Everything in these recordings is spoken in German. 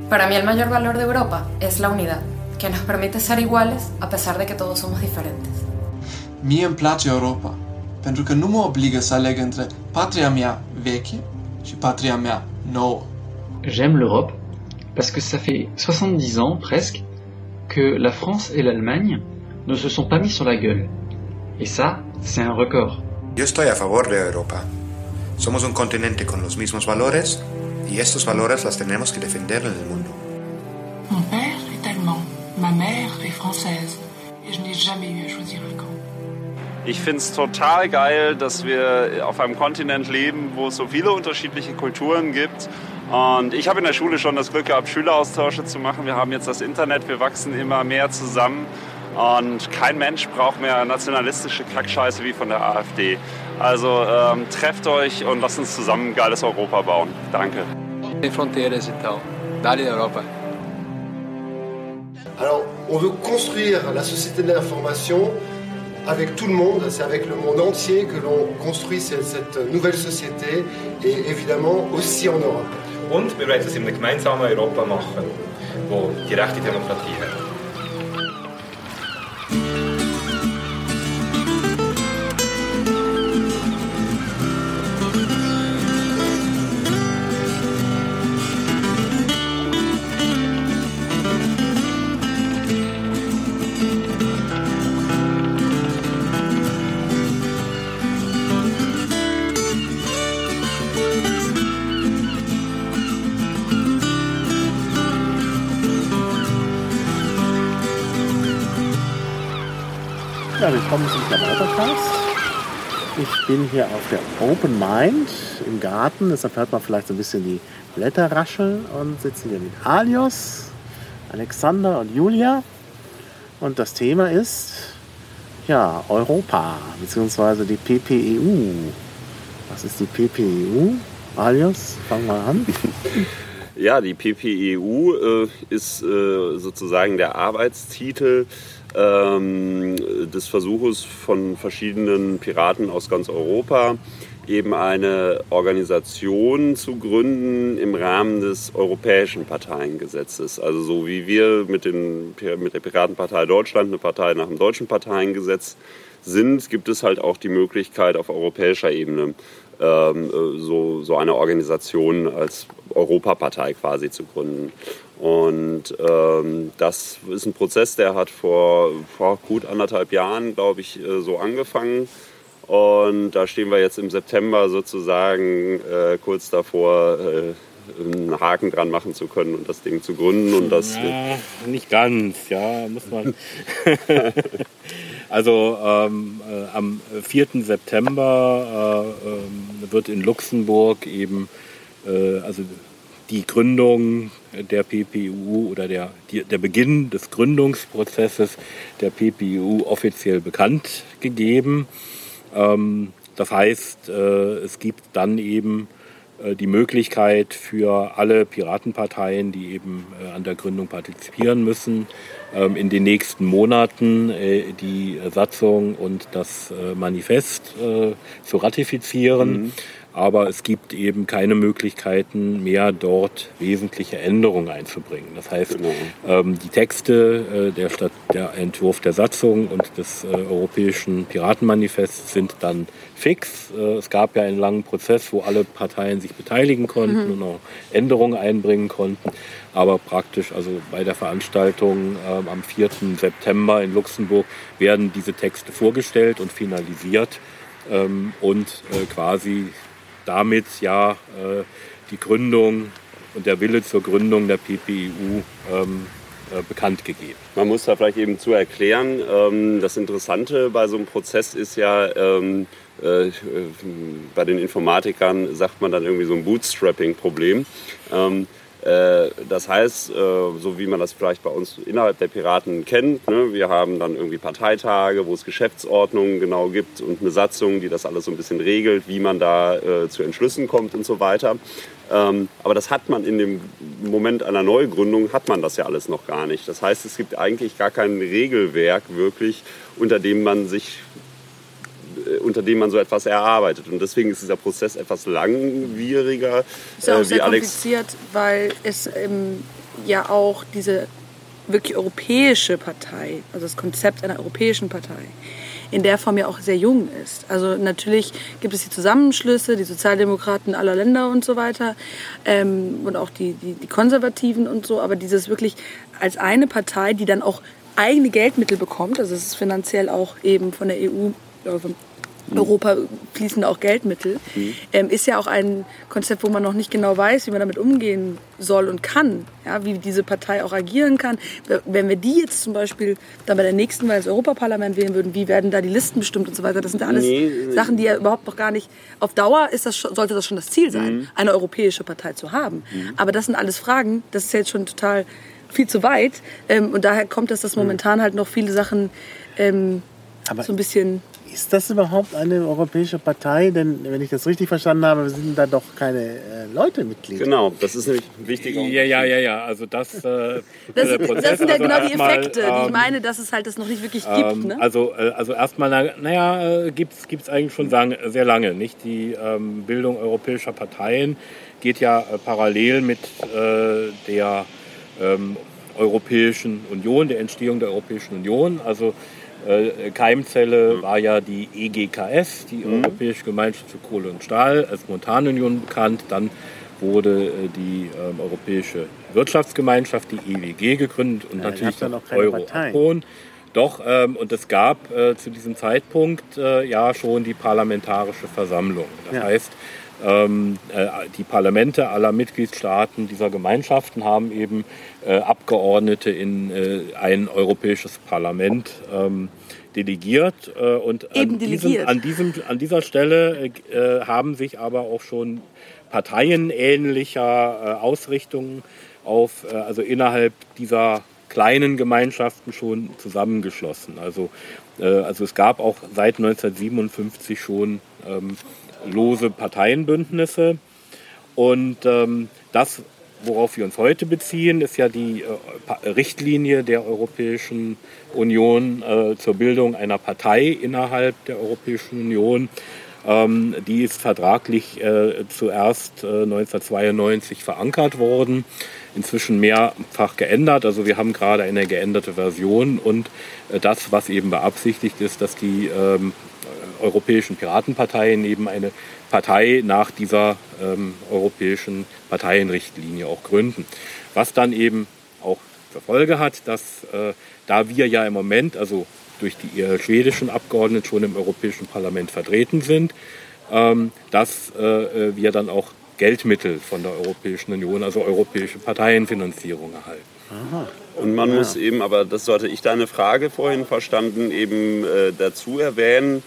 Para mí el mayor valor de Europa es la unidad, que nos permite ser iguales a pesar de que todos somos diferentes. Mie îmi place Europa, pentru că nu mă obligă să aleg între patria mea veche și patria mea nouă. J'aime l'Europe parce que ça fait 70 ans presque que la France et l'Allemagne ne se sont pas mis sur la gueule. Et ça, c'est un record. Yo estoy a favor de Europa. Somos un continente con los mismos valores y estos valores los tenemos que defender en el mundo. Mon père est allemand, ma mère est française et je n'ai jamais eu à choisir un camp. Ich finde es total geil, dass wir auf einem Kontinent leben, wo es so viele unterschiedliche Kulturen gibt. Und ich habe in der Schule schon das Glück gehabt, Schüleraustausche zu machen. Wir haben jetzt das Internet, wir wachsen immer mehr zusammen. Und kein Mensch braucht mehr nationalistische Kackscheiße wie von der AfD. Also trefft euch und lasst uns zusammen ein geiles Europa bauen. Danke. Les frontières, então. Dale Europa. Alors, on veut construire la société de l'information avec tout le monde, c'est avec le monde entier que l'on construit cette nouvelle société et évidemment aussi en Europe. Und wir wollen das in einem gemeinsamen Europa machen, wo die rechte Demokratie hat. Ja, willkommen zum Klabautercast. Ich bin hier auf der Open Mind im Garten, deshalb hört man vielleicht so ein bisschen die Blätter rascheln und sitzen hier mit Alios, Alexander und Julia. Und das Thema ist ja Europa bzw. die PPEU. Was ist die PPEU? Alios, fangen wir an. Ja, die PPEU ist sozusagen der Arbeitstitel des Versuches von verschiedenen Piraten aus ganz Europa, eben eine Organisation zu gründen im Rahmen des Europäischen Parteiengesetzes. Also so wie wir mit der Piratenpartei Deutschland eine Partei nach dem Deutschen Parteiengesetz sind, gibt es halt auch die Möglichkeit auf europäischer Ebene so eine Organisation als Europapartei quasi zu gründen. Und das ist ein Prozess, der hat vor gut 1,5 Jahren, glaube ich, so angefangen. Und da stehen wir jetzt im September sozusagen kurz davor, einen Haken dran machen zu können und das Ding zu gründen. Und das nicht ganz, ja, muss man. Also am 4. September wird in Luxemburg eben also die Gründung der PPEU oder der Beginn des Gründungsprozesses der PPEU offiziell bekannt gegeben. Das heißt, es gibt dann eben die Möglichkeit für alle Piratenparteien, die eben an der Gründung partizipieren müssen, in den nächsten Monaten die Satzung und das Manifest zu ratifizieren. Mhm. Aber es gibt eben keine Möglichkeiten mehr, dort wesentliche Änderungen einzubringen. Das heißt, die Texte, der Entwurf der Satzung und des Europäischen Piratenmanifests sind dann fix. Es gab ja einen langen Prozess, wo alle Parteien sich beteiligen konnten und auch Änderungen einbringen konnten. Aber praktisch, also bei der Veranstaltung am 4. September in Luxemburg werden diese Texte vorgestellt und finalisiert und quasi damit ja die Gründung und der Wille zur Gründung der PPEU bekannt gegeben. Man muss da vielleicht eben zu erklären, das Interessante bei so einem Prozess ist ja, bei den Informatikern sagt man dann irgendwie so ein Bootstrapping-Problem. Das heißt, so wie man das vielleicht bei uns innerhalb der Piraten kennt, ne, wir haben dann irgendwie Parteitage, wo es Geschäftsordnungen genau gibt und eine Satzung, die das alles so ein bisschen regelt, wie man da zu Entschlüssen kommt und so weiter. Aber das hat man in dem Moment einer Neugründung, hat man das ja alles noch gar nicht. Das heißt, es gibt eigentlich gar kein Regelwerk wirklich, unter dem man so etwas erarbeitet. Und deswegen ist dieser Prozess etwas langwieriger. Ist ja auch sehr kompliziert, weil es ja auch diese wirklich europäische Partei, also das Konzept einer europäischen Partei, in der Form ja auch sehr jung ist. Also natürlich gibt es die Zusammenschlüsse, die Sozialdemokraten aller Länder und so weiter und auch die Konservativen und so, aber dieses wirklich als eine Partei, die dann auch eigene Geldmittel bekommt, also es ist finanziell auch eben von der EU, von Europa fließen auch Geldmittel, ist ja auch ein Konzept, wo man noch nicht genau weiß, wie man damit umgehen soll und kann, ja, wie diese Partei auch agieren kann. Wenn wir die jetzt zum Beispiel dann bei der nächsten Wahl ins Europaparlament wählen würden, wie werden da die Listen bestimmt und so weiter, das sind ja alles Sachen, die ja überhaupt noch gar nicht, auf Dauer sollte das schon das Ziel sein, eine europäische Partei zu haben. Aber das sind alles Fragen, das ist jetzt schon total viel zu weit und daher kommt es, dass momentan halt noch viele Sachen so ein bisschen... Ist das überhaupt eine europäische Partei? Denn, wenn ich das richtig verstanden habe, sind da doch keine Leute Mitglied. Genau, das ist nämlich wichtig. Ja. Also das sind ja genau die Effekte, die ich meine, dass es halt das noch nicht wirklich gibt. Ne? Also erstmal, gibt es eigentlich schon sehr lange. Nicht? Die Bildung europäischer Parteien geht ja parallel mit der Europäischen Union, der Entstehung der Europäischen Union. Also Keimzelle war ja die EGKS, die Europäische Gemeinschaft für Kohle und Stahl, als Montanunion bekannt. Dann wurde die Europäische Wirtschaftsgemeinschaft, die EWG, gegründet und natürlich noch Euro-Atom. Doch, und es gab zu diesem Zeitpunkt ja schon die Parlamentarische Versammlung. Das heißt, die Parlamente aller Mitgliedstaaten dieser Gemeinschaften haben eben Abgeordnete in ein europäisches Parlament delegiert. Und an dieser Stelle haben sich aber auch schon parteienähnlicher Ausrichtungen also innerhalb dieser kleinen Gemeinschaften schon zusammengeschlossen. Also es gab auch seit 1957 schon lose Parteienbündnisse. Und das, worauf wir uns heute beziehen, ist ja die Richtlinie der Europäischen Union zur Bildung einer Partei innerhalb der Europäischen Union. Die ist vertraglich zuerst 1992 verankert worden, inzwischen mehrfach geändert. Also wir haben gerade eine geänderte Version und das, was eben beabsichtigt ist, dass die europäischen Piratenparteien eben eine Partei nach dieser europäischen Parteienrichtlinie auch gründen. Was dann eben auch zur Folge hat, dass da wir ja im Moment, also durch die schwedischen Abgeordneten schon im Europäischen Parlament vertreten sind, dass wir dann auch Geldmittel von der Europäischen Union, also europäische Parteienfinanzierung erhalten. Aha. Und man muss eben, aber das sollte ich deine Frage vorhin verstanden, eben dazu erwähnen,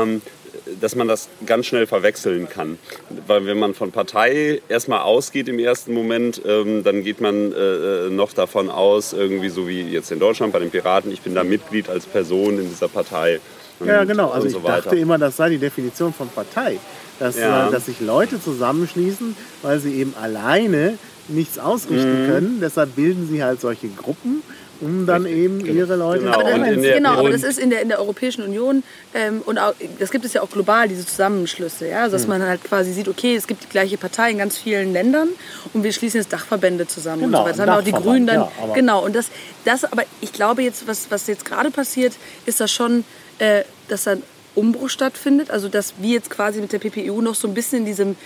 dass man das ganz schnell verwechseln kann. Weil wenn man von Partei erstmal ausgeht im ersten Moment, dann geht man noch davon aus, irgendwie so wie jetzt in Deutschland bei den Piraten, ich bin da Mitglied als Person in dieser Partei. Ja, genau. Also ich dachte immer, das sei die Definition von Partei. Dass sich Leute zusammenschließen, weil sie eben alleine nichts ausrichten können. Deshalb bilden sie halt solche Gruppen, um dann eben ihre Leute... Aber das ist in der Europäischen Union und auch, das gibt es ja auch global, diese Zusammenschlüsse. Ja? Also dass man halt quasi sieht, okay, es gibt die gleiche Partei in ganz vielen Ländern und wir schließen jetzt Dachverbände zusammen. Genau, und so weiter. Das haben auch die Grünen dann... Ja, genau, und das aber ich glaube jetzt, was jetzt gerade passiert, ist das schon, dass da ein Umbruch stattfindet. Also dass wir jetzt quasi mit der PPEU noch so ein bisschen in diesem...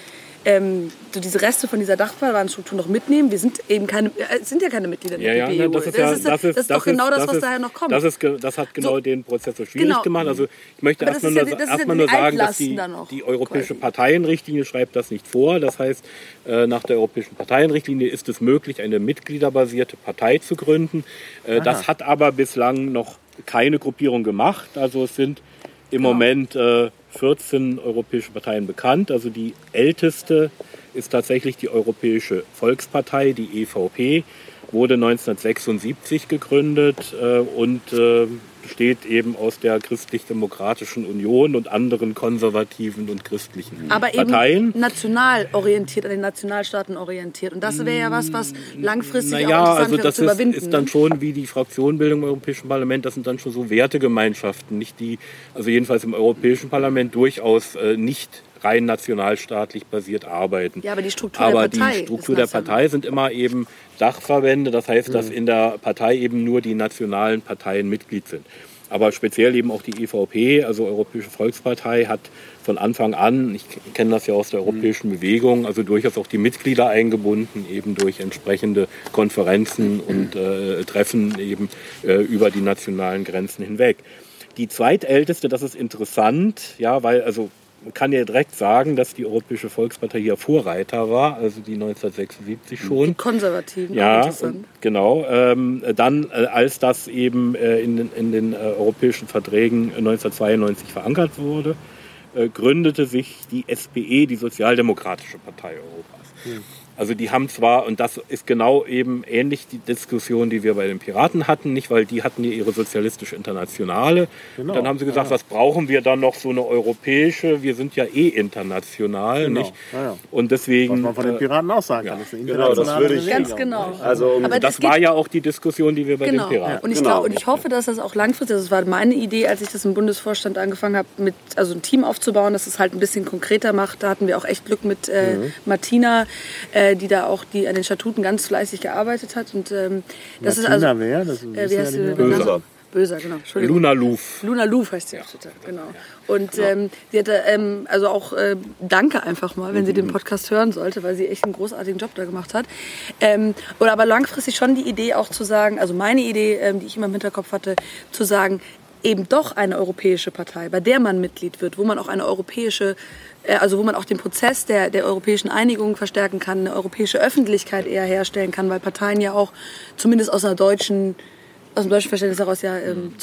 so diese Reste von dieser Dachverbandstruktur noch mitnehmen. Wir sind eben keine Mitglieder der PPEU. Das ist doch genau das, was daher noch kommt. Das hat genau den Prozess so schwierig gemacht. Also ich möchte erstmal nur sagen, dass die Europäische Parteienrichtlinie schreibt das nicht vor. Das heißt, nach der Europäischen Parteienrichtlinie ist es möglich, eine mitgliederbasierte Partei zu gründen. Das hat aber bislang noch keine Gruppierung gemacht. Also es sind im Moment 14 europäische Parteien bekannt. Also die älteste ist tatsächlich die Europäische Volkspartei, die EVP, wurde 1976 gegründet und besteht eben aus der Christlich-Demokratischen Union und anderen konservativen und christlichen Parteien. Aber eben national orientiert, an den Nationalstaaten orientiert. Und das wäre ja was langfristig auch interessant wäre zu überwinden. Das ist dann schon wie die Fraktionenbildung im Europäischen Parlament, das sind dann schon so Wertegemeinschaften, nicht die, also jedenfalls im Europäischen Parlament durchaus nicht rein nationalstaatlich basiert arbeiten. Ja, aber die Struktur der Partei sind immer eben Dachverbände, das heißt, dass in der Partei eben nur die nationalen Parteien Mitglied sind. Aber speziell eben auch die EVP, also Europäische Volkspartei, hat von Anfang an, ich kenne das ja aus der europäischen Bewegung, also durchaus auch die Mitglieder eingebunden, eben durch entsprechende Konferenzen und Treffen eben über die nationalen Grenzen hinweg. Die zweitälteste, das ist interessant, ja, weil also man kann ja direkt sagen, dass die Europäische Volkspartei hier Vorreiter war, also die 1976 schon. Die Konservativen, ja, interessant. Genau. Dann, als das eben in den europäischen Verträgen 1992 verankert wurde, gründete sich die SPE, die Sozialdemokratische Partei Europas. Also die haben zwar, und das ist genau eben ähnlich die Diskussion, die wir bei den Piraten hatten, nicht, weil die hatten ja ihre sozialistische Internationale. Genau. Dann haben sie gesagt, was brauchen wir dann noch, so eine europäische, wir sind ja international. Genau. Nicht? Ja. Und deswegen, was man von den Piraten auch sagen kann, ist eine internationale Bewegung. Ganz genau. Also aber das war ja auch die Diskussion, die wir bei den Piraten hatten. Und ich hoffe, dass das auch langfristig, das war meine Idee, als ich das im Bundesvorstand angefangen habe, also ein Team aufzubauen, dass es halt ein bisschen konkreter macht. Da hatten wir auch echt Glück mit Martina, die da auch an den Statuten ganz fleißig gearbeitet hat. Und das ist also. Wer? Das wie heißt sie? Böser, genau. Entschuldigung. Luna Louf heißt sie auf Twitter, genau. Und sie hatte also auch danke einfach mal, wenn sie den Podcast hören sollte, weil sie echt einen großartigen Job da gemacht hat. Oder aber langfristig schon die Idee auch zu sagen, also meine Idee, die ich immer im Hinterkopf hatte, zu sagen, eben doch eine europäische Partei, bei der man Mitglied wird, wo man auch eine europäische, also wo man auch den Prozess der europäischen Einigung verstärken kann, eine europäische Öffentlichkeit eher herstellen kann, weil Parteien ja auch zumindest aus dem deutschen Verständnis heraus ja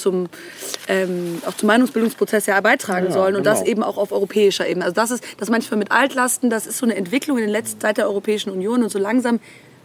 auch zum Meinungsbildungsprozess ja beitragen sollen und das eben auch auf europäischer Ebene. Also das manchmal mit Altlasten, das ist so eine Entwicklung in den letzten Zeit der Europäischen Union und so langsam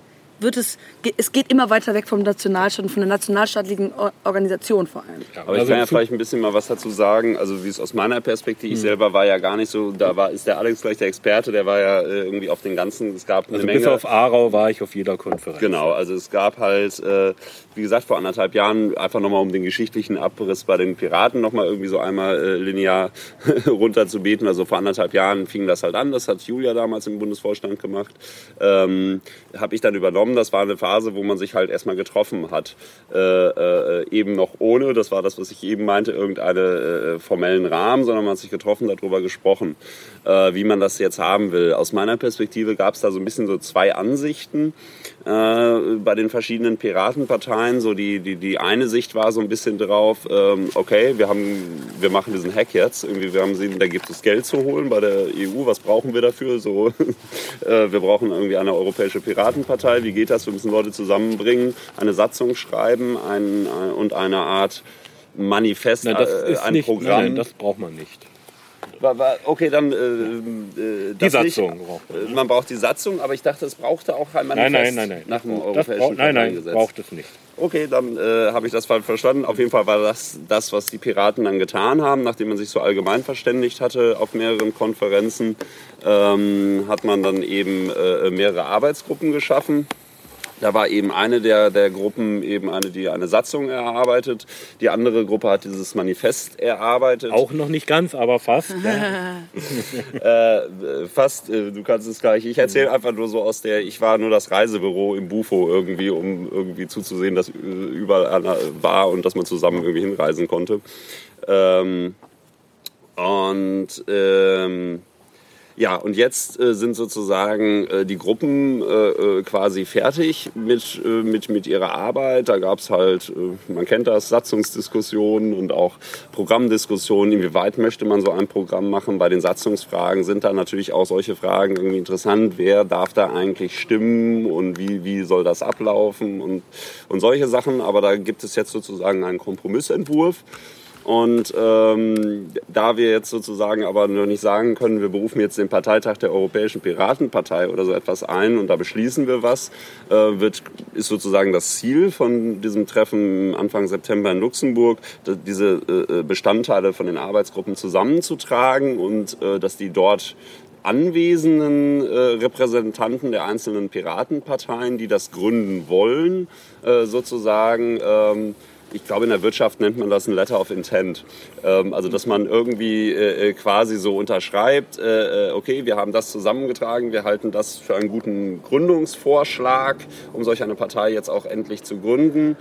es geht immer weiter weg vom Nationalstaat und von der nationalstaatlichen Organisation vor allem. Ja, aber ich kann ja vielleicht ein bisschen mal was dazu sagen, also wie es aus meiner Perspektive, ich selber war ja gar nicht so, ist der Alex gleich der Experte, der war ja irgendwie auf den ganzen, es gab eine Menge. Bis auf Aarau war ich auf jeder Konferenz. Genau, also es gab halt, wie gesagt, vor 1,5 Jahren, einfach nochmal um den geschichtlichen Abriss bei den Piraten nochmal irgendwie so einmal linear runterzubeten, also vor 1,5 Jahren fing das halt an, das hat Julia damals im Bundesvorstand gemacht, habe ich dann übernommen. Das war eine Phase, wo man sich halt erstmal getroffen hat. Eben noch ohne, das war das, was ich eben meinte, irgendeinen formellen Rahmen, sondern man hat sich getroffen, darüber gesprochen, wie man das jetzt haben will. Aus meiner Perspektive gab es da so ein bisschen so zwei Ansichten bei den verschiedenen Piratenparteien. So die eine Sicht war so ein bisschen drauf, okay, wir machen diesen Hack jetzt. Irgendwie, wir haben gesehen, da gibt es Geld zu holen bei der EU. Was brauchen wir dafür? So, wir brauchen irgendwie eine europäische Piratenpartei. Wie geht das? Wir müssen Leute zusammenbringen, eine Satzung schreiben und eine Art Manifest, ein Programm. Nein, das braucht man nicht. Okay, dann die Satzung. Man braucht die Satzung, aber ich dachte, es brauchte auch ein Manifest nach dem europäischen Parteiengesetz. Nein, braucht es nicht. Okay, dann habe ich das falsch verstanden. Auf jeden Fall war das, was die Piraten dann getan haben, nachdem man sich so allgemein verständigt hatte auf mehreren Konferenzen, hat man dann eben mehrere Arbeitsgruppen geschaffen. Da war eben eine der Gruppen die eine Satzung erarbeitet. Die andere Gruppe hat dieses Manifest erarbeitet. Auch noch nicht ganz, aber fast. Fast, du kannst es gleich. Ich erzähle einfach nur so ich war nur das Reisebüro im Bufo irgendwie, um irgendwie zuzusehen, dass überall einer war und dass man zusammen irgendwie hinreisen konnte. Ja, und jetzt sind sozusagen die Gruppen quasi fertig mit ihrer Arbeit. Da gab es halt, man kennt das, Satzungsdiskussionen und auch Programmdiskussionen. Inwieweit möchte man so ein Programm machen? Bei den Satzungsfragen sind da natürlich auch solche Fragen irgendwie interessant. Wer darf da eigentlich stimmen und wie soll das ablaufen und solche Sachen. Aber da gibt es jetzt sozusagen einen Kompromissentwurf. Und da wir jetzt sozusagen aber noch nicht sagen können, wir berufen jetzt den Parteitag der Europäischen Piratenpartei oder so etwas ein und da beschließen wir was, ist sozusagen das Ziel von diesem Treffen Anfang September in Luxemburg, diese Bestandteile von den Arbeitsgruppen zusammenzutragen und dass die dort anwesenden Repräsentanten der einzelnen Piratenparteien, die das gründen wollen, sozusagen ich glaube, in der Wirtschaft nennt man das ein Letter of Intent. Also, dass man irgendwie quasi so unterschreibt, okay, wir haben das zusammengetragen, wir halten das für einen guten Gründungsvorschlag, um solch eine Partei jetzt auch endlich zu gründen.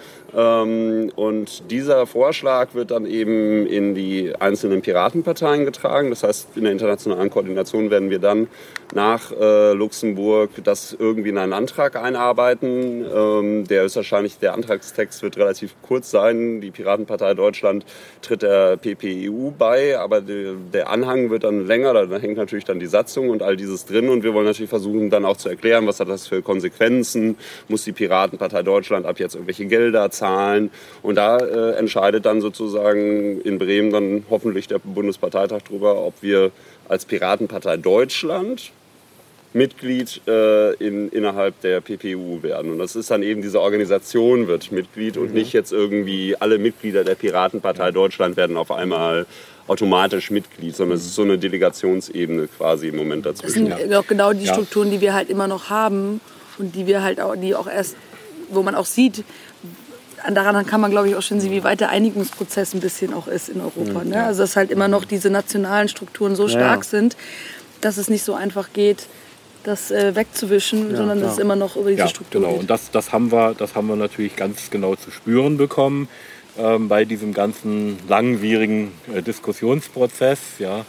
Und dieser Vorschlag wird dann eben in die einzelnen Piratenparteien getragen. Das heißt, in der internationalen Koordination werden wir dann nach Luxemburg das irgendwie in einen Antrag einarbeiten. Der Antragstext wird relativ kurz sein. Die Piratenpartei Deutschland tritt der PPEU bei, aber der Anhang wird dann länger. Da hängt natürlich dann die Satzung und all dieses drin. Und wir wollen natürlich versuchen, dann auch zu erklären, was hat das für Konsequenzen. Muss die Piratenpartei Deutschland ab jetzt irgendwelche Gelder zahlen? Und da entscheidet dann sozusagen in Bremen dann hoffentlich der Bundesparteitag darüber, ob wir als Piratenpartei Deutschland Mitglied innerhalb der PPU werden. Und das ist dann eben, diese Organisation wird Mitglied und nicht jetzt irgendwie alle Mitglieder der Piratenpartei Deutschland werden auf einmal automatisch Mitglied, sondern es ist so eine Delegationsebene quasi im Moment dazwischen. Das sind auch genau die Strukturen, die wir halt immer noch haben und die wir halt auch, die auch erst, wo man auch sieht, daran kann man, glaube ich, auch schon sehen, wie weit der Einigungsprozess ein bisschen auch ist in Europa. Ne? Also dass halt immer noch diese nationalen Strukturen so stark sind, dass es nicht so einfach geht, das wegzuwischen, sondern dass es immer noch über diese Struktur geht. Und das haben wir natürlich ganz genau zu spüren bekommen bei diesem ganzen langwierigen Diskussionsprozess. Ja.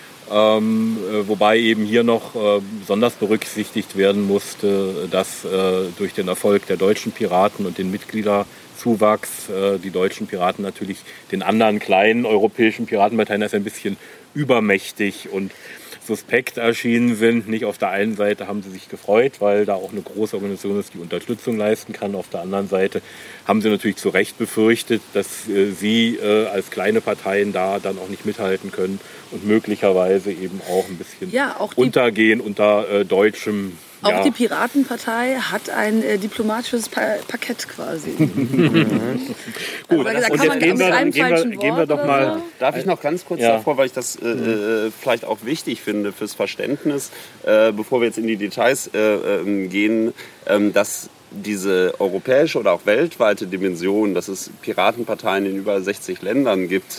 Wobei eben hier noch besonders berücksichtigt werden musste, dass durch den Erfolg der deutschen Piraten und den Mitgliederzuwachs die deutschen Piraten natürlich den anderen kleinen europäischen Piratenparteien ein bisschen übermächtig und suspekt erschienen sind. Nicht auf der einen Seite haben sie sich gefreut, weil da auch eine große Organisation ist, die Unterstützung leisten kann. Auf der anderen Seite haben sie natürlich zu Recht befürchtet, dass sie als kleine Parteien da dann auch nicht mithalten können und möglicherweise eben auch ein bisschen untergehen unter deutschem. Auch die Piratenpartei hat ein diplomatisches Parkett quasi. Gut, also, und jetzt gehen wir doch mal. Darf ich noch ganz kurz davor, weil ich das vielleicht auch wichtig finde fürs Verständnis, bevor wir jetzt in die Details gehen, dass diese europäische oder auch weltweite Dimension, dass es Piratenparteien in über 60 Ländern gibt,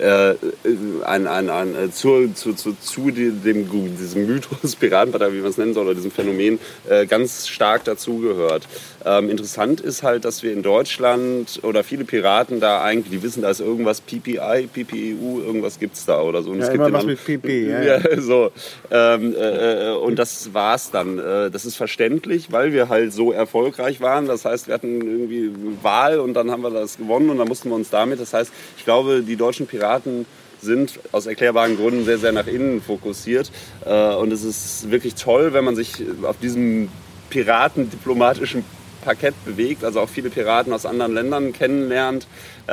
zu diesem Mythos Piratenpartei, wie man es nennen soll, oder diesem Phänomen, ganz stark dazugehört. Interessant ist halt, dass wir in Deutschland oder viele Piraten da eigentlich, die wissen, da ist irgendwas PPI, PPEU, irgendwas gibt's da oder so. Und ja, es immer gibt was mit PP, so. Und das war's dann. Das ist verständlich, weil wir halt so erfolgreich waren. Das heißt, wir hatten irgendwie Wahl und dann haben wir das gewonnen und dann mussten wir uns damit. Das heißt, ich glaube, die deutschen Piraten sind aus erklärbaren Gründen sehr, sehr nach innen fokussiert. Und es ist wirklich toll, wenn man sich auf diesem piratendiplomatischen Parkett bewegt, also auch viele Piraten aus anderen Ländern kennenlernt,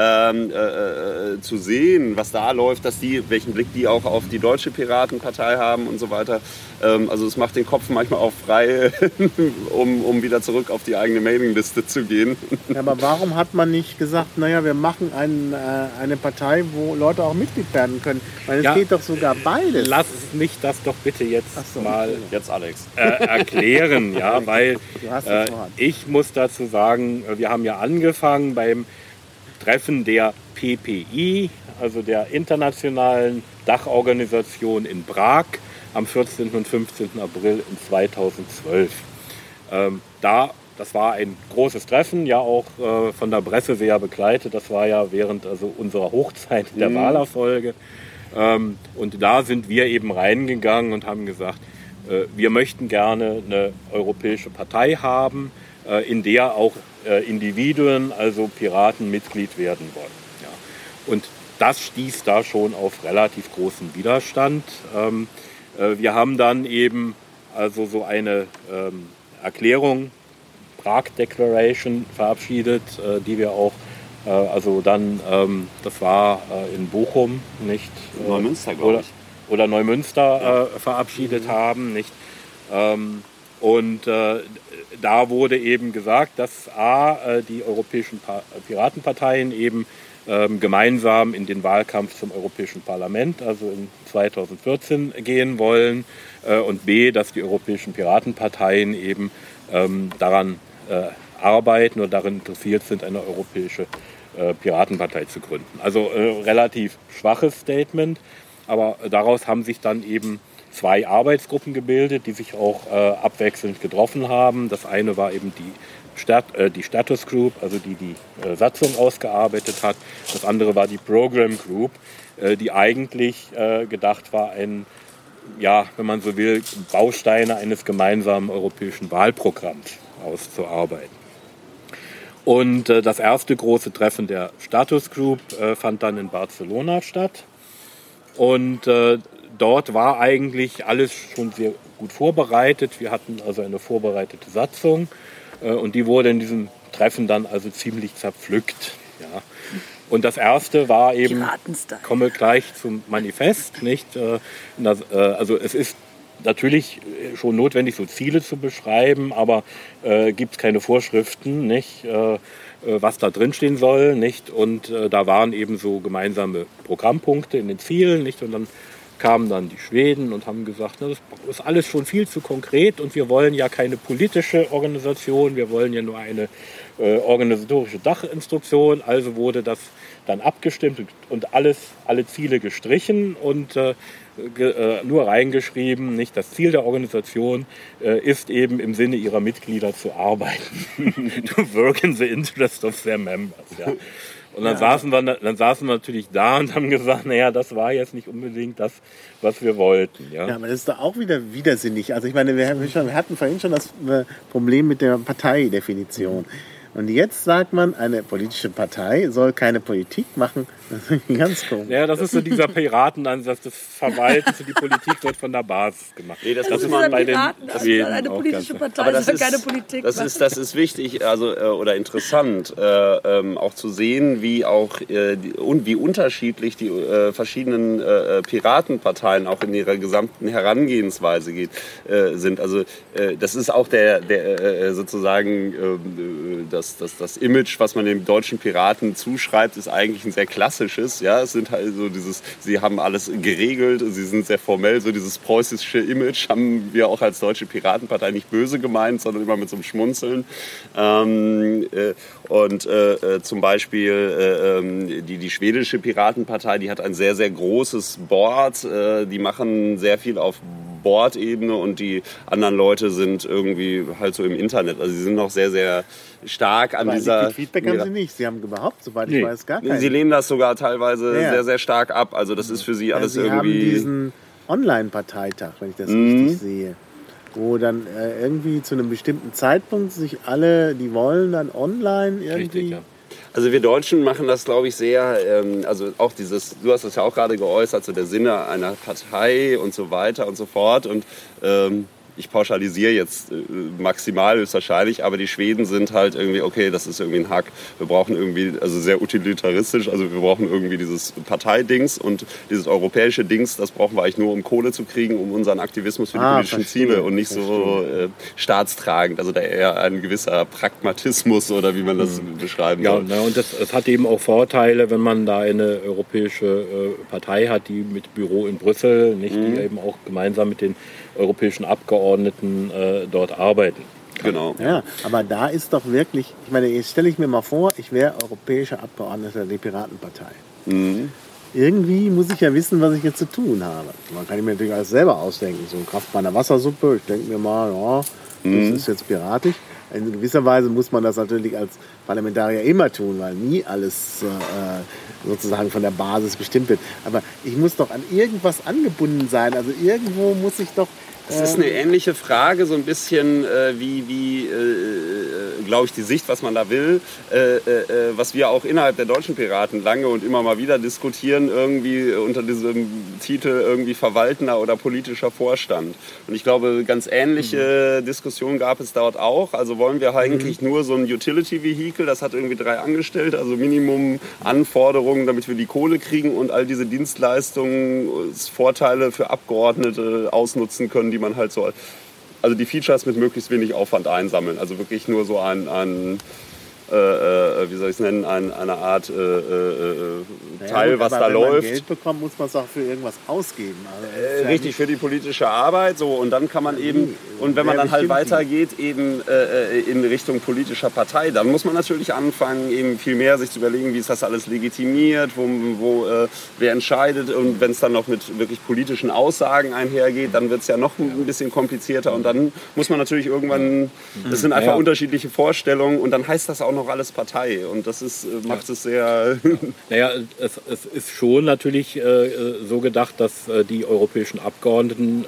zu sehen, was da läuft, welchen Blick die auch auf die deutsche Piratenpartei haben und so weiter. Also es macht den Kopf manchmal auch frei, um wieder zurück auf die eigene Mailingliste zu gehen. Ja, aber warum hat man nicht gesagt, naja, wir machen eine Partei, wo Leute auch Mitglied werden können? Weil es geht doch sogar beides. Lass mich das doch bitte jetzt mal jetzt Alex erklären, ja, weil ich muss dazu sagen, wir haben ja angefangen beim Treffen der PPI, also der internationalen Dachorganisation in Prag, am 14. und 15. April 2012. Das war ein großes Treffen, ja auch von der Presse sehr begleitet. Das war ja während unserer Hochzeit der Wahlerfolge. Und da sind wir eben reingegangen und haben gesagt, wir möchten gerne eine europäische Partei haben, in der auch Individuen, also Piraten, Mitglied werden wollen. Ja. Und das stieß da schon auf relativ großen Widerstand. Wir haben dann eben also so eine Erklärung, Prague Declaration, verabschiedet, die wir auch das war in Bochum, nicht? Neumünster, glaube ich. Oder Neumünster verabschiedet haben, nicht? Da wurde eben gesagt, dass die europäischen Piratenparteien eben gemeinsam in den Wahlkampf zum Europäischen Parlament, also in 2014, gehen wollen und B, dass die europäischen Piratenparteien eben daran arbeiten oder daran interessiert sind, eine europäische Piratenpartei zu gründen. Also relativ schwaches Statement, aber daraus haben sich dann eben 2 Arbeitsgruppen gebildet, die sich auch abwechselnd getroffen haben. Das eine war eben die Status Group, also die Satzung ausgearbeitet hat. Das andere war die Program Group, die eigentlich gedacht war, wenn man so will, Bausteine eines gemeinsamen europäischen Wahlprogramms auszuarbeiten. Und das erste große Treffen der Status Group fand dann in Barcelona statt. Und dort war eigentlich alles schon sehr gut vorbereitet. Wir hatten also eine vorbereitete Satzung und die wurde in diesem Treffen dann also ziemlich zerpflückt. Ja. Und das erste war eben, kommen wir gleich zum Manifest, nicht? Also es ist natürlich schon notwendig, so Ziele zu beschreiben, aber gibt es keine Vorschriften, nicht? Was da drin stehen soll, nicht? Und da waren eben so gemeinsame Programmpunkte in den Zielen, nicht? Und dann kamen dann die Schweden und haben gesagt, das ist alles schon viel zu konkret und wir wollen ja keine politische Organisation, wir wollen ja nur eine organisatorische Dachinstruktion. Also wurde das dann abgestimmt und alle Ziele gestrichen und nur reingeschrieben, nicht? Das Ziel der Organisation ist eben im Sinne ihrer Mitglieder zu arbeiten. To work in the interest of their members. Ja. Und dann saßen wir natürlich da und haben gesagt, naja, das war jetzt nicht unbedingt das, was wir wollten. Ja, aber das ist doch auch wieder widersinnig. Also ich meine, wir hatten vorhin schon das Problem mit der Parteidefinition. Und jetzt sagt man, eine politische Partei soll keine Politik machen. Das ist ganz komisch. Ja, das ist so dieser Piratenansatz, das Verwalten für die Politik wird von der Basis gemacht. Nee, das ist man bei den eine politische Partei soll keine Politik machen. Das ist wichtig, also oder interessant, auch zu sehen, wie auch wie unterschiedlich die verschiedenen Piratenparteien auch in ihrer gesamten Herangehensweise sind. Also das ist auch der sozusagen das Image, was man den deutschen Piraten zuschreibt, ist eigentlich ein sehr klassisches. Ja, es sind halt so sie haben alles geregelt, sie sind sehr formell. So dieses preußische Image haben wir auch als deutsche Piratenpartei nicht böse gemeint, sondern immer mit so einem Schmunzeln. Zum Beispiel die schwedische Piratenpartei, die hat ein sehr, sehr großes Board. Die machen sehr viel auf Bordebene und die anderen Leute sind irgendwie halt so im Internet. Also sie sind noch sehr, sehr stark an dieser... Feedback haben sie nicht. Sie haben überhaupt, soweit ich weiß, gar keinen. Sie lehnen das sogar teilweise sehr, sehr stark ab. Also das ist für sie alles sie irgendwie... Sie haben diesen Online-Parteitag, wenn ich das richtig sehe, wo dann irgendwie zu einem bestimmten Zeitpunkt sich alle, die wollen, dann online irgendwie... Richtig, ja. Also wir Deutschen machen das, glaube ich, sehr, also auch dieses, du hast das ja auch gerade geäußert, so der Sinne einer Partei und so weiter und so fort. Und ich pauschalisiere jetzt maximal höchstwahrscheinlich, aber die Schweden sind halt irgendwie, okay, das ist irgendwie ein Hack. Wir brauchen irgendwie, also sehr utilitaristisch, also wir brauchen irgendwie dieses Parteidings und dieses europäische Dings, das brauchen wir eigentlich nur, um Kohle zu kriegen, um unseren Aktivismus für die politischen Ziele und nicht so staatstragend. Also da eher ein gewisser Pragmatismus oder wie man das beschreiben soll. Ja, und es hat eben auch Vorteile, wenn man da eine europäische Partei hat, die mit Büro in Brüssel, nicht, die eben auch gemeinsam mit den europäischen Abgeordneten dort arbeiten. Genau. Ja, aber da ist doch wirklich, ich meine, jetzt stelle ich mir mal vor, ich wäre europäischer Abgeordneter der Piratenpartei. Irgendwie muss ich ja wissen, was ich jetzt zu tun habe. Man kann mir natürlich alles selber ausdenken, so in Kraft meiner Wassersuppe. Ich denke mir mal, ja, das ist jetzt piratisch. In gewisser Weise muss man das natürlich als Parlamentarier immer tun, weil nie alles sozusagen von der Basis bestimmt wird. Aber ich muss doch an irgendwas angebunden sein. Also irgendwo muss ich doch... Das ist eine ähnliche Frage, so ein bisschen wie glaube ich, die Sicht, was man da will, was wir auch innerhalb der deutschen Piraten lange und immer mal wieder diskutieren, irgendwie unter diesem Titel irgendwie verwaltender oder politischer Vorstand. Und ich glaube, ganz ähnliche Diskussionen gab es dort auch. Also wollen wir eigentlich nur so ein Utility-Vehikel, das hat irgendwie 3 Angestellte, also Minimum Anforderungen, damit wir die Kohle kriegen und all diese Dienstleistungen, Vorteile für Abgeordnete ausnutzen können, die man halt so, also die Features mit möglichst wenig Aufwand einsammeln. Also wirklich nur so ein wie soll ich es nennen, eine Art Teil, was da läuft. Wenn man Geld bekommt, muss man es auch für irgendwas ausgeben. Also richtig, für die politische Arbeit. So, und dann kann man eben, und wenn man dann halt weitergeht, eben in Richtung politischer Partei, dann muss man natürlich anfangen, eben viel mehr sich zu überlegen, wie ist das alles legitimiert, wer entscheidet. Und wenn es dann noch mit wirklich politischen Aussagen einhergeht, dann wird es ja noch ein bisschen komplizierter. Und dann muss man natürlich irgendwann, das sind einfach unterschiedliche Vorstellungen und dann heißt das auch noch alles Partei und das macht es sehr... Naja, es ist schon natürlich so gedacht, dass die europäischen Abgeordneten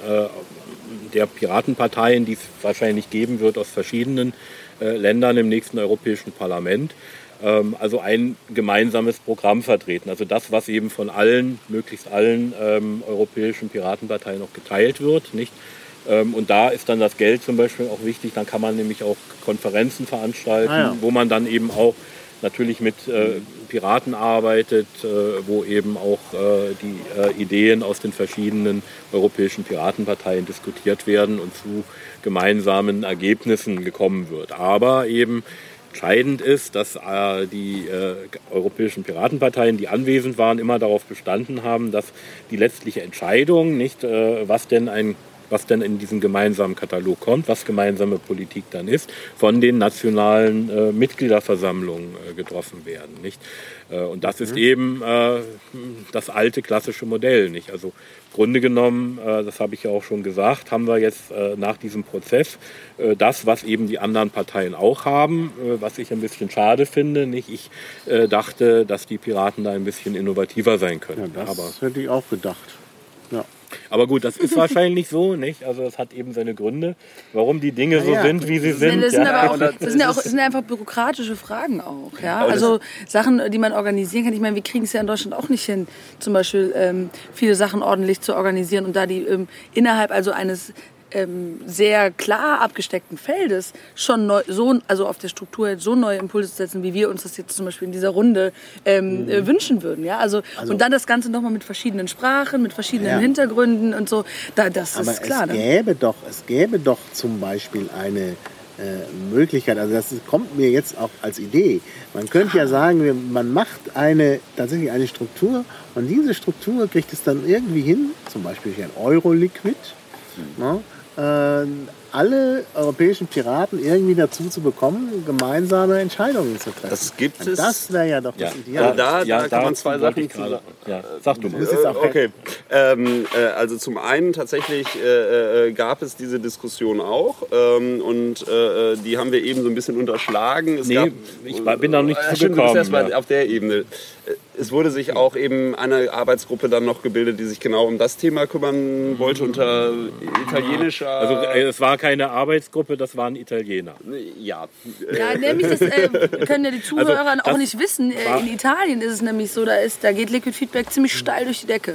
der Piratenparteien, die es wahrscheinlich geben wird aus verschiedenen Ländern im nächsten Europäischen Parlament, also ein gemeinsames Programm vertreten. Also das, was eben von möglichst allen europäischen Piratenparteien noch geteilt wird, nicht? Und da ist dann das Geld zum Beispiel auch wichtig. Dann kann man nämlich auch Konferenzen veranstalten, wo man dann eben auch natürlich mit Piraten arbeitet, wo eben auch die Ideen aus den verschiedenen europäischen Piratenparteien diskutiert werden und zu gemeinsamen Ergebnissen gekommen wird. Aber eben entscheidend ist, dass die europäischen Piratenparteien, die anwesend waren, immer darauf bestanden haben, dass die letztliche Entscheidung, nicht was denn in diesen gemeinsamen Katalog kommt, was gemeinsame Politik dann ist, von den nationalen Mitgliederversammlungen getroffen werden. Nicht? Und das ist eben das alte klassische Modell. Nicht? Also im Grunde genommen, das habe ich ja auch schon gesagt, haben wir jetzt nach diesem Prozess das, was eben die anderen Parteien auch haben, was ich ein bisschen schade finde. Nicht? Ich dachte, dass die Piraten da ein bisschen innovativer sein können. Ja, das hätte ich auch gedacht. Ja. Aber gut, das ist wahrscheinlich so, nicht? Also es hat eben seine Gründe, warum die Dinge so sind, wie sie sind. Das sind einfach bürokratische Fragen auch. Ja? Also Sachen, die man organisieren kann. Ich meine, wir kriegen es ja in Deutschland auch nicht hin, zum Beispiel viele Sachen ordentlich zu organisieren und da die innerhalb also eines sehr klar abgesteckten Feldes schon also auf der Struktur so neue Impulse zu setzen, wie wir uns das jetzt zum Beispiel in dieser Runde wünschen würden. Ja? Also, und dann das Ganze nochmal mit verschiedenen Sprachen, mit verschiedenen Hintergründen und so. Das aber ist klar. Es gäbe doch zum Beispiel eine Möglichkeit, also das kommt mir jetzt auch als Idee. Man könnte ja sagen, man macht tatsächlich eine Struktur und diese Struktur kriegt es dann irgendwie hin, zum Beispiel durch ein Euroliquid, alle europäischen Piraten irgendwie dazu zu bekommen, gemeinsame Entscheidungen zu treffen. Das gibt es. Das wäre ja doch das Ideal. Da kann man zwei Sachen sagen. Ja, sag du mal. Okay. Also zum einen tatsächlich gab es diese Diskussion auch und die haben wir eben so ein bisschen unterschlagen. Ich bin da nicht zugekommen. Erstmal auf der Ebene. Es wurde sich auch eben eine Arbeitsgruppe dann noch gebildet, die sich genau um das Thema kümmern wollte unter italienischer... Also es war keine Arbeitsgruppe, das waren Italiener. Ja. Ja, nämlich das können ja die Zuhörer auch nicht wissen. In Italien ist es nämlich so, da geht Liquid Feedback ziemlich steil durch die Decke.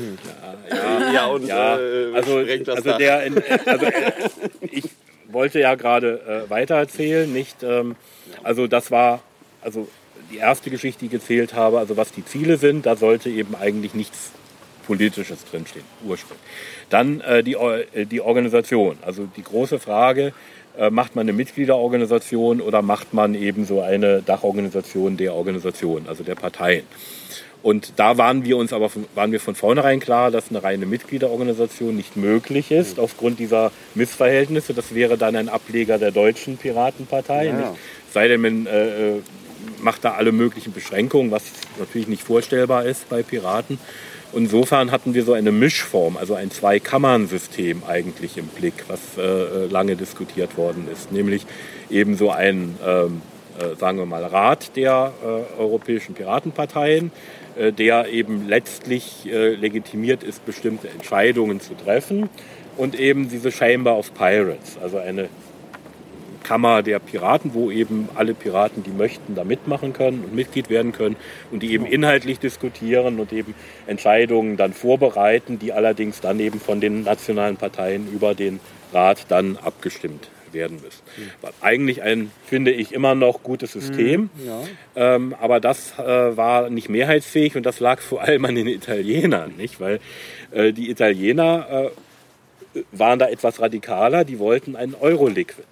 Ich wollte ja gerade weitererzählen, nicht? Also das war... die erste Geschichte, die ich gezählt habe, also was die Ziele sind, da sollte eben eigentlich nichts Politisches drinstehen, ursprünglich. Dann die Organisation, also die große Frage, macht man eine Mitgliederorganisation oder macht man eben so eine Dachorganisation der Organisation, also der Parteien. Und da waren wir von vornherein klar, dass eine reine Mitgliederorganisation nicht möglich ist, aufgrund dieser Missverhältnisse. Das wäre dann ein Ableger der deutschen Piratenpartei. Ja. Sei denn, man macht da alle möglichen Beschränkungen, was natürlich nicht vorstellbar ist bei Piraten. Und insofern hatten wir so eine Mischform, also ein Zwei-Kammern-System eigentlich im Blick, was lange diskutiert worden ist. Nämlich eben so ein, sagen wir mal, Rat der europäischen Piratenparteien, der eben letztlich legitimiert ist, bestimmte Entscheidungen zu treffen. Und eben diese Chamber of Pirates, also eine Kammer der Piraten, wo eben alle Piraten, die möchten, da mitmachen können und Mitglied werden können und die eben inhaltlich diskutieren und eben Entscheidungen dann vorbereiten, die allerdings dann eben von den nationalen Parteien über den Rat dann abgestimmt werden müssen. War eigentlich ein, finde ich, immer noch gutes System, aber das war nicht mehrheitsfähig und das lag vor allem an den Italienern, nicht? Weil die Italiener waren da etwas radikaler, die wollten einen Euroliquid.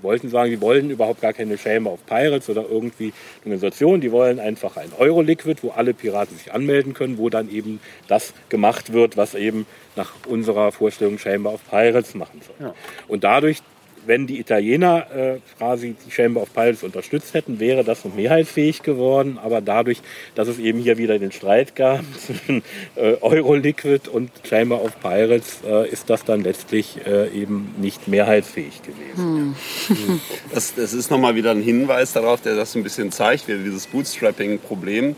wollten sagen, die wollen überhaupt gar keine Chamber of Pirates oder irgendwie eine Organisation, die wollen einfach ein Euroliquid, wo alle Piraten sich anmelden können, wo dann eben das gemacht wird, was eben nach unserer Vorstellung Chamber of Pirates machen soll. Ja. Und dadurch, wenn die Italiener quasi die Chamber of Pirates unterstützt hätten, wäre das noch mehrheitsfähig geworden. Aber dadurch, dass es eben hier wieder den Streit gab zwischen Euroliquid und Chamber of Pirates, ist das dann letztlich eben nicht mehrheitsfähig gewesen. Das ist nochmal wieder ein Hinweis darauf, der das ein bisschen zeigt, wieder dieses Bootstrapping-Problem.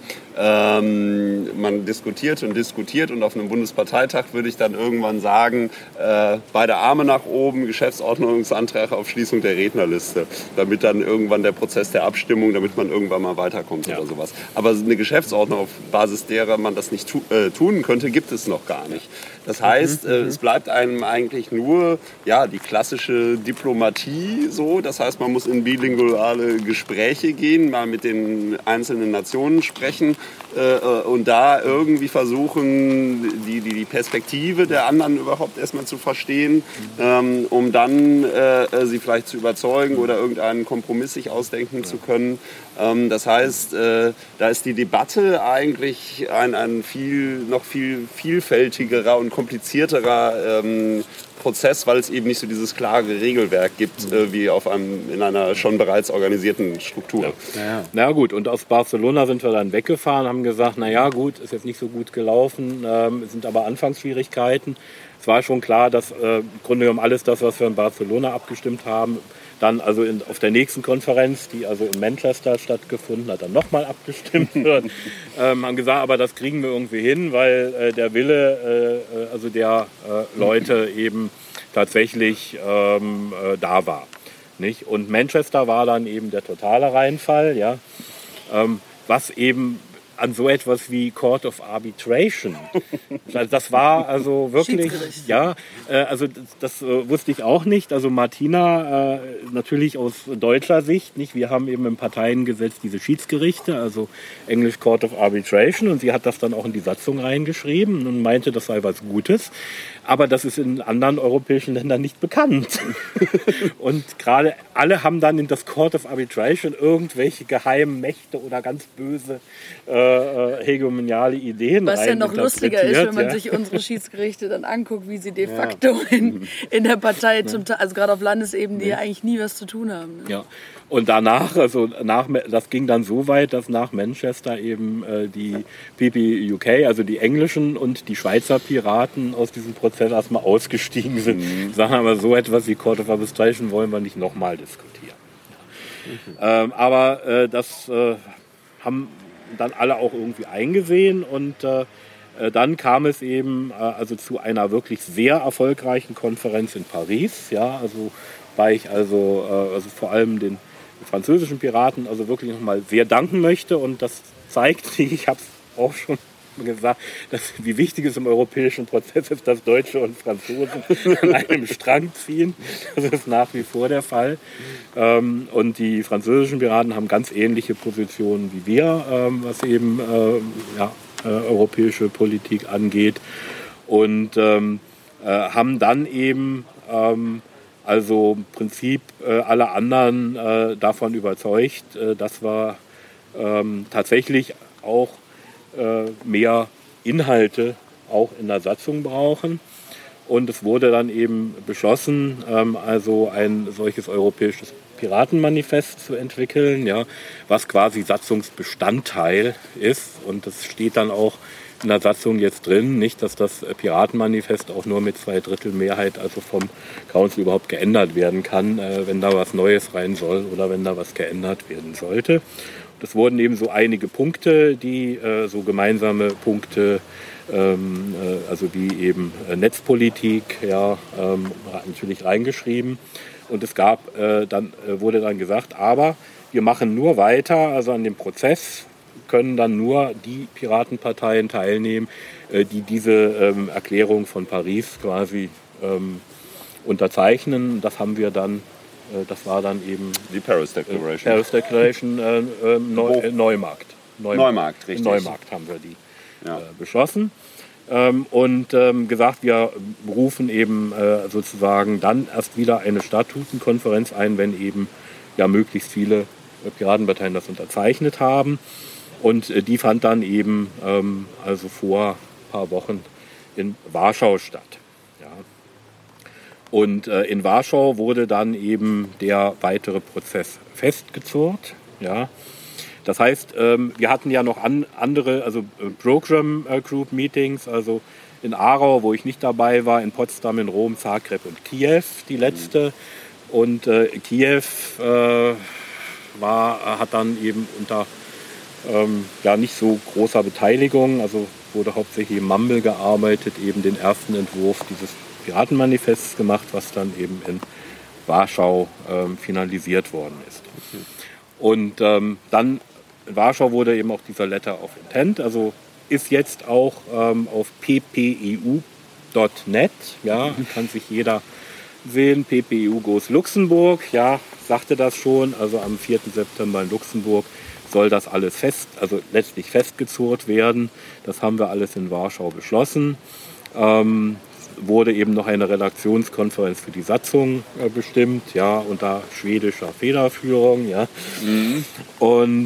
Man diskutiert und auf einem Bundesparteitag würde ich dann irgendwann sagen, beide Arme nach oben, Geschäftsordnungsantrag auf Schließung der Rednerliste, damit dann irgendwann der Prozess der Abstimmung, damit man irgendwann mal weiterkommt oder sowas. Aber eine Geschäftsordnung, auf Basis derer man das nicht tun könnte, gibt es noch gar nicht. Das heißt, es bleibt einem eigentlich nur die klassische Diplomatie so. Das heißt, man muss in bilinguale Gespräche gehen, mal mit den einzelnen Nationen sprechen und da irgendwie versuchen, die Perspektive der anderen überhaupt erstmal zu verstehen, um dann sie vielleicht zu überzeugen oder irgendeinen Kompromiss sich ausdenken zu können. Das heißt, da ist die Debatte eigentlich ein viel vielfältigerer und komplizierterer Prozess, weil es eben nicht so dieses klare Regelwerk gibt, wie in einer schon bereits organisierten Struktur. Ja. Na gut, und aus Barcelona sind wir dann weggefahren, haben gesagt, naja gut, ist jetzt nicht so gut gelaufen, sind aber Anfangsschwierigkeiten. Es war schon klar, dass im Grunde genommen alles das, was wir in Barcelona abgestimmt haben, dann also auf der nächsten Konferenz, die also in Manchester stattgefunden hat, dann nochmal abgestimmt wird. Haben gesagt, aber das kriegen wir irgendwie hin, weil der Wille also der Leute eben tatsächlich da war. Nicht? Und Manchester war dann eben der totale Reinfall, ja, was eben an so etwas wie Court of Arbitration. Das war also wirklich, also das wusste ich auch nicht. Also Martina, natürlich aus deutscher Sicht, nicht? Wir haben eben im Parteiengesetz diese Schiedsgerichte, also Englisch Court of Arbitration, und sie hat das dann auch in die Satzung reingeschrieben und meinte, das sei was Gutes. Aber das ist in anderen europäischen Ländern nicht bekannt. Und gerade alle haben dann in das Court of Arbitration irgendwelche geheimen Mächte oder ganz böse hegemoniale Ideen was ja noch lustiger ist, wenn man sich unsere Schiedsgerichte dann anguckt, wie sie de facto in der Partei, also gerade auf Landesebene, die ja eigentlich nie was zu tun haben. Ne? Ja. Und danach, das ging dann so weit, dass nach Manchester eben die PPUK, also die englischen und die Schweizer Piraten aus diesem Prozess erstmal ausgestiegen sind. Sagen aber, so etwas wie Court of Arbitration wollen wir nicht nochmal diskutieren. Aber das haben dann alle auch irgendwie eingesehen, und dann kam es eben also zu einer wirklich sehr erfolgreichen Konferenz in Paris. Ja, also weil ich also vor allem den französischen Piraten also wirklich nochmal sehr danken möchte, und das zeigt, ich habe es auch schon gesagt, wie wichtig es im europäischen Prozess ist, dass Deutsche und Franzosen an einem Strang ziehen. Das ist nach wie vor der Fall. Und die französischen Piraten haben ganz ähnliche Positionen wie wir, was eben europäische Politik angeht. Und haben dann eben also im Prinzip alle anderen davon überzeugt, dass wir tatsächlich auch mehr Inhalte auch in der Satzung brauchen. Und es wurde dann eben beschlossen, also ein solches europäisches Piratenmanifest zu entwickeln, ja, was quasi Satzungsbestandteil ist. Und das steht dann auch in der Satzung jetzt drin, nicht, dass das Piratenmanifest auch nur mit 2/3 Mehrheit also vom Council überhaupt geändert werden kann, wenn da was Neues rein soll oder wenn da was geändert werden sollte. Es wurden eben so einige Punkte, die so gemeinsame Punkte, also wie eben Netzpolitik, natürlich reingeschrieben. Und es gab, wurde dann gesagt, aber wir machen nur weiter, also an dem Prozess können dann nur die Piratenparteien teilnehmen, die diese Erklärung von Paris quasi unterzeichnen. Das haben wir dann. Das war dann eben die Paris Declaration. Paris Declaration Neumarkt. Neumarkt, richtig. In Neumarkt haben wir die beschlossen. und gesagt, wir rufen eben sozusagen dann erst wieder eine Statutenkonferenz ein, wenn eben ja möglichst viele Piratenparteien das unterzeichnet haben. Und die fand dann eben also vor ein paar Wochen in Warschau statt. Ja. Und in Warschau wurde dann eben der weitere Prozess festgezurrt. Ja. Das heißt, wir hatten ja noch andere, also Program Group Meetings, also in Aarau, wo ich nicht dabei war, in Potsdam, in Rom, Zagreb und Kiew, die letzte. Und Kiew hat dann eben unter ja, nicht so großer Beteiligung, also wurde hauptsächlich im Mumble gearbeitet, eben den ersten Entwurf dieses Piratenmanifests gemacht, was dann eben in Warschau finalisiert worden ist. Okay. Und dann in Warschau wurde eben auch dieser Letter of Intent, also ist jetzt auch auf ppeu.net, ja, kann sich jeder sehen, PPEU Goes Luxemburg, ja, sagte das schon, also am 4. September in Luxemburg soll das alles letztlich festgezurrt werden. Das haben wir alles in Warschau beschlossen. Wurde eben noch eine Redaktionskonferenz für die Satzung bestimmt, ja, unter schwedischer Federführung, ja. Mhm. Und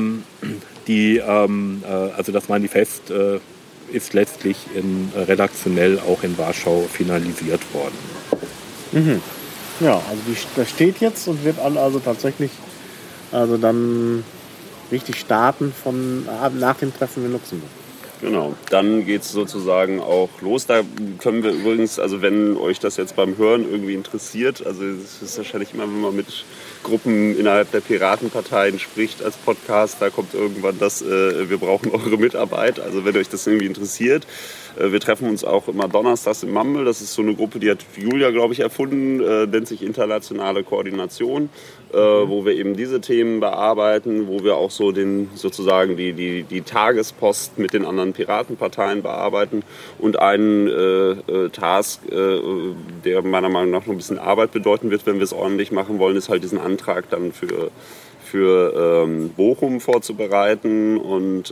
also das Manifest ist letztlich redaktionell auch in Warschau finalisiert worden. Mhm. Ja, also das steht jetzt und wird also tatsächlich dann richtig starten nach dem Treffen in Luxemburg. Genau, dann geht es sozusagen auch los. Da können wir übrigens, also wenn euch das jetzt beim Hören irgendwie interessiert, also es ist wahrscheinlich immer, wenn man mit Gruppen innerhalb der Piratenparteien spricht als Podcast, da kommt irgendwann das, wir brauchen eure Mitarbeit. Also wenn euch das irgendwie interessiert, wir treffen uns auch immer donnerstags im Mumble. Das ist so eine Gruppe, die hat Julia, glaube ich, erfunden, nennt sich Internationale Koordination, wo wir eben diese Themen bearbeiten, wo wir auch so sozusagen die Tagespost mit den anderen Piratenparteien bearbeiten. Und einen Task, der meiner Meinung nach noch ein bisschen Arbeit bedeuten wird, wenn wir es ordentlich machen wollen, ist halt diesen Antrag dann für Bochum vorzubereiten. Und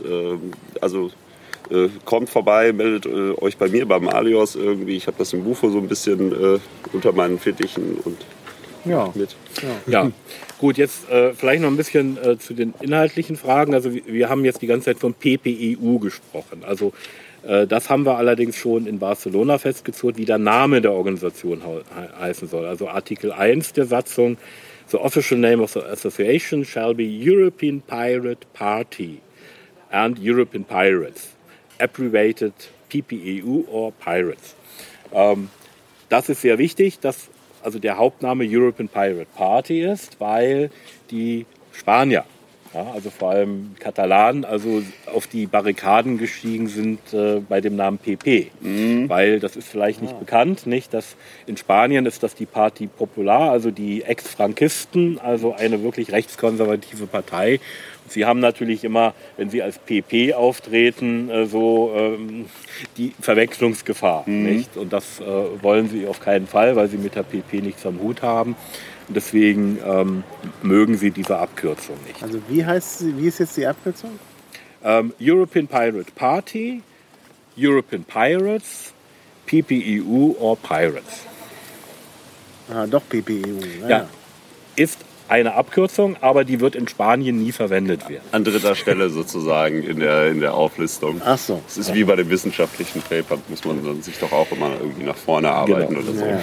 kommt vorbei, meldet euch bei mir, beim Alios irgendwie. Ich habe das im Bufo so ein bisschen unter meinen Fittichen und mit. Ja, gut, jetzt vielleicht noch ein bisschen zu den inhaltlichen Fragen. Also wir haben jetzt die ganze Zeit von PPEU gesprochen. Also das haben wir allerdings schon in Barcelona festgezurrt, wie der Name der Organisation heißen soll. Also Artikel 1 der Satzung: The official name of the association shall be European Pirate Party and European Pirates, abbreviated PPEU or Pirates. Das ist sehr wichtig, dass also der Hauptname European Pirate Party ist, weil die Spanier, ja, also vor allem Katalanen, also auf die Barrikaden gestiegen sind bei dem Namen PP. Mhm. Weil das ist vielleicht nicht bekannt, nicht? Dass in Spanien ist das die Parti Popular, also die Ex-Frankisten, also eine wirklich rechtskonservative Partei. Sie haben natürlich immer, wenn sie als PP auftreten, die Verwechslungsgefahr. Nicht? Und das wollen sie auf keinen Fall, weil sie mit der PP nichts am Hut haben. Und deswegen mögen sie diese Abkürzung nicht. Also wie ist jetzt die Abkürzung? European Pirate Party, European Pirates, PPEU or Pirates. Ah, doch PPEU. Ja, ist eine Abkürzung, aber die wird in Spanien nie verwendet werden. An dritter Stelle sozusagen in der Auflistung. Ach so. Es ist wie bei den wissenschaftlichen Papern, muss man sich doch auch immer irgendwie nach vorne arbeiten oder so. Ja.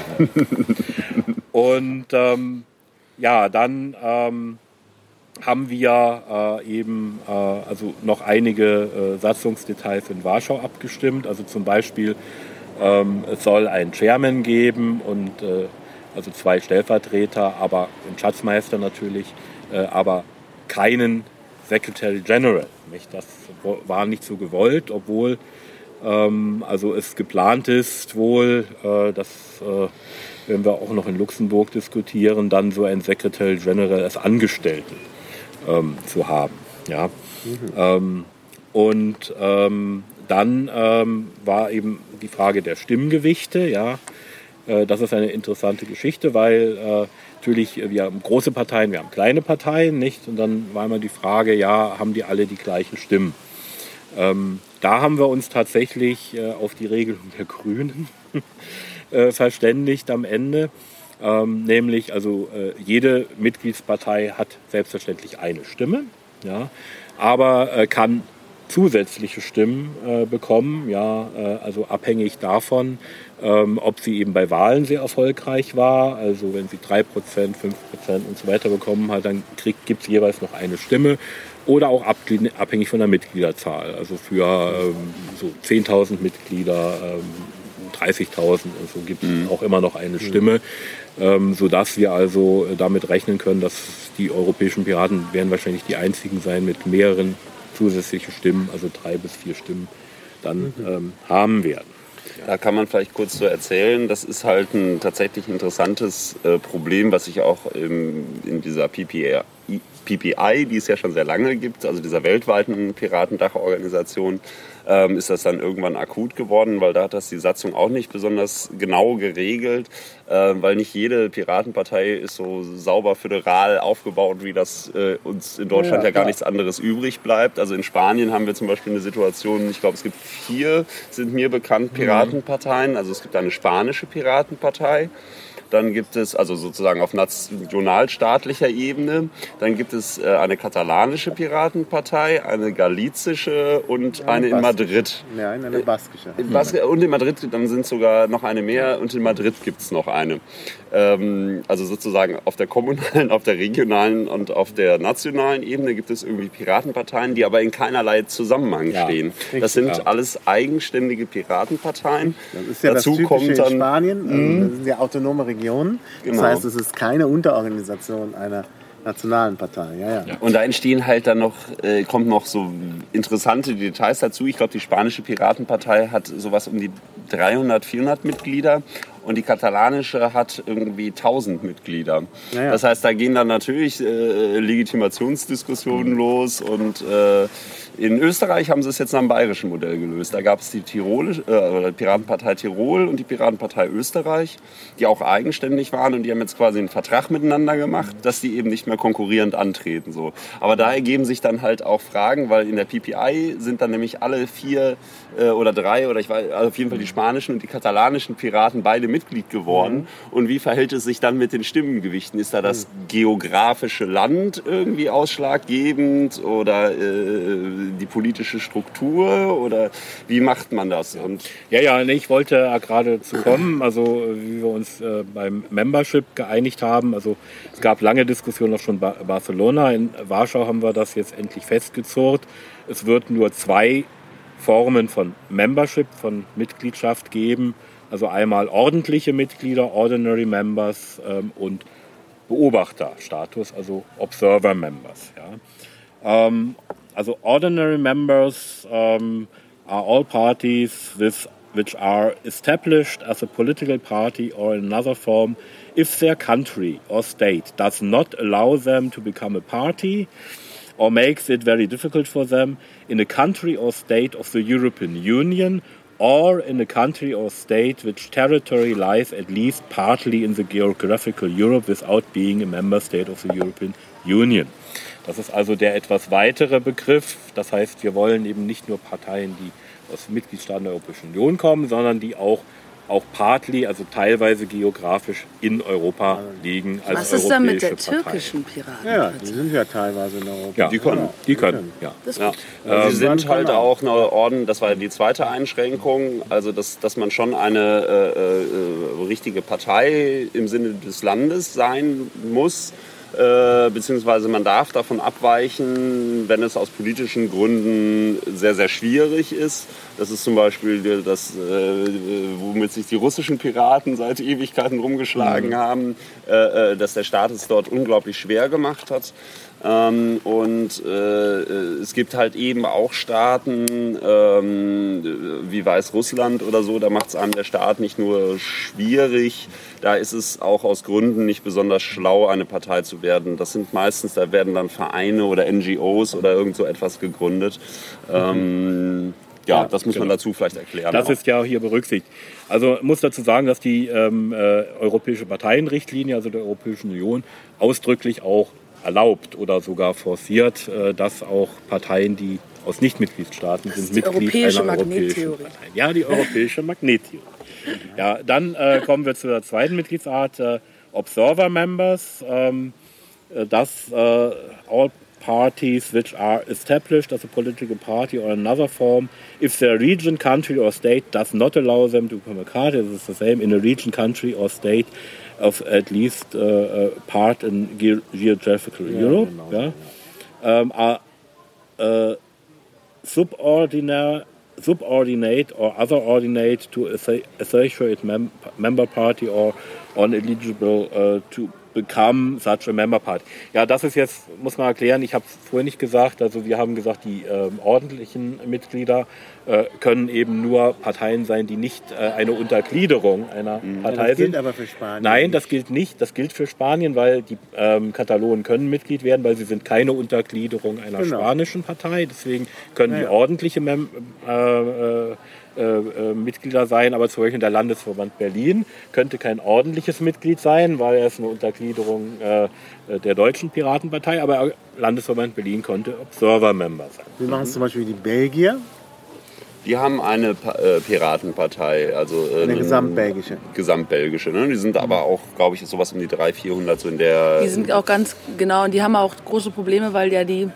Und dann haben wir eben noch einige Satzungsdetails in Warschau abgestimmt. Also zum Beispiel es soll einen Chairman geben und also 2 Stellvertreter, aber einen Schatzmeister natürlich, aber keinen Secretary General. Nicht? Das war nicht so gewollt, obwohl also es geplant ist wohl, das werden wir auch noch in Luxemburg diskutieren, dann so einen Secretary General als Angestellten zu haben. Ja? Mhm. Dann war eben die Frage der Stimmgewichte, ja. Das ist eine interessante Geschichte, weil natürlich wir haben große Parteien, wir haben kleine Parteien, nicht? Und dann war immer die Frage, ja, haben die alle die gleichen Stimmen? Da haben wir uns tatsächlich auf die Regelung der Grünen verständigt am Ende. Nämlich, also jede Mitgliedspartei hat selbstverständlich eine Stimme, ja, aber kann zusätzliche Stimmen bekommen, ja, also abhängig davon, ob sie eben bei Wahlen sehr erfolgreich war. Also wenn sie 3%, 5% und so weiter bekommen hat, dann gibt es jeweils noch eine Stimme. Oder auch abhängig von der Mitgliederzahl. Also für so 10.000 Mitglieder, 30.000 und so gibt es auch immer noch eine Stimme. Sodass wir also damit rechnen können, dass die europäischen Piraten werden wahrscheinlich die einzigen sein mit mehreren zusätzlichen Stimmen, also 3 bis 4 Stimmen dann haben werden. Da kann man vielleicht kurz so erzählen, das ist halt ein tatsächlich interessantes Problem, was sich auch in dieser PPI, die es ja schon sehr lange gibt, also dieser weltweiten Piratendachorganisation, ist das dann irgendwann akut geworden, weil da hat das die Satzung auch nicht besonders genau geregelt, weil nicht jede Piratenpartei ist so sauber föderal aufgebaut, wie das uns in Deutschland ja gar nichts anderes übrig bleibt. Also in Spanien haben wir zum Beispiel eine Situation, ich glaube es gibt 4, sind mir bekannt, Piratenparteien. Also es gibt eine spanische Piratenpartei. Dann gibt es, also sozusagen auf nationalstaatlicher Ebene, dann gibt es eine katalanische Piratenpartei, eine galizische und eine in Madrid. Nein, eine baskische. Und in Madrid, dann sind sogar noch eine mehr und in Madrid gibt es noch eine. Also sozusagen auf der kommunalen, auf der regionalen und auf der nationalen Ebene gibt es irgendwie Piratenparteien, die aber in keinerlei Zusammenhang stehen. Das sind alles eigenständige Piratenparteien. Das ist ja dazu das Typische in Spanien. Also das sind ja autonome Regionen. Das heißt, es ist keine Unterorganisation einer nationalen Partei. Ja. Und da entstehen halt dann noch, kommt noch so interessante Details dazu. Ich glaube, die spanische Piratenpartei hat sowas um die 300, 400 Mitglieder und die katalanische hat irgendwie 1000 Mitglieder. Ja. Das heißt, da gehen dann natürlich Legitimationsdiskussionen los und in Österreich haben sie es jetzt nach dem bayerischen Modell gelöst. Da gab es die Piratenpartei Tirol und die Piratenpartei Österreich, die auch eigenständig waren und die haben jetzt quasi einen Vertrag miteinander gemacht, dass die eben nicht mehr konkurrierend antreten. So. Aber da ergeben sich dann halt auch Fragen, weil in der PPI sind dann nämlich alle 4 oder 3 oder ich weiß, also auf jeden Fall die spanischen und die katalanischen Piraten beide Mitglied geworden. Und wie verhält es sich dann mit den Stimmengewichten? Ist da das geografische Land irgendwie ausschlaggebend oder die politische Struktur oder wie macht man das? Und ich wollte gerade zu kommen, also wie wir uns beim Membership geeinigt haben, also es gab lange Diskussionen auch schon in Barcelona, in Warschau haben wir das jetzt endlich festgezurrt. Es wird nur 2 Formen von Membership, von Mitgliedschaft geben, also einmal ordentliche Mitglieder, Ordinary Members und Beobachterstatus, also Observer Members. Ja. Also ordinary members are all parties which are established as a political party or in another form if their country or state does not allow them to become a party or makes it very difficult for them in a country or state of the European Union or in a country or state which territory lies at least partly in the geographical Europe without being a member state of the European Union. Das ist also der etwas weitere Begriff. Das heißt, wir wollen eben nicht nur Parteien, die aus Mitgliedstaaten der Europäischen Union kommen, sondern die auch partly, also teilweise geografisch in Europa liegen. Als was ist da mit der türkischen Piraten? Ja, die sind ja teilweise in Europa. Ja, die können. Sie sind halt auch eine Orden, das war die zweite Einschränkung, also dass man schon eine richtige Partei im Sinne des Landes sein muss. Beziehungsweise man darf davon abweichen, wenn es aus politischen Gründen sehr, sehr schwierig ist. Das ist zum Beispiel das, womit sich die russischen Piraten seit Ewigkeiten rumgeschlagen haben, dass der Staat es dort unglaublich schwer gemacht hat. Es gibt halt eben auch Staaten wie Weißrussland oder so, da macht es einem der Staat nicht nur schwierig, da ist es auch aus Gründen nicht besonders schlau, eine Partei zu werden. Das sind meistens, da werden dann Vereine oder NGOs oder irgend so etwas gegründet. Das muss man dazu vielleicht erklären. Das ist ja hier berücksichtigt. Also ich muss dazu sagen, dass die Europäische Parteienrichtlinie, also der Europäischen Union, ausdrücklich auch erlaubt oder sogar forciert, dass auch Parteien, die aus Nicht-Mitgliedstaaten sind, Mitglied einer europäischen Partei. Ja, die europäische Magnettheorie. Ja, dann kommen wir zu der zweiten Mitgliedsart, Observer Members. All parties which are established as a political party or another form, if their region, country or state does not allow them to become a party, this is the same in a region, country or state of at least part in geographical Europe, are subordinate or other ordinate to associate member party or ineligible to become such a member party. Ja, das ist jetzt, muss man erklären, ich habe es vorher nicht gesagt, also wir haben gesagt, die ordentlichen Mitglieder können eben nur Parteien sein, die nicht eine Untergliederung einer Partei sind. Das gilt aber für Spanien. Nein, das gilt nicht. Das gilt für Spanien, weil die Katalonen können Mitglied werden, weil sie sind keine Untergliederung einer spanischen Partei. Deswegen können die ordentliche Mitglieder sein, aber zum Beispiel der Landesverband Berlin könnte kein ordentliches Mitglied sein, weil er ist eine Untergliederung der Deutschen Piratenpartei, aber Landesverband Berlin konnte Observer-Member sein. Wir machen es zum Beispiel die Belgier. Die haben eine Piratenpartei, also eine gesamtbelgische. Gesamtbelgische, ne? Die sind aber auch, glaube ich, sowas um die 300-400 so in der. Die sind auch ganz genau, und die haben auch große Probleme, weil ja die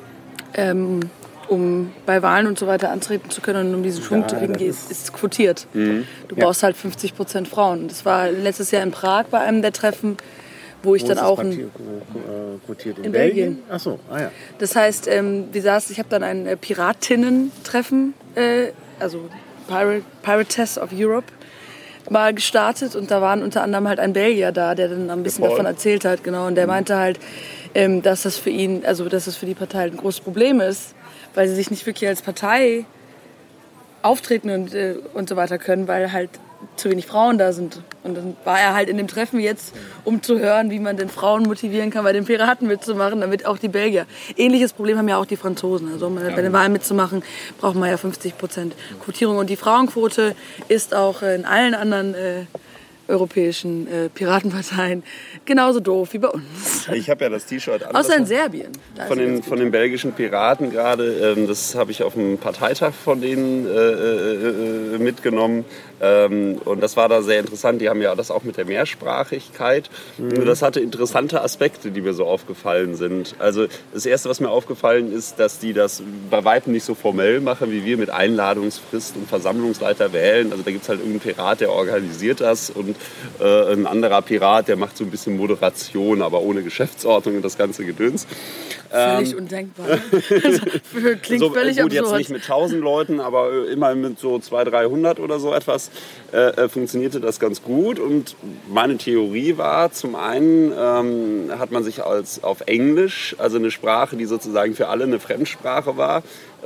um bei Wahlen und so weiter antreten zu können und um diesen Schwung zu kriegen, ist quotiert. Du brauchst halt 50% Frauen. Das war letztes Jahr in Prag bei einem der Treffen, wo ich dann auch quotiert in Belgien. Ach so, ja. Das heißt, ich habe dann ein Piratinnen-Treffen, also Pirates of Europe, mal gestartet, und da waren unter anderem halt ein Belgier da, der dann ein bisschen davon erzählt hat, genau, und der meinte halt, dass das für ihn, also dass das für die Partei halt ein großes Problem ist, weil sie sich nicht wirklich als Partei auftreten und so weiter können, weil halt zu wenig Frauen da sind. Und dann war er halt in dem Treffen jetzt, um zu hören, wie man denn Frauen motivieren kann, bei den Piraten mitzumachen, damit auch die Belgier. Ähnliches Problem haben ja auch die Franzosen. Also bei den Wahlen mitzumachen, braucht man ja 50% Quotierung. Und die Frauenquote ist auch in allen anderen europäischen Piratenparteien genauso doof wie bei uns. Ich habe ja das T-Shirt an. Außer in Serbien. Von den belgischen Piraten gerade. Das habe ich auf dem Parteitag von denen mitgenommen. Und das war da sehr interessant. Die haben ja das auch mit der Mehrsprachigkeit. Das hatte interessante Aspekte, die mir so aufgefallen sind. Also das Erste, was mir aufgefallen ist, dass die das bei weitem nicht so formell machen, wie wir mit Einladungsfrist und Versammlungsleiter wählen. Also da gibt es halt irgendeinen Pirat, der organisiert das, und ein anderer Pirat, der macht so ein bisschen Moderation, aber ohne Geschäftsordnung und das ganze Gedöns. Völlig undenkbar. Also, klingt so, völlig gut, absurd. Jetzt nicht mit 1000 Leuten, aber immerhin mit so 200-300 oder so etwas funktionierte das ganz gut. Und meine Theorie war, zum einen hat man sich auf Englisch, also eine Sprache, die sozusagen für alle eine Fremdsprache war,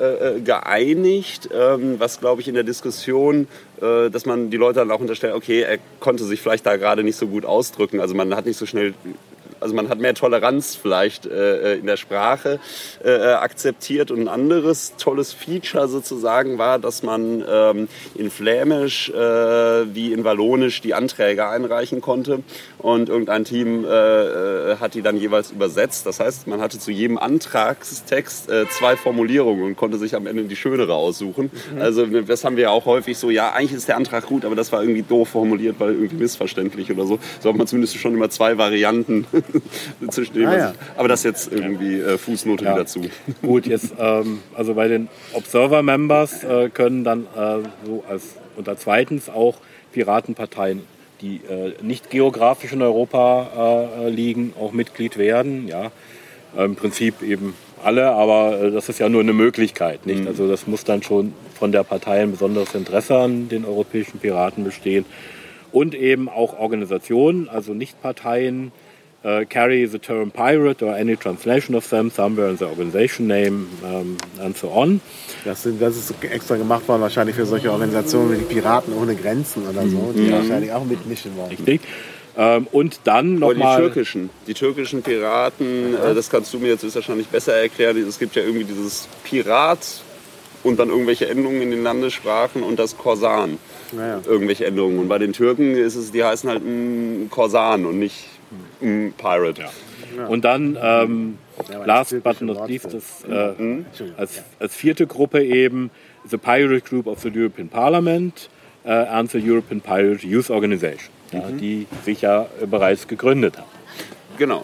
geeinigt, was, glaube ich, in der Diskussion, dass man die Leute dann auch unterstellt, okay, er konnte sich vielleicht da gerade nicht so gut ausdrücken, also man hat nicht so schnell, also man hat mehr Toleranz vielleicht in der Sprache akzeptiert. Und ein anderes tolles Feature sozusagen war, dass man in Flämisch wie in Wallonisch die Anträge einreichen konnte, und irgendein Team hat die dann jeweils übersetzt. Das heißt, man hatte zu jedem Antragstext 2 Formulierungen und konnte sich am Ende die schönere aussuchen. Also das haben wir ja auch häufig so, ja, eigentlich ist der Antrag gut, aber das war irgendwie doof formuliert, weil irgendwie missverständlich oder so. So hat man zumindest schon immer 2 Varianten zwischen dem. Aber das jetzt irgendwie Fußnote dazu. Gut, jetzt also bei den Observer-Members können dann so als unter zweitens auch Piratenparteien, die nicht geografisch in Europa liegen, auch Mitglied werden. Ja, im Prinzip eben alle, aber das ist ja nur eine Möglichkeit, nicht? Also das muss dann schon von der Partei ein besonderes Interesse an den europäischen Piraten bestehen. Und eben auch Organisationen, also nicht Parteien, carry the term pirate or any translation of them somewhere in the organization name and so on. Das ist extra gemacht worden wahrscheinlich für solche Organisationen wie die Piraten ohne Grenzen oder so, die wahrscheinlich auch mitmischen wollen. Richtig. Und dann nochmal... Die türkischen Piraten, das kannst du mir jetzt wahrscheinlich besser erklären. Es gibt ja irgendwie dieses Pirat und dann irgendwelche Endungen in den Landessprachen und das Korsan. Irgendwelche Endungen. Und bei den Türken ist es, die heißen halt Korsan und nicht Pirate. Und dann, last but not least, als vierte Gruppe eben the Pirate Group of the European Parliament and the European Pirate Youth Organization, die sich ja bereits gegründet haben. Genau.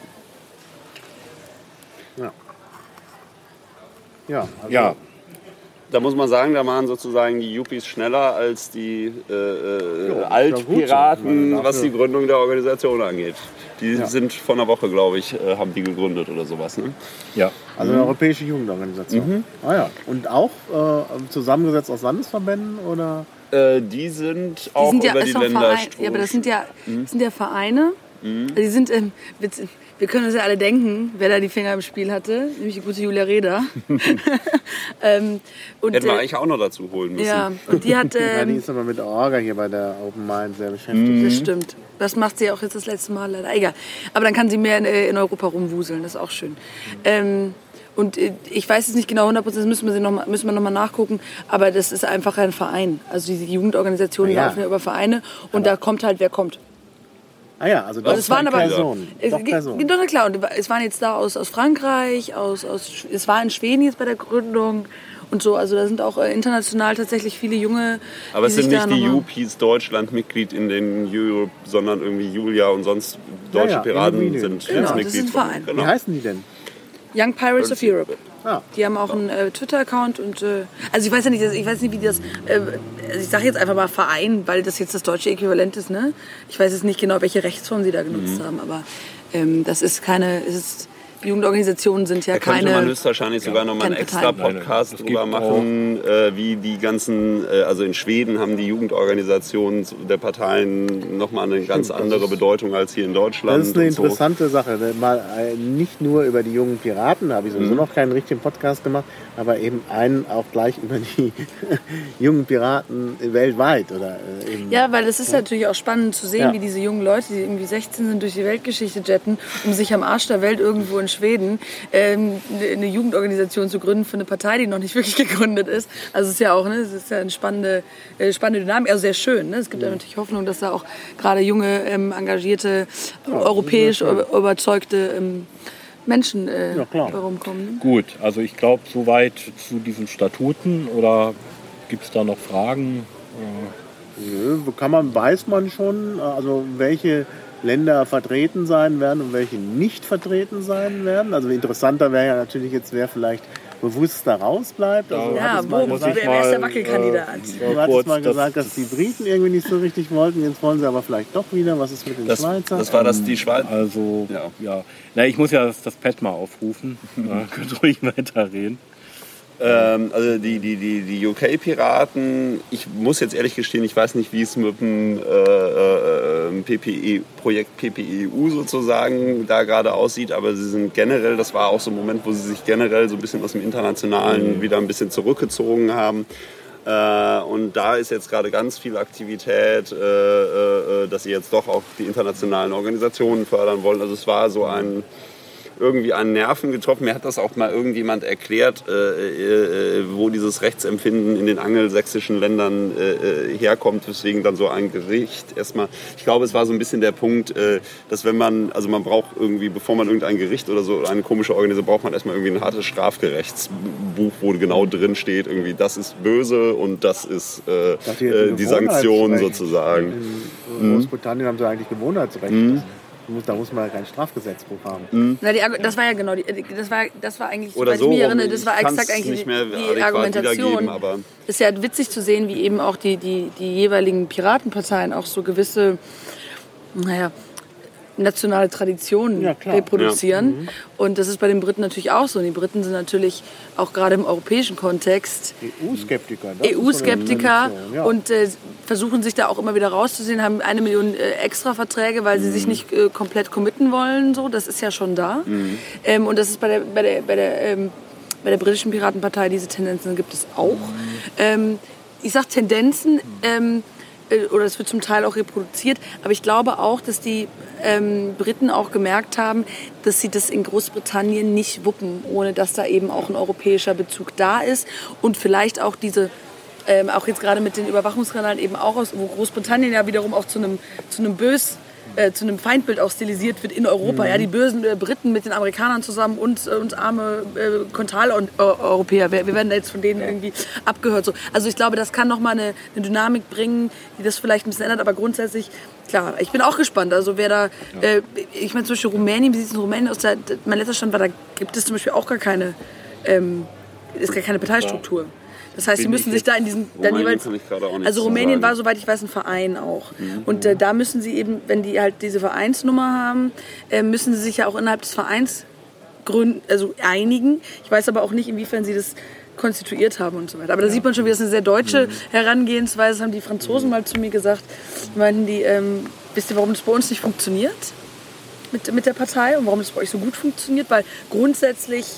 Ja. Da muss man sagen, da waren sozusagen die Yuppies schneller als die Altpiraten, was die Gründung der Organisation angeht. Die sind vor einer Woche, glaube ich, haben die gegründet oder sowas. Ne? Ja. Also eine europäische Jugendorganisation. Und auch zusammengesetzt aus Landesverbänden oder? Die sind auch über die Länder. Ja, aber das sind ja Vereine. Die sind wir können uns ja alle denken, wer da die Finger im Spiel hatte, nämlich die gute Julia Reda. Hätten wir eigentlich auch noch dazu holen müssen. Ja, und die hat... die ist aber mit Orga hier bei der Open Mind sehr beschäftigt. Das stimmt. Das macht sie auch jetzt das letzte Mal leider. Egal. Aber dann kann sie mehr in Europa rumwuseln, das ist auch schön. Und ich weiß jetzt nicht genau 100%, das müssen wir noch mal nachgucken, aber das ist einfach ein Verein. Also diese Jugendorganisationen laufen ja über Vereine und da kommt halt, wer kommt. Ah ja, also das waren aber Personen. Doch, klar. Und es waren jetzt da aus Frankreich, es war in Schweden jetzt bei der Gründung und so. Also da sind auch international tatsächlich viele junge. Aber es sind nicht die Yuppies Deutschland Mitglied in den Europe, sondern irgendwie Julia und sonst deutsche Piraten sind jetzt Mitglied. Das ist ein Verein. Genau. Wie heißen die denn? Young Pirates of Europe. Die haben auch einen Twitter-Account und also ich weiß nicht, wie das. Also ich sage jetzt einfach mal Verein, weil das jetzt das deutsche Äquivalent ist. Ne? Ich weiß jetzt nicht genau, welche Rechtsform sie da genutzt haben, aber das ist keine. Jugendorganisationen sind ja keine. Da könnte man höchstwahrscheinlich sogar noch mal einen extra Podcast drüber machen, wie die ganzen, also in Schweden haben die Jugendorganisationen der Parteien noch mal eine ganz andere Bedeutung als hier in Deutschland. Das ist eine interessante Sache. Mal nicht nur über die jungen Piraten, da habe ich sowieso noch keinen richtigen Podcast gemacht, aber eben einen auch gleich über die jungen Piraten weltweit. Oder eben, ja, weil es ist natürlich auch spannend zu sehen, wie diese jungen Leute, die irgendwie 16 sind, durch die Weltgeschichte jetten, um sich am Arsch der Welt irgendwo in Schweden eine Jugendorganisation zu gründen für eine Partei, die noch nicht wirklich gegründet ist. Also es ist ja auch, es ist ja eine spannende Dynamik, also sehr schön. Ne? Es gibt ja natürlich Hoffnung, dass da auch gerade junge, engagierte, europäisch überzeugte Menschen herumkommen. Ne? Gut, also ich glaube, soweit zu diesen Statuten, oder gibt es da noch Fragen? Weiß man schon, also welche Länder vertreten sein werden und welche nicht vertreten sein werden. Also interessanter wäre ja natürlich jetzt, wer vielleicht bewusst da rausbleibt. Also wer ist der Wackelkandidat? Du hattest mal gesagt, dass die Briten irgendwie nicht so richtig wollten, jetzt wollen sie aber vielleicht doch wieder. Was ist mit den Schweizern? Das war das die Schweizer. Also, ja. Na, ich muss ja das Pad mal aufrufen. Könnt ruhig weiterreden. Also die UK-Piraten, ich muss jetzt ehrlich gestehen, ich weiß nicht, wie es mit dem Projekt PPEU sozusagen da gerade aussieht, aber sie sind generell, das war auch so ein Moment, wo sie sich generell so ein bisschen aus dem Internationalen wieder ein bisschen zurückgezogen haben. Und da ist jetzt gerade ganz viel Aktivität, dass sie jetzt doch auch die internationalen Organisationen fördern wollen. Also es war so irgendwie an Nerven getroffen. Mir hat das auch mal irgendjemand erklärt, wo dieses Rechtsempfinden in den angelsächsischen Ländern herkommt, weswegen dann so ein Gericht erstmal, ich glaube, es war so ein bisschen der Punkt, dass wenn man braucht irgendwie, bevor man irgendein Gericht oder so, eine komische Organisation, braucht man erstmal irgendwie ein hartes Strafgerechtsbuch, wo genau drin steht, irgendwie, das ist böse und das ist die Sanktion sozusagen. In Großbritannien haben sie eigentlich Gewohnheitsrecht. Da muss man ja kein Strafgesetzbuch haben. Na, das war ja genau, das war eigentlich, oder so, ich mich erinnere, das war exakt eigentlich die Argumentation. Aber es ist ja witzig zu sehen, wie eben auch die jeweiligen Piratenparteien auch so gewisse, nationale Traditionen reproduzieren. Ja. Und das ist bei den Briten natürlich auch so. Und die Briten sind natürlich auch gerade im europäischen Kontext EU-Skeptiker und versuchen sich da auch immer wieder rauszusehen, haben 1 Million extra Verträge, weil sie sich nicht komplett committen wollen. So. Das ist ja schon da. Und das ist bei der britischen Piratenpartei, diese Tendenzen gibt es auch. Ich sage Tendenzen, oder es wird zum Teil auch reproduziert, aber ich glaube auch, dass die Briten auch gemerkt haben, dass sie das in Großbritannien nicht wuppen, ohne dass da eben auch ein europäischer Bezug da ist und vielleicht auch diese, auch jetzt gerade mit den Überwachungskanälen eben auch wo Großbritannien ja wiederum auch zu einem zu einem Feindbild auch stilisiert wird in Europa. Ja, die bösen Briten mit den Amerikanern zusammen und uns arme Kontinentaleuropäer. Wir werden da jetzt von denen irgendwie abgehört. So. Also ich glaube, das kann nochmal eine Dynamik bringen, die das vielleicht ein bisschen ändert. Aber grundsätzlich, klar, ich bin auch gespannt. Also wer da, ich meine zum Beispiel Rumänien, wie sieht es in Rumänien aus? Mein letzter Stand war, da gibt es zum Beispiel auch gar keine Parteistruktur. Das heißt, sie müssen sich da in diesen dann jeweils. Also Rumänien war, soweit ich weiß, ein Verein auch. Und da müssen sie eben, wenn die halt diese Vereinsnummer haben, müssen sie sich ja auch innerhalb des Vereins einigen. Ich weiß aber auch nicht, inwiefern sie das konstituiert haben und so weiter. Aber da sieht man schon, wie das eine sehr deutsche Herangehensweise ist. Das haben die Franzosen mal zu mir gesagt. Meinten die, wisst ihr, warum das bei uns nicht funktioniert mit der Partei und warum das bei euch so gut funktioniert? Weil grundsätzlich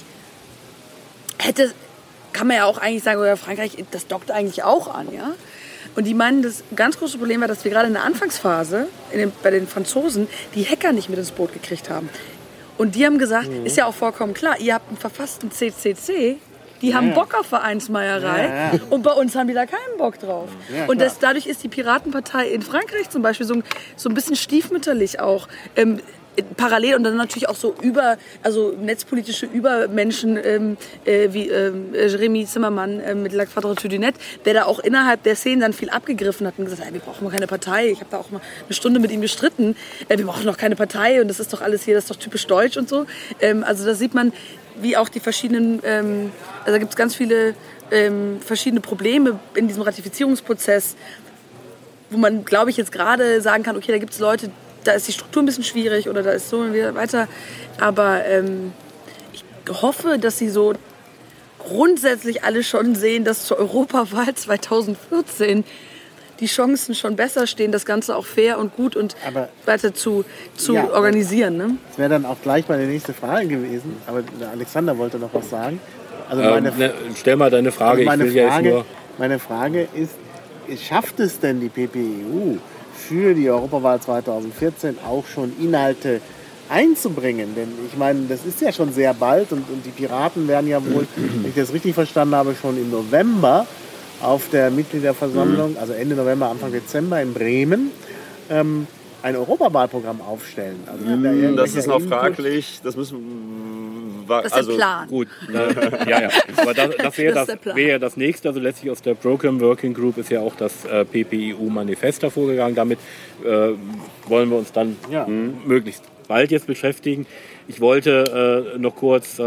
kann man ja auch eigentlich sagen, oder Frankreich, das dockt eigentlich auch an, ja. Und die meinen, das ganz große Problem war, dass wir gerade in der Anfangsphase bei den Franzosen die Hacker nicht mit ins Boot gekriegt haben. Und die haben gesagt, ist ja auch vollkommen klar, ihr habt einen verfassten CCC, die haben Bock auf Vereinsmeierei und bei uns haben die da keinen Bock drauf. Ja, und dadurch ist die Piratenpartei in Frankreich zum Beispiel so ein bisschen stiefmütterlich auch parallel und dann natürlich auch so netzpolitische Übermenschen wie Jérémy Zimmermann mit La Quadrature du Net, der da auch innerhalb der Szene dann viel abgegriffen hat und gesagt, wir brauchen mal keine Partei. Ich habe da auch mal eine Stunde mit ihm gestritten. Wir brauchen noch keine Partei und das ist doch alles hier, das ist doch typisch deutsch und so. Also da sieht man, wie auch die verschiedenen, also da gibt es ganz viele verschiedene Probleme in diesem Ratifizierungsprozess, wo man, glaube ich, jetzt gerade sagen kann, okay, da gibt es Leute, da ist die Struktur ein bisschen schwierig oder da ist so und wieder weiter. Aber ich hoffe, dass sie so grundsätzlich alle schon sehen, dass zur Europawahl 2014 die Chancen schon besser stehen, das Ganze auch fair und gut und weiter zu organisieren. Ne? Das wäre dann auch gleich meine nächste Frage gewesen. Aber der Alexander wollte noch was sagen. Also stell mal deine Frage. Also meine Frage ist, schafft es denn die PPEU für die Europawahl 2014 auch schon Inhalte einzubringen? Denn ich meine, das ist ja schon sehr bald und die Piraten werden ja wohl, wenn ich das richtig verstanden habe, schon im November auf der Mitgliederversammlung, also Ende November, Anfang Dezember in Bremen, ein Europawahlprogramm aufstellen. Also das ist noch fraglich. Das müssen das ist der Plan. Gut. Aber das wäre das Nächste. Also letztlich aus der Program Working Group ist ja auch das PPEU-Manifest hervorgegangen. Damit wollen wir uns dann möglichst bald jetzt beschäftigen. Ich wollte noch kurz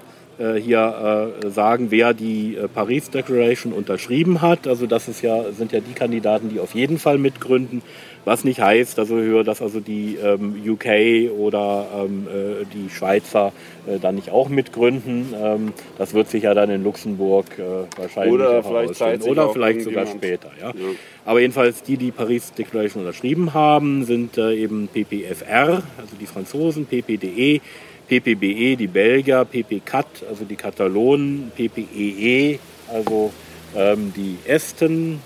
hier sagen, wer die Paris Declaration unterschrieben hat. Also das sind ja die Kandidaten, die auf jeden Fall mitgründen. Was nicht heißt, dass also die UK oder die Schweizer dann nicht auch mitgründen. Das wird sich ja dann in Luxemburg wahrscheinlich oder vielleicht oder vielleicht sogar später. Ja. Aber jedenfalls die Paris Declaration unterschrieben haben, sind eben PPFR, also die Franzosen, PPDE, PPBE, die Belgier, PPCAT, also die Katalonen, PPEE, also die Esten,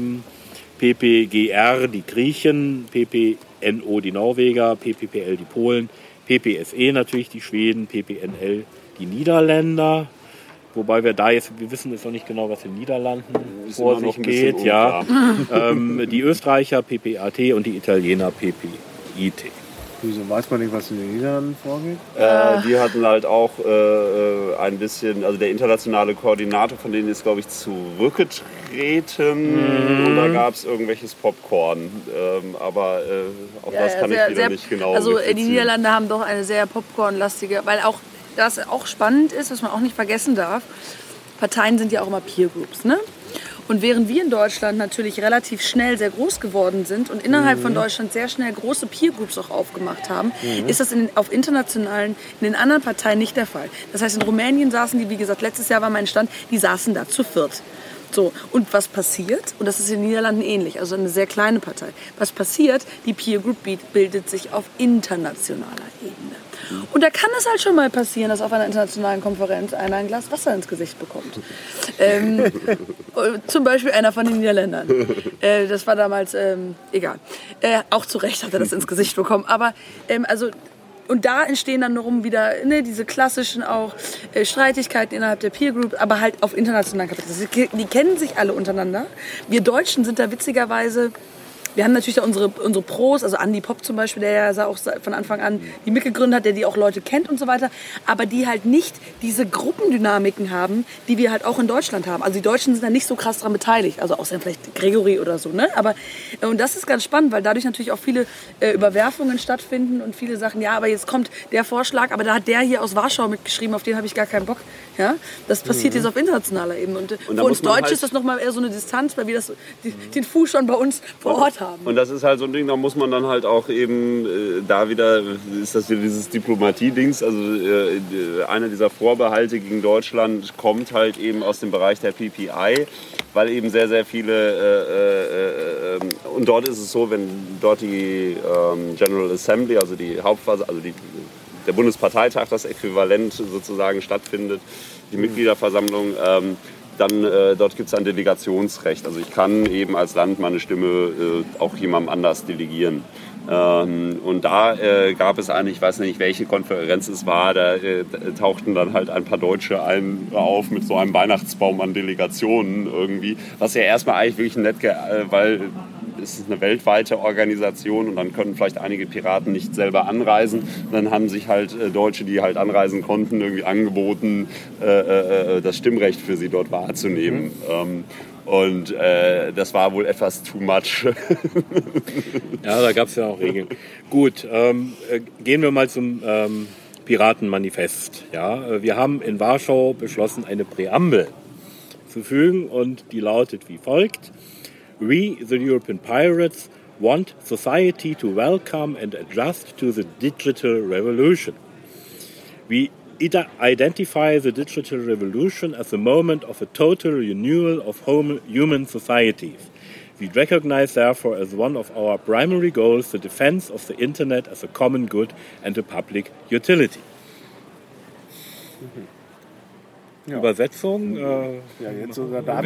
PPGR, die Griechen, PPNO, die Norweger, PPPL, die Polen, PPSE natürlich die Schweden, PPNL, die Niederländer. Wobei wir wissen jetzt noch nicht genau, was in den Niederlanden vor sich geht. Ja. Die Österreicher, PPAT und die Italiener, PPIT. Wieso weiß man nicht, was in den Niederlanden vorgeht? Die hatten halt auch ein bisschen, also der internationale Koordinator von denen ist, glaube ich, zurückgetreten und da gab es irgendwelches Popcorn. Aber auch das kann ich wieder nicht genau Also die Niederlande haben doch eine sehr Popcorn-lastige, weil auch das auch spannend ist, was man auch nicht vergessen darf. Parteien sind ja auch immer Peer Groups, ne? Und während wir in Deutschland natürlich relativ schnell sehr groß geworden sind und innerhalb von Deutschland sehr schnell große Peer Groups auch aufgemacht haben, ist das in den anderen Parteien nicht der Fall. Das heißt, in Rumänien saßen die, wie gesagt, letztes Jahr war mein Stand, die saßen da zu viert. So, und was passiert? Und das ist in den Niederlanden ähnlich, also eine sehr kleine Partei. Was passiert? Die Peer Group bildet sich auf internationaler Ebene. Und da kann es halt schon mal passieren, dass auf einer internationalen Konferenz einer ein Glas Wasser ins Gesicht bekommt. Zum Beispiel einer von den Niederländern. Das war damals, egal. Auch zu Recht hat er das ins Gesicht bekommen. Aber, und da entstehen dann darum wieder diese klassischen auch Streitigkeiten innerhalb der Peer Group, aber halt auf internationalen Kapiteln. Die kennen sich alle untereinander. Wir Deutschen sind da witzigerweise wir haben natürlich da unsere Pros, also Andi Popp zum Beispiel, der ja auch von Anfang an die mitgegründet hat, der die auch Leute kennt und so weiter, aber die halt nicht diese Gruppendynamiken haben, die wir halt auch in Deutschland haben. Also die Deutschen sind da nicht so krass dran beteiligt, also außer vielleicht Gregory oder so, ne? Aber, und das ist ganz spannend, weil dadurch natürlich auch viele Überwerfungen stattfinden und viele Sachen, ja, aber jetzt kommt der Vorschlag, aber da hat der hier aus Warschau mitgeschrieben, auf den habe ich gar keinen Bock. Ja? Das passiert jetzt auf internationaler Ebene. Und für uns Deutsche ist das nochmal eher so eine Distanz, weil wir den Fuß schon bei uns vor Ort haben. Und das ist halt so ein Ding, da muss man dann halt auch eben, da wieder, ist das wieder dieses Diplomatie-Dings, also einer dieser Vorbehalte gegen Deutschland kommt halt eben aus dem Bereich der PPI, weil eben sehr, sehr viele, und dort ist es so, wenn dort die General Assembly, also die Hauptversammlung, also der Bundesparteitag, das Äquivalent sozusagen stattfindet, die Mitgliederversammlung, dann dort gibt es ein Delegationsrecht. Also ich kann eben als Land meine Stimme auch jemandem anders delegieren. Und da gab es eine, ich weiß nicht, welche Konferenz es war, da tauchten dann halt ein paar Deutsche auf mit so einem Weihnachtsbaum an Delegationen irgendwie, was ja erstmal eigentlich wirklich nett, weil es ist eine weltweite Organisation und dann können vielleicht einige Piraten nicht selber anreisen. Und dann haben sich halt Deutsche, die halt anreisen konnten, irgendwie angeboten, das Stimmrecht für sie dort wahrzunehmen. Und das war wohl etwas too much. Ja, da gab es ja auch Regeln. Gut, gehen wir mal zum Piratenmanifest. Ja, wir haben in Warschau beschlossen, eine Präambel zu fügen und die lautet wie folgt. We, the European Pirates, want society to welcome and adjust to the digital revolution. We identify the digital revolution as a moment of a total renewal of human societies. We recognize, therefore, as one of our primary goals the defense of the Internet as a common good and a public utility. Ja. Übersetzung? Jetzt sogar da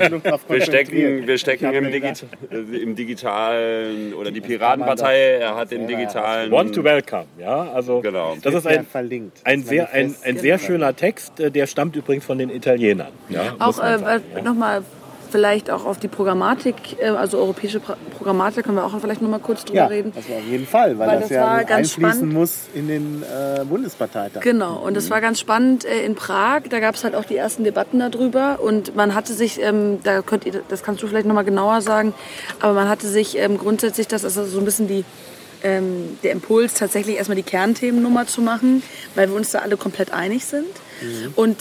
wir stecken im Digitalen, oder die Piratenpartei hat den digitalen... Want to welcome, ja, also genau. Das ist ein sehr schöner Text, der stammt übrigens von den Italienern. Ja, auch nochmal vielleicht auch auf die Programmatik, also europäische Programmatik, können wir auch vielleicht noch mal kurz drüber reden. Das war auf jeden Fall, weil das ja einfließen muss in den Bundesparteitag. Genau, und das war ganz spannend in Prag, da gab es halt auch die ersten Debatten darüber und man hatte sich, das kannst du vielleicht noch mal genauer sagen, aber man hatte sich grundsätzlich, das ist also so ein bisschen der Impuls, tatsächlich erstmal die Kernthemennummer zu machen, weil wir uns da alle komplett einig sind. Und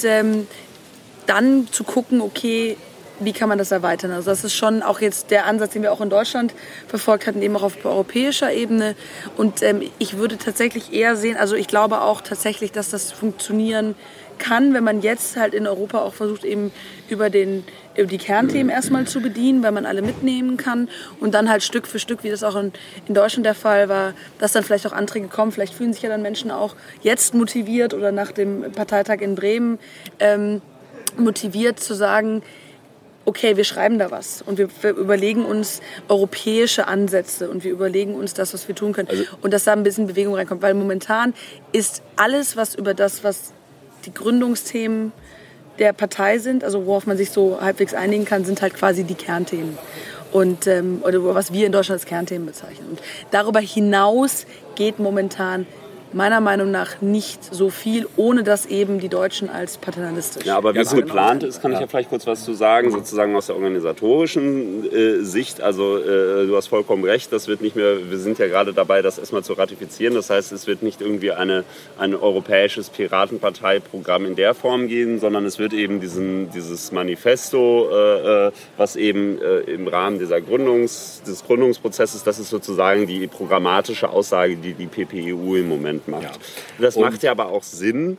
dann zu gucken, okay, wie kann man das erweitern? Also das ist schon auch jetzt der Ansatz, den wir auch in Deutschland verfolgt hatten, eben auch auf europäischer Ebene. Und ich würde tatsächlich eher sehen, also ich glaube auch tatsächlich, dass das funktionieren kann, wenn man jetzt halt in Europa auch versucht, eben über die Kernthemen erstmal zu bedienen, weil man alle mitnehmen kann und dann halt Stück für Stück, wie das auch in Deutschland der Fall war, dass dann vielleicht auch Anträge kommen. Vielleicht fühlen sich ja dann Menschen auch jetzt motiviert oder nach dem Parteitag in Bremen motiviert zu sagen, okay, wir schreiben da was und wir überlegen uns europäische Ansätze und wir überlegen uns das, was wir tun können. Und dass da ein bisschen Bewegung reinkommt, weil momentan ist alles, was über das, was die Gründungsthemen der Partei sind, also worauf man sich so halbwegs einigen kann, sind halt quasi die Kernthemen. Und, oder was wir in Deutschland als Kernthemen bezeichnen. Und darüber hinaus geht momentan meiner Meinung nach nicht so viel, ohne dass eben die Deutschen als paternalistisch. Ja, aber wie es geplant ist, kann ich ja vielleicht kurz was zu sagen, sozusagen aus der organisatorischen Sicht. Also du hast vollkommen recht, das wird nicht mehr, wir sind ja gerade dabei, das erstmal zu ratifizieren. Das heißt, es wird nicht irgendwie ein europäisches Piratenparteiprogramm in der Form geben, sondern es wird eben dieses Manifesto, was eben im Rahmen des Gründungsprozesses, das ist sozusagen die programmatische Aussage, die die PPEU im Moment macht. Ja. Das macht ja aber auch Sinn,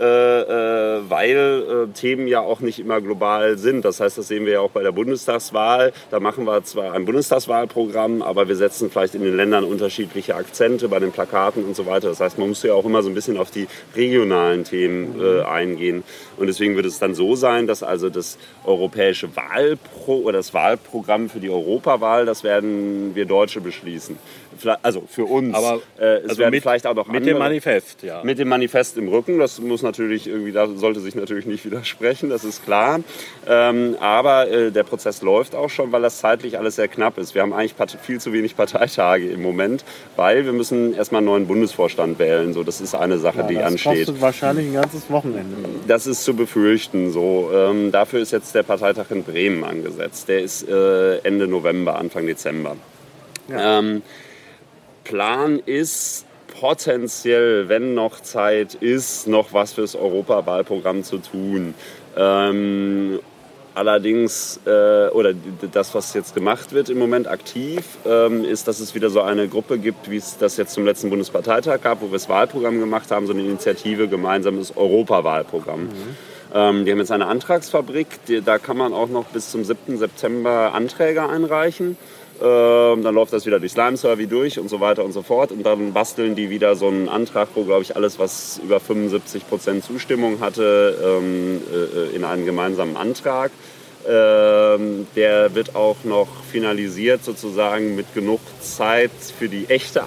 weil Themen ja auch nicht immer global sind. Das heißt, das sehen wir ja auch bei der Bundestagswahl. Da machen wir zwar ein Bundestagswahlprogramm, aber wir setzen vielleicht in den Ländern unterschiedliche Akzente bei den Plakaten und so weiter. Das heißt, man muss ja auch immer so ein bisschen auf die regionalen Themen eingehen. Und deswegen wird es dann so sein, dass also das europäische das Wahlprogramm für die Europawahl, das werden wir Deutsche beschließen. Also für uns. Aber es werden vielleicht auch noch mit andere, dem Manifest, ja. Mit dem Manifest im Rücken. Das muss natürlich irgendwie, da sollte sich natürlich nicht widersprechen, das ist klar. Aber der Prozess läuft auch schon, weil das zeitlich alles sehr knapp ist. Wir haben eigentlich viel zu wenig Parteitage im Moment, weil wir müssen erstmal einen neuen Bundesvorstand wählen. So, das ist eine Sache, die ansteht. Das kostet wahrscheinlich ein ganzes Wochenende. Das ist zu befürchten. So. Dafür ist jetzt der Parteitag in Bremen angesetzt. Der ist Ende November, Anfang Dezember. Ja. Plan ist potenziell, wenn noch Zeit ist, noch was fürs Europawahlprogramm zu tun. Allerdings, oder das, was jetzt gemacht wird im Moment aktiv, ist, dass es wieder so eine Gruppe gibt, wie es das jetzt zum letzten Bundesparteitag gab, wo wir das Wahlprogramm gemacht haben, so eine Initiative, gemeinsames Europawahlprogramm. Die haben jetzt eine Antragsfabrik, da kann man auch noch bis zum 7. September Anträge einreichen. Dann läuft das wieder durchs Lime-Survey durch und so weiter und so fort. Und dann basteln die wieder so einen Antrag, wo, glaube ich, alles, was über 75% Zustimmung hatte, in einen gemeinsamen Antrag. Der wird auch noch finalisiert sozusagen mit genug Zeit für die echte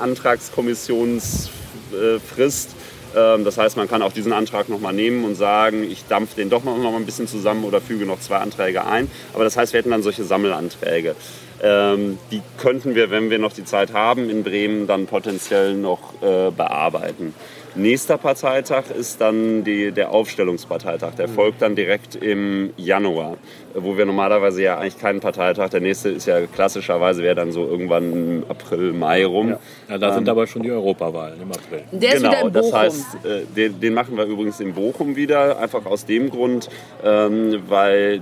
Antragskommissionsfrist. Das heißt, man kann auch diesen Antrag nochmal nehmen und sagen, ich dampfe den doch noch mal ein bisschen zusammen oder füge noch 2 Anträge ein. Aber das heißt, wir hätten dann solche Sammelanträge. Die könnten wir, wenn wir noch die Zeit haben, in Bremen dann potenziell noch bearbeiten. Nächster Parteitag ist dann der Aufstellungsparteitag. Der folgt dann direkt im Januar, wo wir normalerweise ja eigentlich keinen Parteitag. Der nächste ist ja klassischerweise, wäre dann so irgendwann im April, Mai rum. Ja, da sind aber schon die Europawahlen im April. Der ist wieder in Bochum. Das heißt, den machen wir übrigens in Bochum wieder, einfach aus dem Grund, weil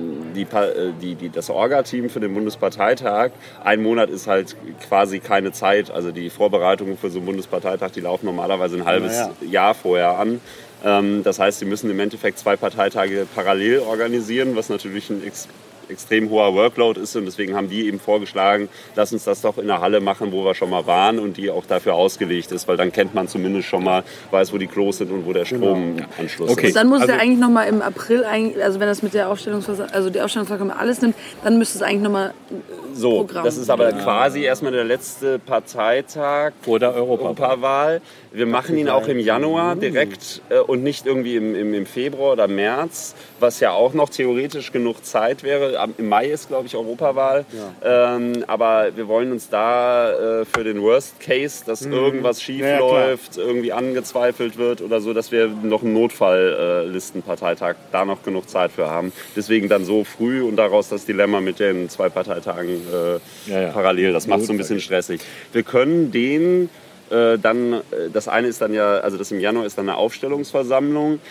das Orga-Team für den Bundesparteitag, ein Monat ist halt quasi keine Zeit. Also die Vorbereitungen für so einen Bundesparteitag, die laufen normalerweise ein halbes Jahr vorher an. Das heißt, sie müssen im Endeffekt 2 Parteitage parallel organisieren, was natürlich ein extrem hoher Workload ist, und deswegen haben die eben vorgeschlagen, lass uns das doch in der Halle machen, wo wir schon mal waren und die auch dafür ausgelegt ist, weil dann kennt man zumindest schon mal, weiß, wo die Klos sind und wo der Stromanschluss ist. Und dann muss es ja eigentlich nochmal im April, also wenn das mit der Aufstellungsversammlung alles nimmt, dann müsste es eigentlich nochmal so, das ist aber quasi erstmal der letzte Parteitag vor der Europawahl. Wir machen ihn auch im Januar direkt und nicht irgendwie im Februar oder März, was ja auch noch theoretisch genug Zeit wäre. Im Mai ist, glaube ich, Europawahl. Ja. Aber wir wollen uns da für den Worst Case, dass irgendwas schief läuft, irgendwie angezweifelt wird oder so, dass wir noch einen Notfalllistenparteitag da noch genug Zeit für haben. Deswegen dann so früh und daraus das Dilemma mit den 2 Parteitagen parallel. Das macht es so ein bisschen stressig. Wir können den dann, das eine ist dann ja, also das im Januar ist dann eine Aufstellungsversammlung.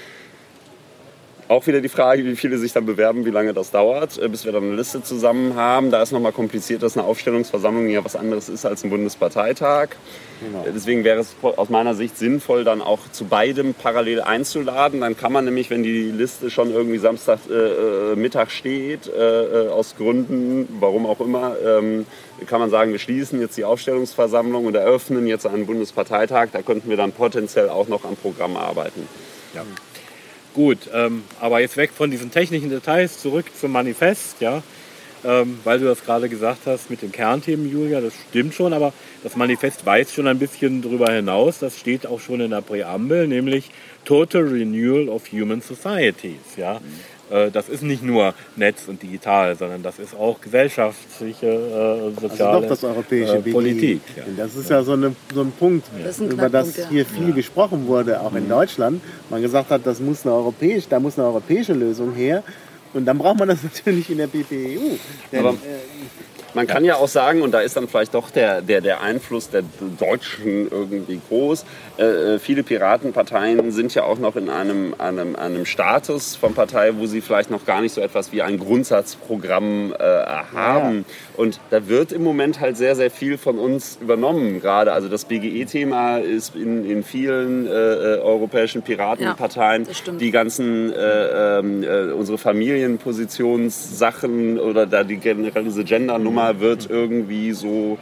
Auch wieder die Frage, wie viele sich dann bewerben, wie lange das dauert, bis wir dann eine Liste zusammen haben. Da ist nochmal kompliziert, dass eine Aufstellungsversammlung ja was anderes ist als ein Bundesparteitag. Genau. Deswegen wäre es aus meiner Sicht sinnvoll, dann auch zu beidem parallel einzuladen. Dann kann man nämlich, wenn die Liste schon irgendwie Samstag Mittag steht, aus Gründen, warum auch immer, kann man sagen, wir schließen jetzt die Aufstellungsversammlung und eröffnen jetzt einen Bundesparteitag. Da könnten wir dann potenziell auch noch am Programm arbeiten. Ja. Gut, aber jetzt weg von diesen technischen Details, zurück zum Manifest, ja, weil du das gerade gesagt hast mit den Kernthemen, Julia, das stimmt schon, aber das Manifest weist schon ein bisschen darüber hinaus, das steht auch schon in der Präambel, nämlich Total Renewal of Human Societies, ja. Das ist nicht nur Netz und digital, sondern das ist auch gesellschaftliche, soziale also doch das europäische Politik. Ja. Das ist ja so ein Punkt, über das hier viel gesprochen wurde, auch in Deutschland. Man gesagt hat, da muss eine europäische Lösung her. Und dann braucht man das natürlich in der PPEU. Aber man kann ja auch sagen, und da ist dann vielleicht doch der Einfluss der Deutschen irgendwie groß, viele Piratenparteien sind ja auch noch in einem Status von Partei, wo sie vielleicht noch gar nicht so etwas wie ein Grundsatzprogramm haben. Ja. Und da wird im Moment halt sehr, sehr viel von uns übernommen gerade. Also das BGE-Thema ist in vielen europäischen Piratenparteien, die ganzen unsere Familienpositionssachen oder da die generell diese Gendernummer wird irgendwie so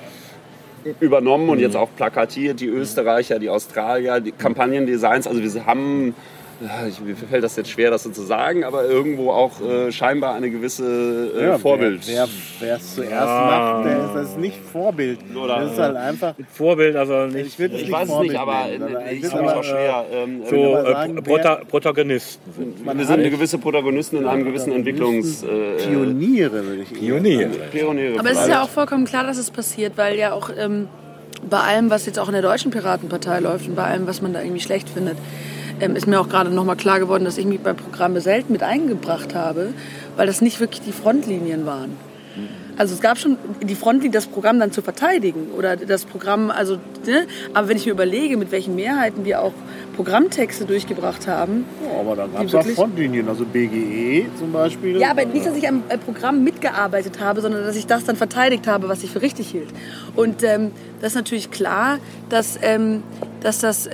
übernommen und jetzt auch plakatiert, die Österreicher, die Australier, die Kampagnendesigns. Also wir haben mir fällt das jetzt schwer, das so zu sagen, aber irgendwo auch scheinbar eine gewisse Vorbild. Wer es zuerst macht, das ist nicht Vorbild. Oder, das ist halt einfach Vorbild, also nicht. Ich weiß es nicht, aber ich tue mich auch schwer. Protagonisten sind. Wir sind eine gewisse Protagonisten in einem gewissen Entwicklungs... Pioniere, würde ich Pioniere. Aber es ist ja auch vollkommen klar, dass es passiert, weil ja auch bei allem, was jetzt auch in der Deutschen Piratenpartei läuft und bei allem, was man da irgendwie schlecht findet, ist mir auch gerade noch mal klar geworden, dass ich mich bei Programme selten mit eingebracht habe, weil das nicht wirklich die Frontlinien waren. Also es gab schon die Frontlinie, das Programm dann zu verteidigen oder das Programm, also, ne? Aber wenn ich mir überlege, mit welchen Mehrheiten wir auch Programmtexte durchgebracht haben. Ja, aber da gab es auch Frontlinien, also BGE zum Beispiel. Ja, aber nicht, dass ich am Programm mitgearbeitet habe, sondern dass ich das dann verteidigt habe, was ich für richtig hielt. Und das ist natürlich klar, dass das...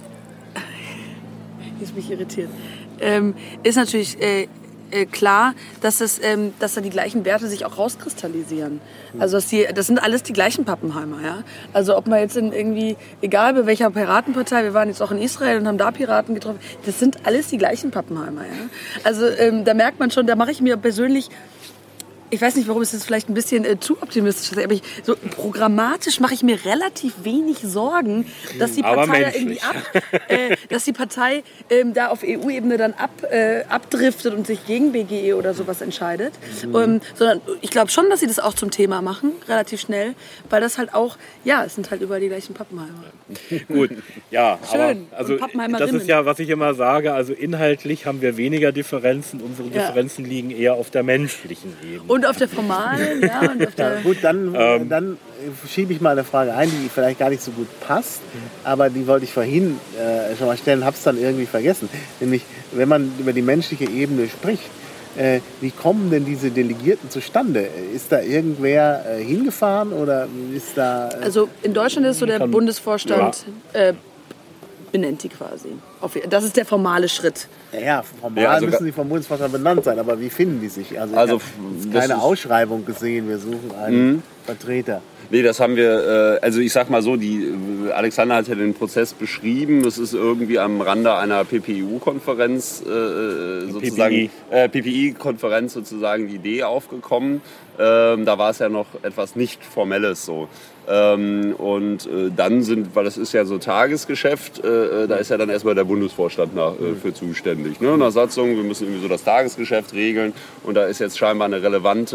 jetzt mich irritiert. Ist natürlich... klar, dass da die gleichen Werte sich auch rauskristallisieren. Also das sind alles die gleichen Pappenheimer, ja. Also ob man jetzt irgendwie, egal bei welcher Piratenpartei, wir waren jetzt auch in Israel und haben da Piraten getroffen, das sind alles die gleichen Pappenheimer, ja. Also da merkt man schon, da mache ich mir persönlich, ich weiß nicht, warum es jetzt vielleicht ein bisschen zu optimistisch ist, aber so programmatisch mache ich mir relativ wenig Sorgen, dass die Partei da irgendwie dass die Partei da auf EU-Ebene dann abdriftet und sich gegen BGE oder sowas entscheidet. Sondern ich glaube schon, dass sie das auch zum Thema machen, relativ schnell, weil das halt auch, ja, es sind halt überall die gleichen Pappenheimer. Gut, ja, schön. Aber also das ist ja, was ich immer sage, also inhaltlich haben wir weniger Differenzen, unsere Differenzen liegen eher auf der menschlichen Ebene. Und auf der formalen, ja. Und auf der gut, dann schiebe ich mal eine Frage ein, die vielleicht gar nicht so gut passt, aber die wollte ich vorhin schon mal stellen, habe es dann irgendwie vergessen. Nämlich, wenn man über die menschliche Ebene spricht, wie kommen denn diese Delegierten zustande? Ist da irgendwer hingefahren oder ist da... Also in Deutschland ist so der Bundesvorstand... benennt die quasi. Das ist der formale Schritt. Ja, formal müssen sie vom Bundesvorstand benannt sein, aber wie finden die sich? Also ich habe keine Ausschreibung gesehen, wir suchen einen Vertreter. Nee, das haben wir, also ich sag mal so, Alexander hat ja den Prozess beschrieben, es ist irgendwie am Rande einer PPIU-Konferenz sozusagen, PPI-Konferenz sozusagen die Idee aufgekommen. Da war es ja noch etwas nicht Formelles so. Dann weil das ist ja so Tagesgeschäft, da ist ja dann erstmal der Bundesvorstand für zuständig. Ne? In der Satzung, wir müssen irgendwie so das Tagesgeschäft regeln und da ist jetzt scheinbar eine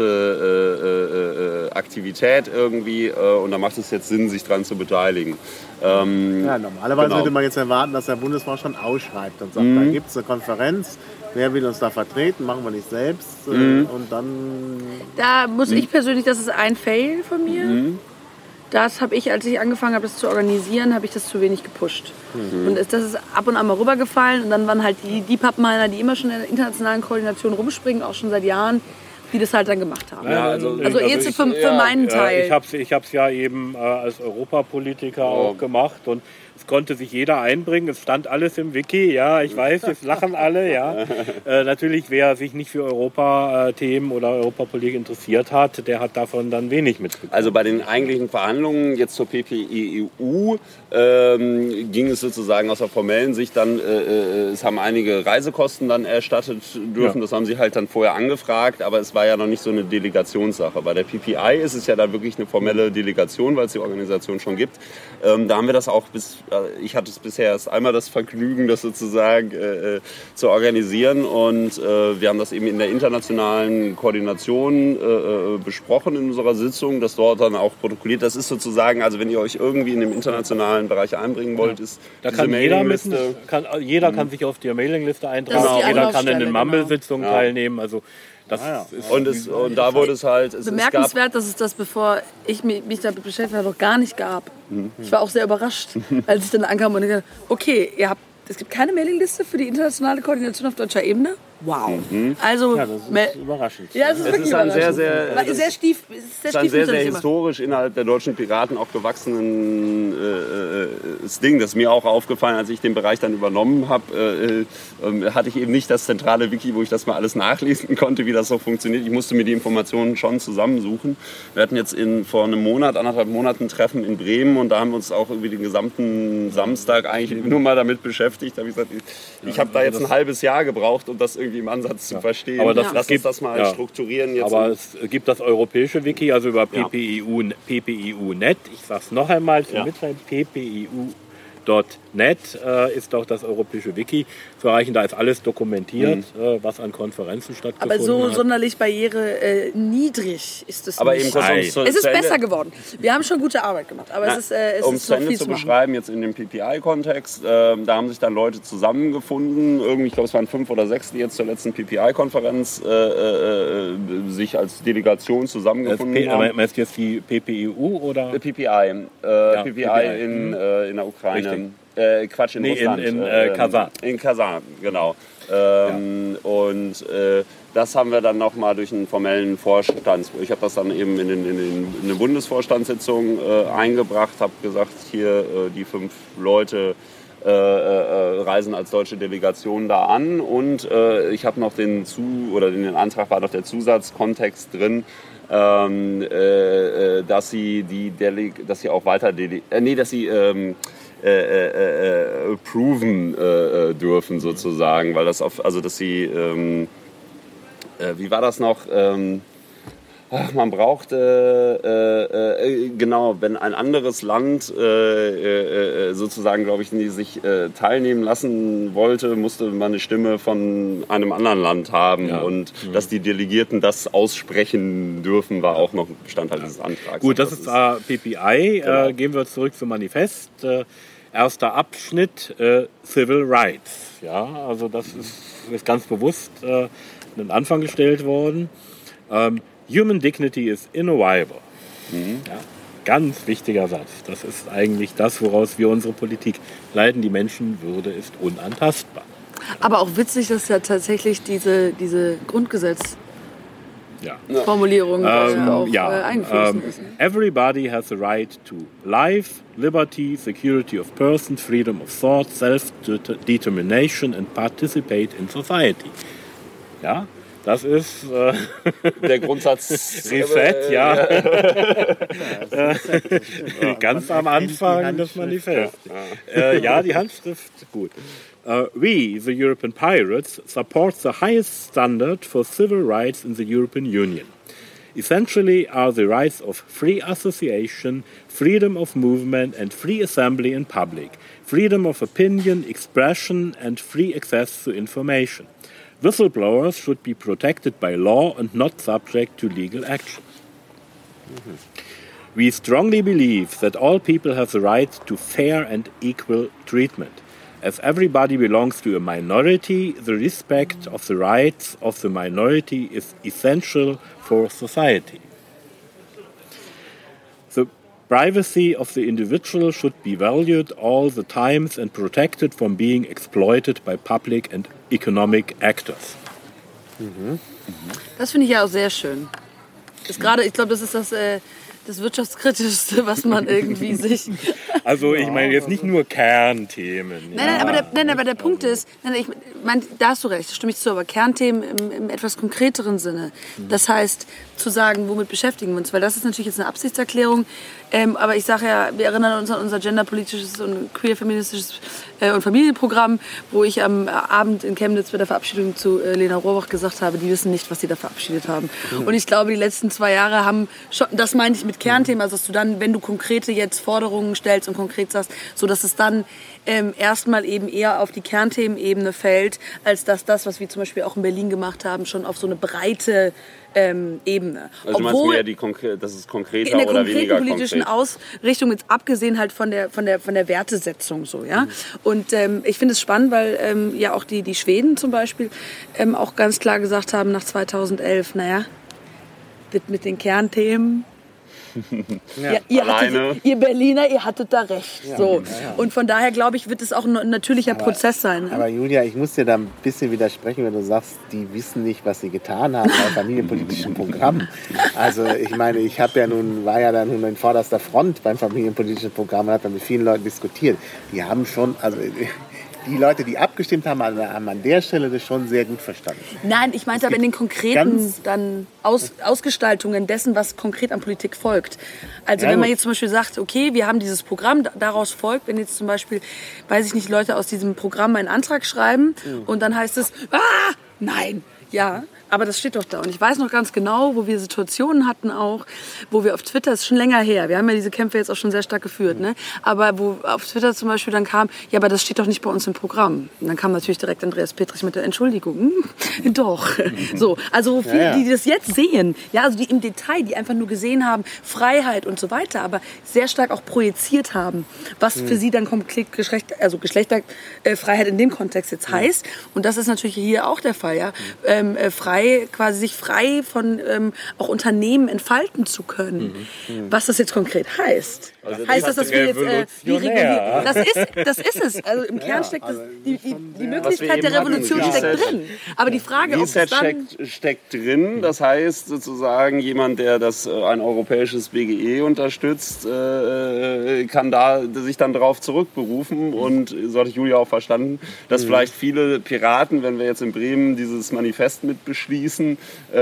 relevante Aktivität irgendwie und da macht es jetzt Sinn, sich dran zu beteiligen. Normalerweise würde man jetzt erwarten, dass der Bundesvorstand ausschreibt und sagt, da gibt es eine Konferenz, wer will uns da vertreten, machen wir nicht selbst und dann... Da muss ich persönlich, das ist ein Fail von mir. Das habe ich, als ich angefangen habe, das zu organisieren, habe ich das zu wenig gepusht. Und das ist ab und an mal rübergefallen und dann waren halt die Pappenheimer, die immer schon in der internationalen Koordination rumspringen, auch schon seit Jahren, die das halt dann gemacht haben. Ja, also jetzt für meinen Teil. Ich habe es ja eben als Europapolitiker auch gemacht und es konnte sich jeder einbringen, es stand alles im Wiki, ja, ich weiß, jetzt lachen alle, ja. Natürlich, wer sich nicht für Europathemen oder Europapolitik interessiert hat, der hat davon dann wenig mitbekommen. Also bei den eigentlichen Verhandlungen jetzt zur PPI-EU ging es sozusagen aus der formellen Sicht dann, es haben einige Reisekosten dann erstattet dürfen, das haben sie halt dann vorher angefragt, aber es war ja noch nicht so eine Delegationssache. Bei der PPI ist es ja da wirklich eine formelle Delegation, weil es die Organisation schon gibt. Da haben wir das auch ich hatte es bisher erst einmal das Vergnügen, das sozusagen zu organisieren und wir haben das eben in der internationalen Koordination besprochen in unserer Sitzung, das dort dann auch protokolliert. Das ist sozusagen, also wenn ihr euch irgendwie in dem internationalen Bereich einbringen wollt, ist da kann jeder kann sich auf die Mailingliste eintragen, jeder kann in den Mumble-Sitzungen teilnehmen, also das ist und da wurde es halt... Bemerkenswert, dass es das, bevor ich mich damit beschäftigt habe, noch gar nicht gab. Ich war auch sehr überrascht, als ich dann ankam und dachte, okay, es gibt keine Mailingliste für die internationale Koordination auf deutscher Ebene? Wow. Also, das ist überraschend. Ja, es ist wirklich überraschend. Sehr historisch innerhalb der deutschen Piraten auch gewachsenen das Ding. Das ist mir auch aufgefallen, als ich den Bereich dann übernommen habe, hatte ich eben nicht das zentrale Wiki, wo ich das mal alles nachlesen konnte, wie das so funktioniert. Ich musste mir die Informationen schon zusammensuchen. Wir hatten jetzt vor einem Monat, 1,5 Monaten ein Treffen in Bremen und da haben wir uns auch irgendwie den gesamten Samstag eigentlich nur mal damit beschäftigt. Da habe ich gesagt, ich habe da jetzt ein halbes Jahr gebraucht, um das irgendwie im Ansatz zu verstehen. Aber lass uns das mal strukturieren jetzt. Aber es gibt das europäische Wiki, also über PPEU.net. Ich sage es noch einmal zum Mitschreiben, PPEU.net ist auch das europäische Wiki zu erreichen. Da ist alles dokumentiert, was an Konferenzen stattgefunden hat. Aber so sonderlich barriereniedrig ist es aber nicht. Es ist besser geworden. Wir haben schon gute Arbeit gemacht, aber es ist um es zu Ende zu beschreiben, jetzt in dem PPI-Kontext, da haben sich dann Leute zusammengefunden, irgendwie, ich glaube es waren 5 oder 6, die jetzt zur letzten PPI-Konferenz sich als Delegation zusammengefunden haben. Meinst du jetzt die PPEU oder? PPI. PPI in der Ukraine. Quatsch, in Russland. In Kasan. In Kasan, genau. Und das haben wir dann nochmal durch einen formellen Vorstands... Ich habe das dann eben in eine Bundesvorstandssitzung eingebracht, habe gesagt, hier die 5 Leute reisen als deutsche Delegation da an und ich habe noch in den Antrag war noch der Zusatzkontext drin, dass sie auch weiter dass sie proven dürfen sozusagen, weil das dass sie wie war das noch? Man braucht genau, wenn ein anderes Land sozusagen, glaube ich, sich teilnehmen lassen wollte, musste man eine Stimme von einem anderen Land haben und dass die Delegierten das aussprechen dürfen, war auch noch Bestandteil dieses Antrags. Gut, das ist PPI. Genau. Gehen wir zurück zum Manifest. Erster Abschnitt, Civil Rights. Ja, also das ist ganz bewusst an den Anfang gestellt worden. Human dignity is inviolable. Ja, ganz wichtiger Satz. Das ist eigentlich das, woraus wir unsere Politik leiten. Die Menschenwürde ist unantastbar. Aber auch witzig, dass ja tatsächlich diese Grundgesetz-Formulierung eingeflossen ist. Everybody has the right to life, liberty, security of person, freedom of thought, self-determination and participate in society. Ja? Das ist der Grundsatz. Reset, ganz am Anfang des Manifests. Die Handschrift, gut. We, the European Pirates, support the highest standard for civil rights in the European Union. Essentially are the rights of free association, freedom of movement and free assembly in public, freedom of opinion, expression and free access to information. Whistleblowers should be protected by law and not subject to legal action. We strongly believe that all people have the right to fair and equal treatment. As everybody belongs to a minority, the respect of the rights of the minority is essential for society. The privacy of the individual should be valued all the times and protected from being exploited by public and economic actors. Das finde ich ja auch sehr schön. Ich glaube, das ist das Wirtschaftskritischste, was man irgendwie sich... Also ich meine jetzt nicht nur Kernthemen. Nein, aber der Punkt ist, da hast du recht, stimme ich zu, aber Kernthemen im etwas konkreteren Sinne. Das heißt, zu sagen, womit beschäftigen wir uns, weil das ist natürlich jetzt eine Absichtserklärung, aber ich sage ja, wir erinnern uns an unser genderpolitisches und queer-feministisches und Familienprogramm, wo ich am Abend in Chemnitz bei der Verabschiedung zu Lena Rohrbach gesagt habe, die wissen nicht, was sie da verabschiedet haben. Und ich glaube, die letzten 2 Jahre haben schon, das meine ich mit Kernthemen, also dass du dann, wenn du konkrete jetzt Forderungen stellst und konkret sagst, so dass es dann erstmal eben eher auf die Kernthemenebene fällt, als dass das, was wir zum Beispiel auch in Berlin gemacht haben, schon auf so eine breite Ebene. Also du meinst mehr, dass es konkreter oder weniger konkret? In der konkreten politischen Ausrichtung, jetzt abgesehen halt von der Wertesetzung so, ja. Und ich finde es spannend, weil ja auch die Schweden zum Beispiel auch ganz klar gesagt haben nach 2011, naja, mit den Kernthemen Ihr Berliner, ihr hattet da recht. Ja, so. Ja. Und von daher, glaube ich, wird es auch ein natürlicher Prozess sein. Ne? Aber Julia, ich muss dir da ein bisschen widersprechen, wenn du sagst, die wissen nicht, was sie getan haben bei familienpolitischen Programmen. Also ich meine, war ja dann nun in vorderster Front beim familienpolitischen Programm und habe dann mit vielen Leuten diskutiert. Die haben schon, also die Leute, die abgestimmt haben, haben an der Stelle das schon sehr gut verstanden. Nein, ich meinte aber in den konkreten Ausgestaltungen dessen, was konkret an Politik folgt. Also wenn man jetzt zum Beispiel sagt, okay, wir haben dieses Programm, daraus folgt, wenn jetzt zum Beispiel, weiß ich nicht, Leute aus diesem Programm einen Antrag schreiben und dann heißt es, nein, ja. Aber das steht doch da. Und ich weiß noch ganz genau, wo wir Situationen hatten auch, wo wir auf Twitter, das ist schon länger her, wir haben ja diese Kämpfe jetzt auch schon sehr stark geführt, ne? Aber wo auf Twitter zum Beispiel dann kam, ja, aber das steht doch nicht bei uns im Programm. Und dann kam natürlich direkt Andreas Petrich mit der Entschuldigung. Doch. So, also viele, die das jetzt sehen, ja, also die im Detail, die einfach nur gesehen haben, Freiheit und so weiter, aber sehr stark auch projiziert haben, was für sie dann konkret Geschlechterfreiheit in dem Kontext jetzt heißt. Und das ist natürlich hier auch der Fall, ja. Sich frei von auch Unternehmen entfalten zu können. Was das jetzt konkret heißt. Also heißt das, dass wir jetzt wie regulieren? Das ist es. Also im Kern steckt die Möglichkeit der Revolution steckt drin. Aber die Frage, ob es dann steckt drin. Das heißt sozusagen, jemand, der ein europäisches BGE unterstützt, kann da sich dann darauf zurückberufen. Und so hatte Julia auch verstanden, dass vielleicht viele Piraten, wenn wir jetzt in Bremen dieses Manifest mit beschließen,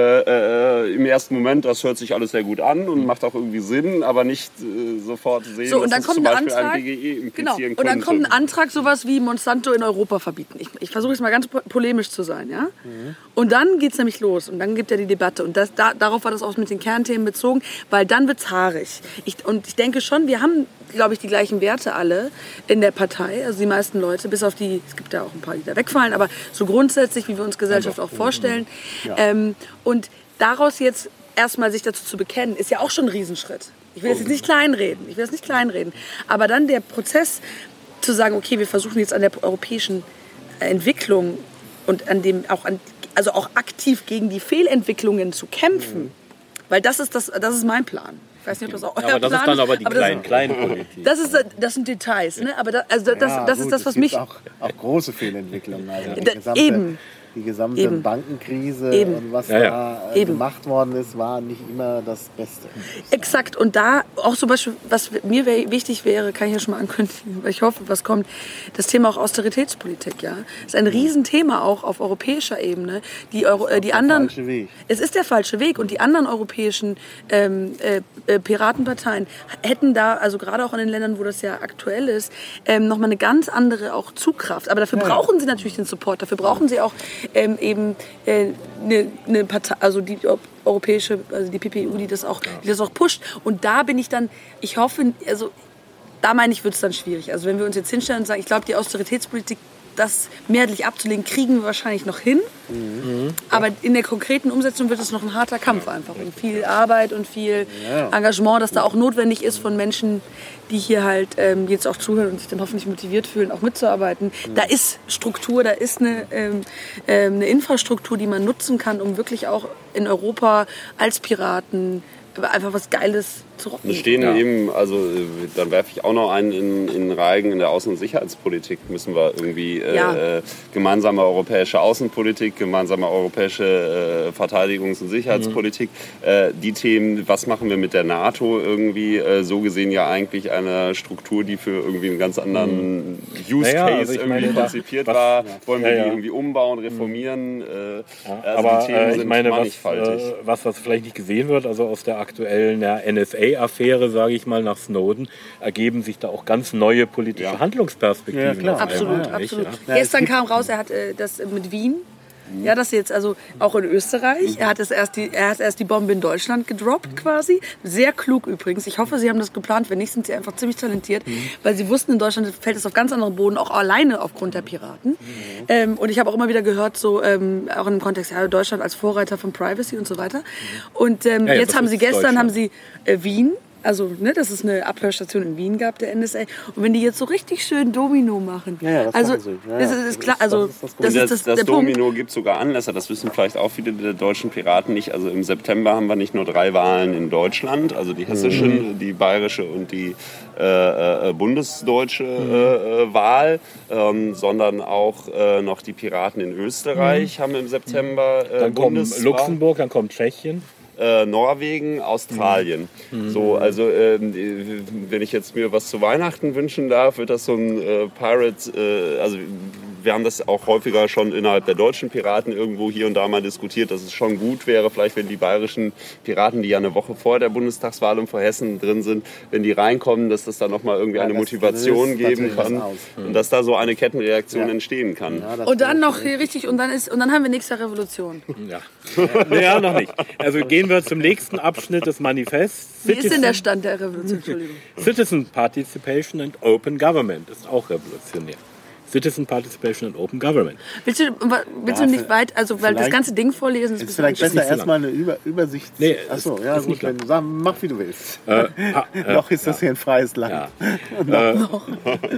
im ersten Moment, das hört sich alles sehr gut an und macht auch irgendwie Sinn, aber nicht sofort sehen, so, und dann dass kommt zum Beispiel ein BGE implizieren könnte. Und dann kommt ein Antrag, sowas wie Monsanto in Europa verbieten. Ich versuche jetzt mal ganz polemisch zu sein. Ja? Und dann geht es nämlich los und dann gibt ja die Debatte. Und darauf war das auch mit den Kernthemen bezogen, weil dann wird es haarig. Ich denke schon, wir haben, glaube ich, die gleichen Werte alle in der Partei, also die meisten Leute, bis auf die, es gibt ja auch ein paar, die da wegfallen, aber so grundsätzlich, wie wir uns Gesellschaft auch vorstellen. Ja. Und daraus jetzt erstmal sich dazu zu bekennen, ist ja auch schon ein Riesenschritt. Ich will das jetzt nicht kleinreden. Aber dann der Prozess zu sagen, okay, wir versuchen jetzt an der europäischen Entwicklung und also auch aktiv gegen die Fehlentwicklungen zu kämpfen. Weil das ist mein Plan. Ich weiß nicht, ob das auch euer aber das Plan ist dann aber die kleine Politik. Das sind Details, ne? Aber das ist das, was mich... Auch große Fehlentwicklungen. Also die gesamte Bankenkrise und was da gemacht worden ist, war nicht immer das Beste. Exakt. Und da auch zum Beispiel, was mir wichtig wäre, kann ich ja schon mal ankündigen, weil ich hoffe, was kommt, das Thema auch Austeritätspolitik. Ja, das ist ein Riesenthema auch auf europäischer Ebene. Die anderen, falsche Weg. Es ist der falsche Weg. Und die anderen europäischen Piratenparteien hätten da, also gerade auch in den Ländern, wo das ja aktuell ist, nochmal eine ganz andere auch Zugkraft. Aber dafür brauchen sie natürlich den Support. Dafür brauchen sie auch eine Partei, also die europäische, also die PPU, die das auch pusht. Und da bin ich dann, ich hoffe, also da meine ich, wird es dann schwierig. Also wenn wir uns jetzt hinstellen und sagen, ich glaube, die Austeritätspolitik, das mehrheitlich abzulegen, kriegen wir wahrscheinlich noch hin. Aber in der konkreten Umsetzung wird es noch ein harter Kampf einfach. Und viel Arbeit und viel Engagement, das da auch notwendig ist von Menschen, die hier halt jetzt auch zuhören und sich dann hoffentlich motiviert fühlen, auch mitzuarbeiten. Da ist Struktur, da ist eine Infrastruktur, die man nutzen kann, um wirklich auch in Europa als Piraten einfach was Geiles zu rocken. Wir stehen eben, also dann werfe ich auch noch einen in Reigen, in der Außen- und Sicherheitspolitik müssen wir irgendwie gemeinsame europäische Außenpolitik, gemeinsame europäische Verteidigungs- und Sicherheitspolitik, die Themen, was machen wir mit der NATO irgendwie, so gesehen ja eigentlich eine Struktur, die für irgendwie einen ganz anderen Use Case irgendwie konzipiert war, wollen wir die irgendwie umbauen, reformieren, also aber die Themen sind ich meine, mannigfaltig. was vielleicht nicht gesehen wird, also aus der aktuellen NSA-Affäre, sage ich mal, nach Snowden, ergeben sich da auch ganz neue politische Handlungsperspektiven. Ja, klar. Absolut. Gestern kam raus, er hat das mit Wien, ja, das jetzt also auch in Österreich. Er hat erst die Bombe in Deutschland gedroppt quasi. Sehr klug übrigens. Ich hoffe, Sie haben das geplant. Wenn nicht, sind Sie einfach ziemlich talentiert, weil Sie wussten, in Deutschland fällt es auf ganz anderen Boden, auch alleine aufgrund der Piraten. Und ich habe auch immer wieder gehört, so auch im Kontext, ja, Deutschland als Vorreiter von Privacy und so weiter. Und jetzt haben Sie gestern Wien Also, ne, dass es eine Abhörstation in Wien gab, der NSA. Und wenn die jetzt so richtig schön Domino machen. Das also, machen sie. Das ist klar. Also, das Domino gibt sogar Anlässe. Das wissen vielleicht auch viele der deutschen Piraten nicht. Also im September haben wir nicht nur 3 Wahlen in Deutschland, also die hessische, die bayerische und die bundesdeutsche Wahl, sondern auch noch die Piraten in Österreich haben im September dann kommt Luxemburg, dann kommt Tschechien. Norwegen, Australien. So, also wenn ich jetzt mir was zu Weihnachten wünschen darf, wird das so ein Pirate, also wir haben das auch häufiger schon innerhalb der deutschen Piraten irgendwo hier und da mal diskutiert, dass es schon gut wäre, vielleicht wenn die bayerischen Piraten, die ja eine Woche vor der Bundestagswahl und vor Hessen drin sind, wenn die reinkommen, dass das dann nochmal irgendwie eine Motivation geben kann und dass da so eine Kettenreaktion entstehen kann. Ja, und dann noch richtig, und dann haben wir nächste Revolution. Ja, noch nicht. Also gehen wir zum nächsten Abschnitt des Manifests. Wie ist denn der Stand der Revolution? Entschuldigung. Citizen Participation and Open Government ist auch revolutionär. Citizen Participation and Open Government. Willst du nicht weit, also weil das ganze Ding vorlesen ist vielleicht besser erstmal eine Übersicht. Nee, achso, ja gut, wenn du sagst, mach wie du willst. Noch ist das hier ein freies Land. Ja. Noch.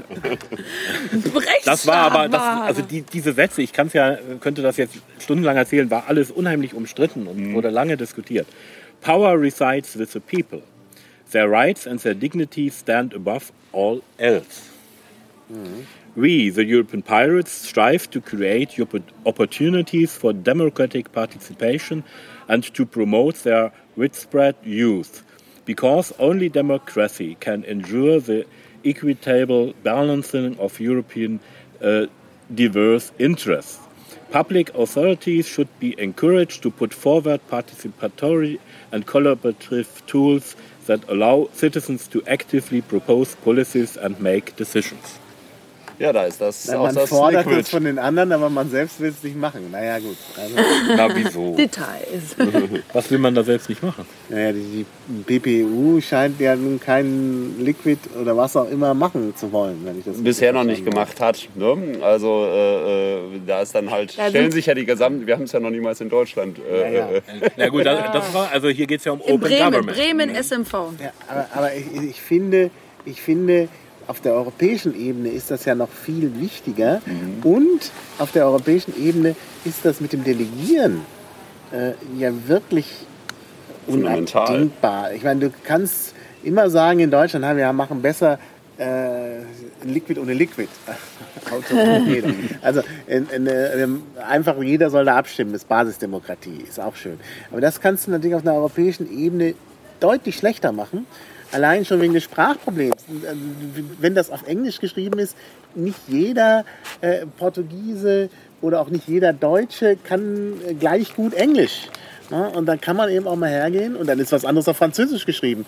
Das war aber, also diese Sätze, ich könnte das jetzt stundenlang erzählen, war alles unheimlich umstritten und wurde lange diskutiert. Power resides with the people. Their rights and their dignity stand above all else. We, the European pirates, strive to create opportunities for democratic participation and to promote their widespread use, because only democracy can ensure the equitable balancing of European diverse interests. Public authorities should be encouraged to put forward participatory and collaborative tools that allow citizens to actively propose policies and make decisions. Ja, da ist das. Man fordert es von den anderen, aber man selbst will es nicht machen. Naja, gut. Also. Na, wieso? Details. Was will man da selbst nicht machen? Naja, die BPU scheint ja nun keinen Liquid oder was auch immer machen zu wollen, wenn ich das bisher noch nicht gemacht hat. Ne? Also da ist dann halt, stellen sich ja die gesamten, wir haben es ja noch niemals in Deutschland. Na gut, das war, also hier geht es ja um Open Government. Bremen SMV. Ja, aber ich finde, auf der europäischen Ebene ist das ja noch viel wichtiger. Und auf der europäischen Ebene ist das mit dem Delegieren ja wirklich unabdingbar. Ich meine, du kannst immer sagen in Deutschland, wir machen besser Liquid ohne Liquid. Also einfach jeder soll da abstimmen, das ist Basisdemokratie, ist auch schön. Aber das kannst du natürlich auf einer europäischen Ebene deutlich schlechter machen. Allein schon wegen des Sprachproblems. Wenn das auf Englisch geschrieben ist, nicht jeder Portugiese oder auch nicht jeder Deutsche kann gleich gut Englisch. Ja, und dann kann man eben auch mal hergehen und dann ist was anderes auf Französisch geschrieben.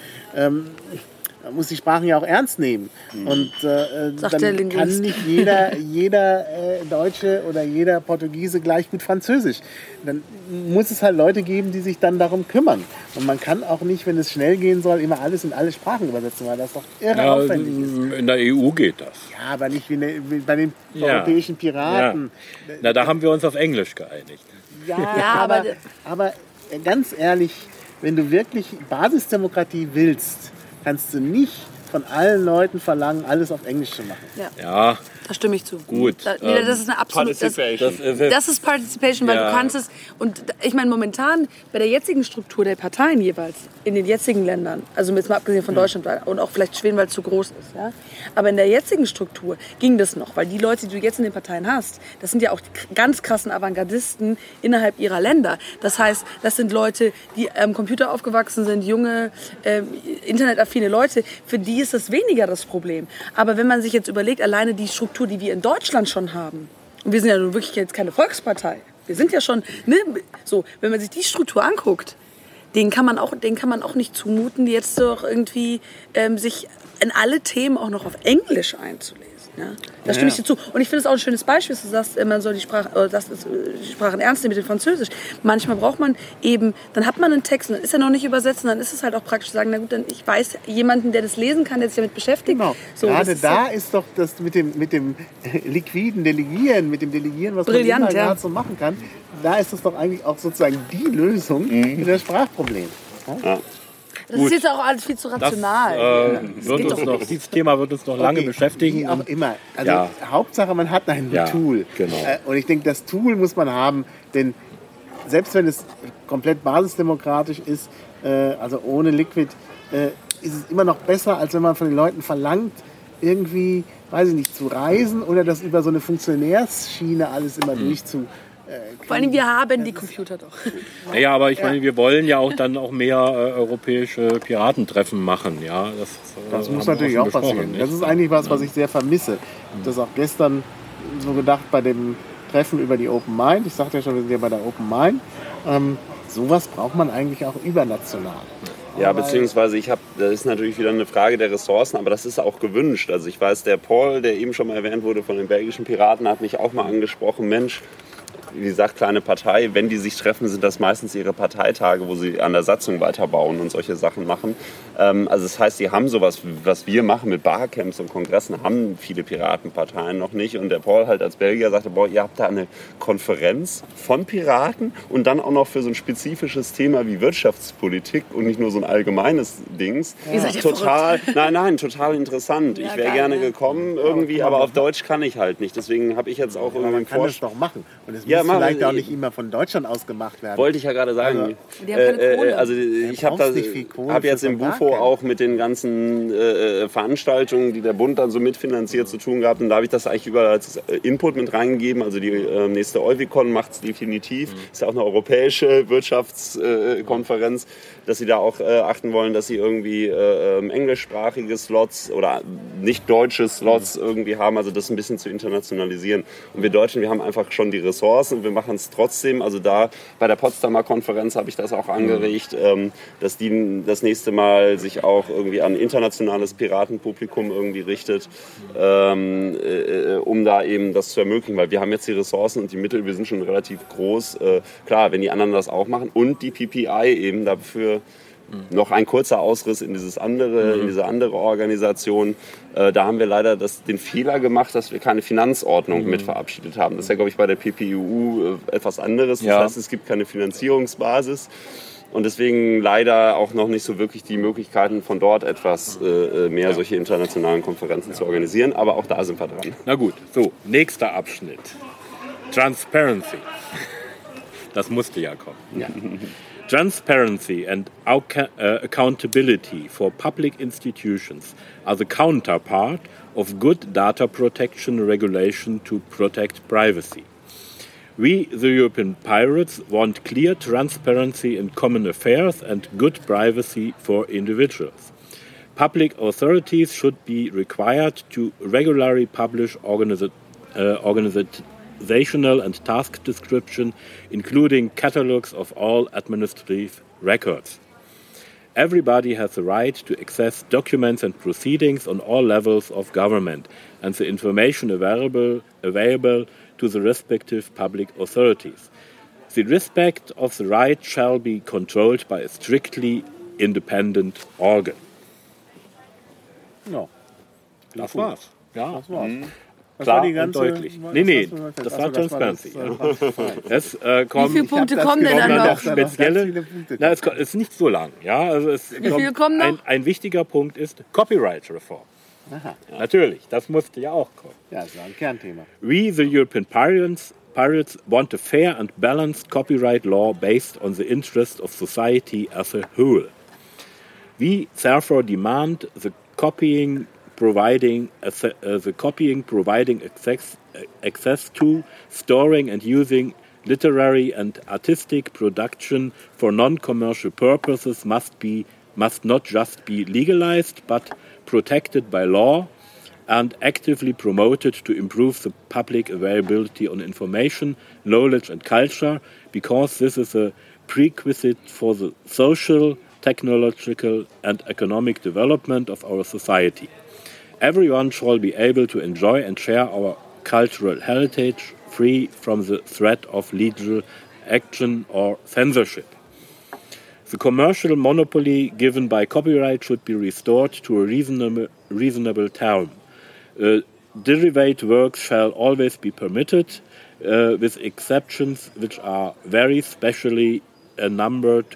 Man muss die Sprachen ja auch ernst nehmen. Und dann kann nicht jeder Deutsche oder jeder Portugiese gleich gut Französisch. Dann muss es halt Leute geben, die sich dann darum kümmern. Und man kann auch nicht, wenn es schnell gehen soll, immer alles in alle Sprachen übersetzen, weil das doch irre aufwendig ist. In der EU geht das. Ja, aber nicht wie bei den europäischen Piraten. Ja. Na, da haben wir uns auf Englisch geeinigt. Ja, aber ganz ehrlich, wenn du wirklich Basisdemokratie willst, kannst du nicht von allen Leuten verlangen, alles auf Englisch zu machen. Ja. Da stimme ich zu. Gut. Das ist eine absolute das ist Participation, weil du kannst es. Und ich meine, momentan bei der jetzigen Struktur der Parteien jeweils in den jetzigen Ländern, also jetzt mal abgesehen von Deutschland und auch vielleicht Schweden, weil es zu groß ist, ja. Aber in der jetzigen Struktur ging das noch, weil die Leute, die du jetzt in den Parteien hast, das sind ja auch die ganz krassen Avantgardisten innerhalb ihrer Länder. Das heißt, das sind Leute, die am Computer aufgewachsen sind, junge, internetaffine Leute, für die ist das weniger das Problem. Aber wenn man sich jetzt überlegt, alleine die Struktur, die wir in Deutschland schon haben, und wir sind ja nun wirklich jetzt keine Volkspartei, wir sind ja schon, ne, so, wenn man sich die Struktur anguckt, den kann man auch nicht zumuten, jetzt doch irgendwie sich in alle Themen auch noch auf Englisch einzulesen. Ja? Da stimme ich dir zu. Und ich finde es auch ein schönes Beispiel, dass du sagst, man soll die Sprachen ernst nehmen mit dem Französisch. Manchmal braucht man eben, dann hat man einen Text, und dann ist er noch nicht übersetzt, und dann ist es halt auch praktisch zu sagen, na gut, dann ich weiß jemanden, der das lesen kann, der sich damit beschäftigt. Genau. So, gerade da ist doch das mit dem liquiden Delegieren, was brillant, man gerade so machen kann, da ist das doch eigentlich auch sozusagen die Lösung für das Sprachproblem. Ja? Das ist jetzt auch alles viel zu rational. Dieses Thema wird uns noch lange beschäftigen. Wie auch immer. Also Hauptsache, man hat ein Tool. Genau. Und ich denke, das Tool muss man haben, denn selbst wenn es komplett basisdemokratisch ist, also ohne Liquid, ist es immer noch besser, als wenn man von den Leuten verlangt, irgendwie, weiß ich nicht, zu reisen oder das über so eine Funktionärsschiene alles immer durchzu. Vor allem, wir haben die Computer doch. Naja, aber ich meine, wir wollen ja auch dann auch mehr europäische Piratentreffen machen. Ja, das muss natürlich auch passieren. Das ist eigentlich was ich sehr vermisse. Ich habe das auch gestern so gedacht bei dem Treffen über die Open Mind. Ich sagte ja schon, wir sind ja bei der Open Mind. Sowas braucht man eigentlich auch übernational. Ja, beziehungsweise das ist natürlich wieder eine Frage der Ressourcen, aber das ist auch gewünscht. Also ich weiß, der Paul, der eben schon mal erwähnt wurde von den belgischen Piraten, hat mich auch mal angesprochen, Mensch, wie gesagt, kleine Partei, wenn die sich treffen, sind das meistens ihre Parteitage, wo sie an der Satzung weiterbauen und solche Sachen machen. Also das heißt, die haben sowas, was wir machen mit Barcamps und Kongressen, haben viele Piratenparteien noch nicht. Und der Paul halt als Belgier sagte, boah, ihr habt da eine Konferenz von Piraten und dann auch noch für so ein spezifisches Thema wie Wirtschaftspolitik und nicht nur so ein allgemeines Dings. Total interessant. Ja, ich wäre gerne gekommen irgendwie, aber auf Deutsch kann ich halt nicht. Deswegen habe ich jetzt auch irgendwie man kann das doch machen. Und es muss vielleicht auch nicht immer von Deutschland aus gemacht werden. Wollte ich ja gerade sagen. Also ich habe jetzt im Bufo auch mit den ganzen Veranstaltungen, die der Bund dann so mitfinanziert, zu tun gehabt. Und da habe ich das eigentlich überall als Input mit reingegeben. Also die nächste Eufikon macht es definitiv. Ist ja auch eine europäische Wirtschaftskonferenz, dass sie da auch achten wollen, dass sie irgendwie englischsprachige Slots oder nicht deutsche Slots irgendwie haben. Also das ein bisschen zu internationalisieren. Und wir Deutschen, wir haben einfach schon die Ressourcen und wir machen es trotzdem. Also da bei der Potsdamer Konferenz habe ich das auch angeregt, dass die das nächste Mal sich auch irgendwie an internationales Piratenpublikum irgendwie richtet, um da eben das zu ermöglichen. Weil wir haben jetzt die Ressourcen und die Mittel, wir sind schon relativ groß. Klar, wenn die anderen das auch machen und die PPI eben dafür noch ein kurzer Ausriss in diese andere Organisation. Da haben wir leider den Fehler gemacht, dass wir keine Finanzordnung mit verabschiedet haben. Das ist ja, glaube ich, bei der PPIU etwas anderes. Das heißt, es gibt keine Finanzierungsbasis. Und deswegen leider auch noch nicht so wirklich die Möglichkeiten, von dort etwas mehr solche internationalen Konferenzen zu organisieren. Aber auch da sind wir dran. Na gut, so, nächster Abschnitt. Transparency. Das musste ja kommen. Ja. Transparency and accountability for public institutions are the counterpart of good data protection regulation to protect privacy. We, the European Pirates, want clear transparency in common affairs and good privacy for individuals. Public authorities should be required to regularly publish organizational and task description, including catalogues of all administrative records. Everybody has the right to access documents and proceedings on all levels of government, and the information available to the respective public authorities. The respect of the right shall be controlled by a strictly independent organ. No. Das war's. Ja. Das war's. Klar und deutlich. Das war Transparency. Wie viele Punkte kommen denn dann noch? Spezielle. Es ist nicht so lang. Ja, also wie viele kommen noch? Ein wichtiger Punkt ist Copyright-Reform. Aha. Natürlich, das musste ja auch kommen. Ja, das war ein Kernthema. We, the European Pirates, want a fair and balanced copyright law based on the interest of society as a whole. We therefore demand the copying providing access to, storing and using literary and artistic production for non-commercial purposes must not just be legalized but protected by law and actively promoted to improve the public availability on information, knowledge and culture, because this is a prerequisite for the social, technological and economic development of our society. Everyone shall be able to enjoy and share our cultural heritage free from the threat of legal action or censorship. The commercial monopoly given by copyright should be restored to a reasonable term. Derivative works shall always be permitted, with exceptions which are very specially numbered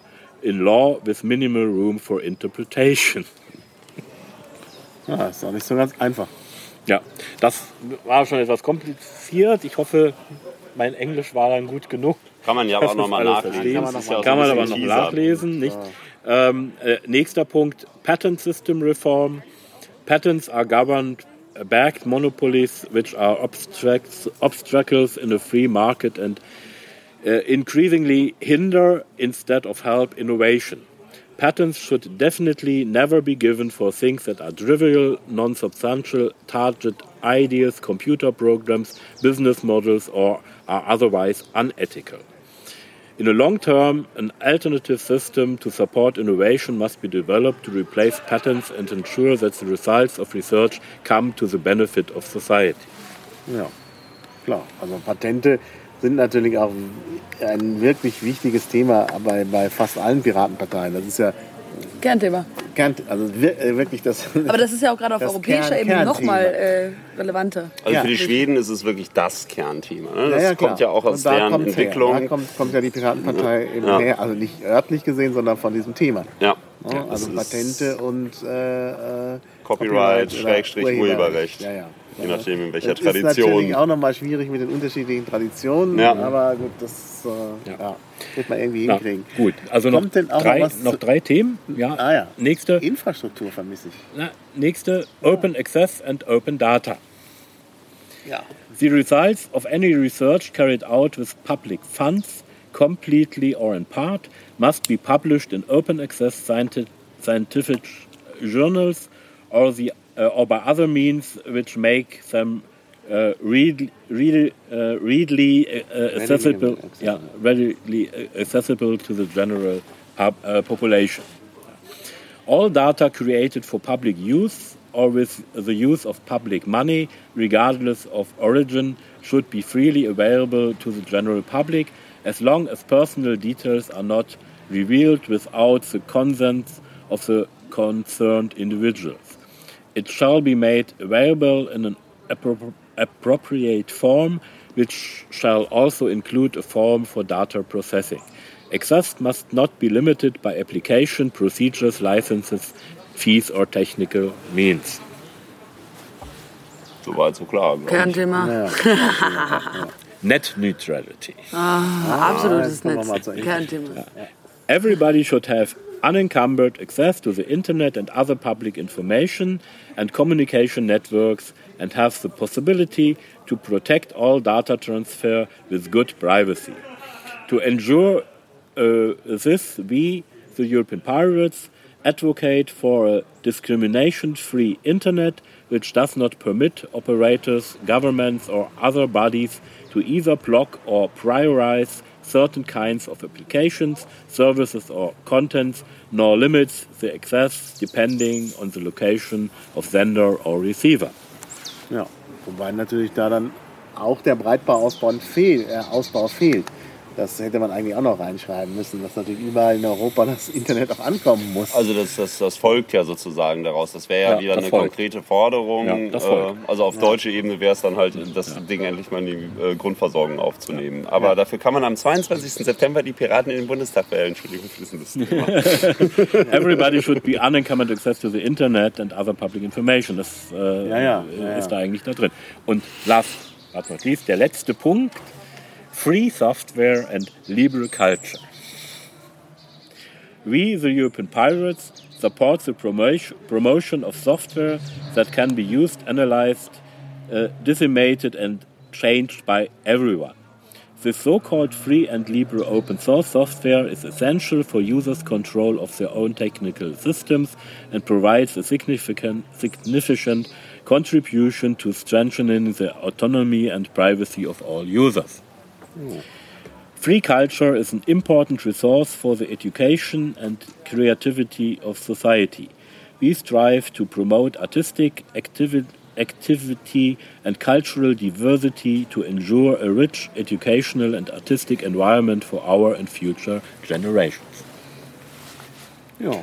in law with minimal room for interpretation. Ja, ist auch nicht so ganz einfach. Ja, das war schon etwas kompliziert. Ich hoffe, mein Englisch war dann gut genug. Kann man ja aber auch nochmal nachlesen. Kann man aber noch nachlesen. Nicht? Nächster Punkt, Patent System Reform. Patents are governed backed monopolies which are obstacles in a free market and increasingly hinder instead of help innovation. Patents should definitely never be given for things that are trivial, non-substantial, target ideas, computer programs, business models, or are otherwise unethical. In the long term, an alternative system to support innovation must be developed to replace patents and ensure that the results of research come to the benefit of society. Ja, klar. Also Patente sind natürlich auch ein wirklich wichtiges Thema bei fast allen Piratenparteien. Das ist ja Kernthema. Also wirklich das. Aber das ist ja auch gerade auf europäischer Ebene nochmal relevanter. Also für die Schweden ist es wirklich das Kernthema. Ne? Das kommt ja auch aus deren Entwicklung. Da kommt ja die Piratenpartei eben her. Also nicht örtlich gesehen, sondern von diesem Thema. Ja. Also Patente und Copyright, Urheberrecht. Ja. Je nachdem, in welcher das Tradition. Das ist natürlich auch nochmal schwierig mit den unterschiedlichen Traditionen, aber gut, das wird man irgendwie hinkriegen. Gut, also noch drei Themen. Ja. Nächste. Infrastruktur vermisse ich. Nächste, Open Access and Open Data. Ja. The results of any research carried out with public funds, completely or in part, must be published in open access scientific journals or by other means which make them readily accessible to the general population. All data created for public use or with the use of public money, regardless of origin, should be freely available to the general public as long as personal details are not revealed without the consent of the concerned individuals. It shall be made available in an appropriate form, which shall also include a form for data processing. Access must not be limited by application, procedures, licenses, fees or technical means. Soweit so klar. Kernthema. Net neutrality. Absolutes Kernthema. Everybody should have unencumbered access to the internet and other public information and communication networks and have the possibility to protect all data transfer with good privacy. To ensure this, we, the European Pirates, advocate for a discrimination-free internet which does not permit operators, governments or other bodies to either block or prioritize certain kinds of applications, services or contents, nor limits the access depending on the location of sender or receiver. Ja, wobei natürlich da dann auch der Breitbandausbau fehlt. Das hätte man eigentlich auch noch reinschreiben müssen, dass natürlich überall in Europa das Internet auch ankommen muss. Also das folgt ja sozusagen daraus. Das wäre ja wieder eine konkrete Forderung. Also auf deutscher Ebene wäre es dann halt, das Ding endlich mal in die Grundversorgung aufzunehmen. Aber dafür kann man am 22. September die Piraten in den Bundestag wählen. Entschuldigung für diesen Mist. Everybody should be unencumbered access to the Internet and other public information. Das ist da eigentlich da drin. Und last but not least, der letzte Punkt. Free software and liberal culture. We, the European Pirates, support the promotion of software that can be used, analyzed, disseminated and changed by everyone. This so-called free and liberal open source software is essential for users' control of their own technical systems and provides a significant contribution to strengthening the autonomy and privacy of all users. Free culture is an important resource for the education and creativity of society. We strive to promote artistic activity and cultural diversity to ensure a rich educational and artistic environment for our and future generations. Ja,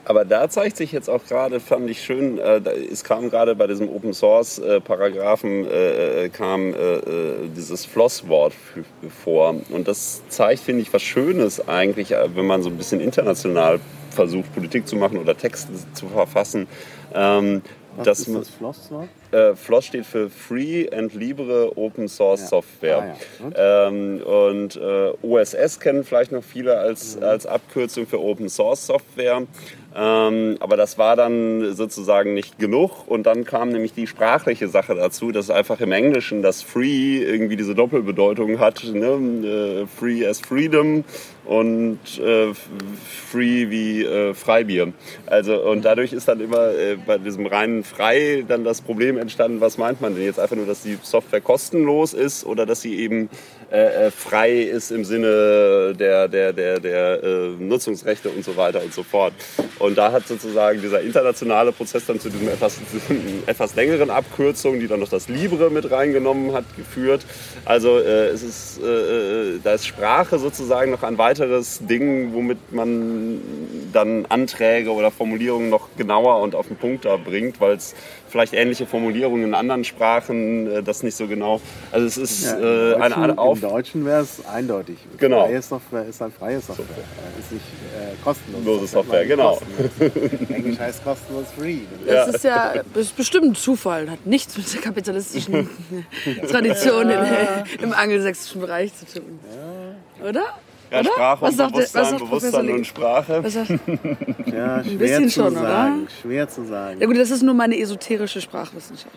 Aber da zeigt sich jetzt auch gerade, fand ich schön, es kam gerade bei diesem Open Source Paragraphen dieses Flosswort vor. Und das zeigt, finde ich, was Schönes eigentlich, wenn man so ein bisschen international versucht, Politik zu machen oder Texte zu verfassen. Was ist das Flosswort? Floss steht für Free and Libre Open Source Software. Und OSS kennen vielleicht noch viele als Abkürzung für Open Source Software. Aber das war dann sozusagen nicht genug. Und dann kam nämlich die sprachliche Sache dazu, dass einfach im Englischen das Free irgendwie diese Doppelbedeutung hat. Ne? Free as Freedom und Free wie Freibier. Also, und dadurch ist dann immer bei diesem reinen Frei dann das Problem entstanden, was meint man denn jetzt? Einfach nur, dass die Software kostenlos ist oder dass sie eben frei ist im Sinne der Nutzungsrechte und so weiter und so fort. Und da hat sozusagen dieser internationale Prozess dann zu diesem etwas längeren Abkürzung, die dann noch das Libre mit reingenommen hat, geführt. Also da ist Sprache sozusagen noch ein weiteres Ding, womit man dann Anträge oder Formulierungen noch genauer und auf den Punkt da bringt, weil es vielleicht ähnliche Formulierungen in anderen Sprachen das nicht so genau. Also es ist eine Art Im Deutschen wäre es eindeutig. Genau. Freie Software ist halt freie Software. Ist nicht kostenlos. Lose Software, genau. Englisch heißt kostenlos free. Das ist bestimmt ein Zufall. Hat nichts mit der kapitalistischen Tradition im angelsächsischen Bereich zu tun. Oder? Ja, oder? Sprache und Bewusstsein und Sprache. Ja, ein bisschen schon, oder? Schwer zu sagen. Ja gut, das ist nur meine esoterische Sprachwissenschaft.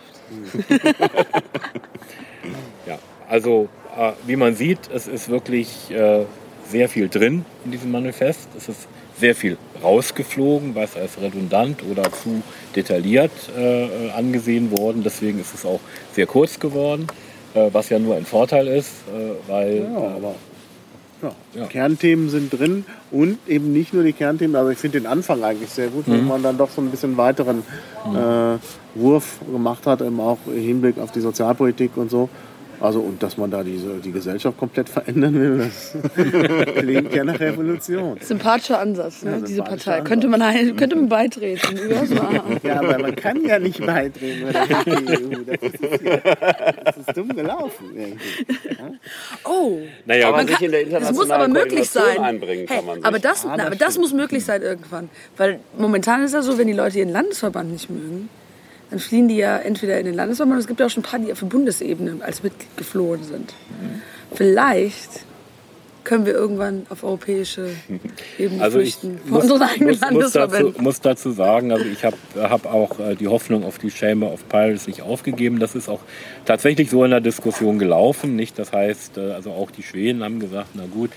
Ja, also wie man sieht, es ist wirklich sehr viel drin in diesem Manifest. Es ist sehr viel rausgeflogen, was als redundant oder zu detailliert angesehen worden. Deswegen ist es auch sehr kurz geworden, was ja nur ein Vorteil ist, weil... Ja. Kernthemen sind drin und eben nicht nur die Kernthemen, also ich finde den Anfang eigentlich sehr gut, wo man dann doch so ein bisschen weiteren Wurf gemacht hat, eben auch im Hinblick auf die Sozialpolitik und so. Also und dass man da die Gesellschaft komplett verändern will, das klingt ja nach Revolution. Sympathischer Ansatz, ne? Diese Partei. Könnte man beitreten. Ja, aber man kann ja nicht beitreten bei der EU. Das ist dumm gelaufen. Ja? Oh, naja, aber sich in der internationalen das muss aber möglich sein. Einbringen kann man sich. Aber das muss möglich sein irgendwann. Weil momentan ist ja so, wenn die Leute ihren Landesverband nicht mögen, dann fliehen die ja entweder in den Landesverband, es gibt ja auch schon ein paar, die auf der Bundesebene als mitgeflohen sind. Vielleicht können wir irgendwann auf europäische Ebene flüchten. Von unseren eigenen Landesverbänden. Muss dazu sagen, also ich hab auch die Hoffnung auf die Chamber of Pirates nicht aufgegeben. Das ist auch tatsächlich so in der Diskussion gelaufen. Nicht? Das heißt, also auch die Schweden haben gesagt, na gut,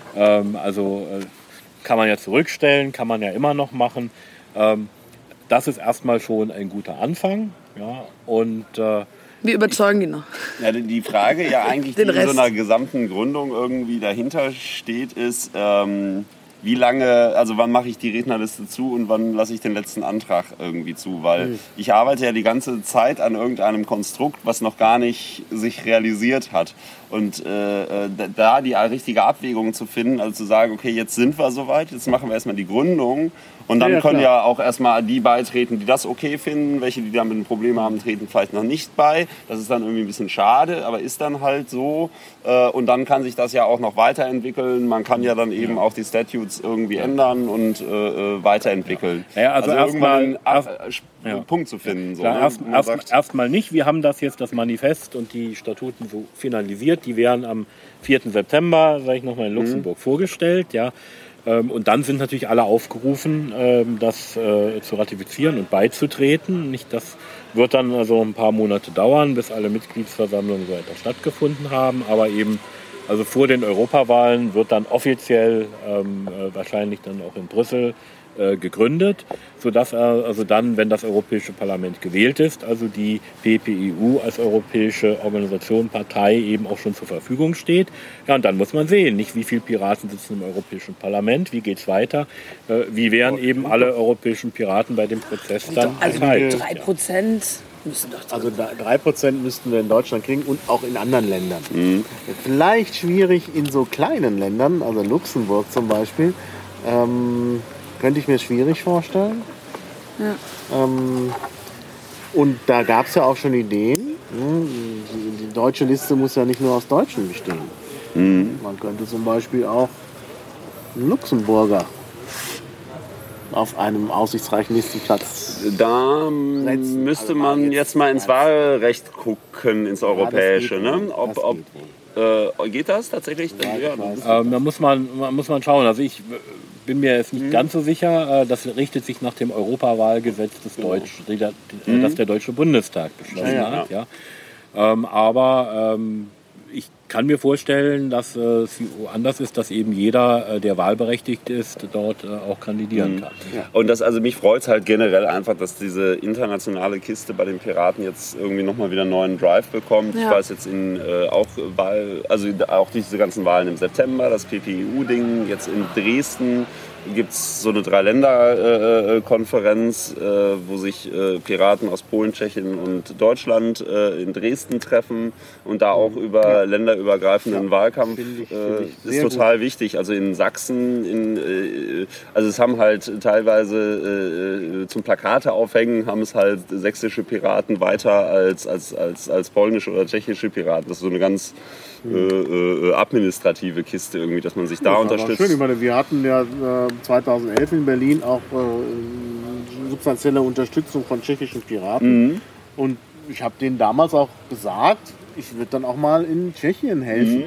kann man ja zurückstellen, kann man ja immer noch machen. Das ist erstmal schon ein guter Anfang. Ja, und wir überzeugen die noch. Ja, die Frage ja eigentlich, die in so einer gesamten Gründung irgendwie dahinter steht, ist, wie lange, also wann mache ich die Rednerliste zu und wann lasse ich den letzten Antrag irgendwie zu? Weil ich arbeite ja die ganze Zeit an irgendeinem Konstrukt, was noch gar nicht sich realisiert hat. Und da die richtige Abwägung zu finden, also zu sagen, okay, jetzt sind wir soweit, jetzt machen wir erstmal die Gründung. Und dann können ja auch erstmal die beitreten, die das okay finden. Welche, die damit ein Problem haben, treten vielleicht noch nicht bei. Das ist dann irgendwie ein bisschen schade, aber ist dann halt so. Und dann kann sich das ja auch noch weiterentwickeln. Man kann ja dann eben auch die Statutes irgendwie ändern und weiterentwickeln. Ja, also irgendwann einen Punkt zu finden. So, erstmal nicht. Wir haben das jetzt, das Manifest und die Statuten so finalisiert. Die werden am 4. September, sage ich nochmal, in Luxemburg vorgestellt. Ja. Und dann sind natürlich alle aufgerufen, das zu ratifizieren und beizutreten. Das wird dann also ein paar Monate dauern, bis alle Mitgliedsversammlungen so etwas stattgefunden haben. Aber eben, also vor den Europawahlen wird dann offiziell, wahrscheinlich dann auch in Brüssel, gegründet, sodass also dann, wenn das Europäische Parlament gewählt ist, also die PPEU als europäische Organisation, Partei eben auch schon zur Verfügung steht. Ja, und dann muss man sehen, nicht wie viele Piraten sitzen im Europäischen Parlament, wie geht's weiter, wie werden eben alle europäischen Piraten bei dem Prozess dann enthalten. 3% müssen doch. Also 3% müssten wir in Deutschland kriegen und auch in anderen Ländern. Vielleicht schwierig in so kleinen Ländern, also Luxemburg zum Beispiel, könnte ich mir schwierig vorstellen. Ja. Und da gab es ja auch schon Ideen. Die deutsche Liste muss ja nicht nur aus Deutschen bestehen. Man könnte zum Beispiel auch einen Luxemburger auf einem aussichtsreichen Listenplatz. Da müsste man jetzt mal ins Wahlrecht gucken, ins Europäische. Geht das tatsächlich? Da muss man schauen. Also ich bin mir jetzt nicht ganz so sicher. Das richtet sich nach dem Europawahlgesetz das der Deutsche Bundestag beschlossen hat. Ja. Aber ich kann mir vorstellen, dass es anders ist, dass eben jeder, der wahlberechtigt ist, dort auch kandidieren kann. Ja. Und mich freut es halt generell einfach, dass diese internationale Kiste bei den Piraten jetzt irgendwie nochmal wieder einen neuen Drive bekommt. Ja. Ich weiß jetzt auch diese ganzen Wahlen im September, das PPEU-Ding, jetzt in Dresden gibt es so eine 3-Länder-Konferenz, wo sich Piraten aus Polen, Tschechien und Deutschland in Dresden treffen und da auch über länderübergreifenden Wahlkampf ist total wichtig. Also in Sachsen, es haben halt teilweise zum Plakate aufhängen, haben es halt sächsische Piraten weiter als polnische oder tschechische Piraten. Das ist so eine ganz administrative Kiste irgendwie, dass man sich da unterstützt. Schön. Ich meine, wir hatten ja 2011 in Berlin auch substanzielle Unterstützung von tschechischen Piraten. Und ich habe denen damals auch gesagt, ich würde dann auch mal in Tschechien helfen.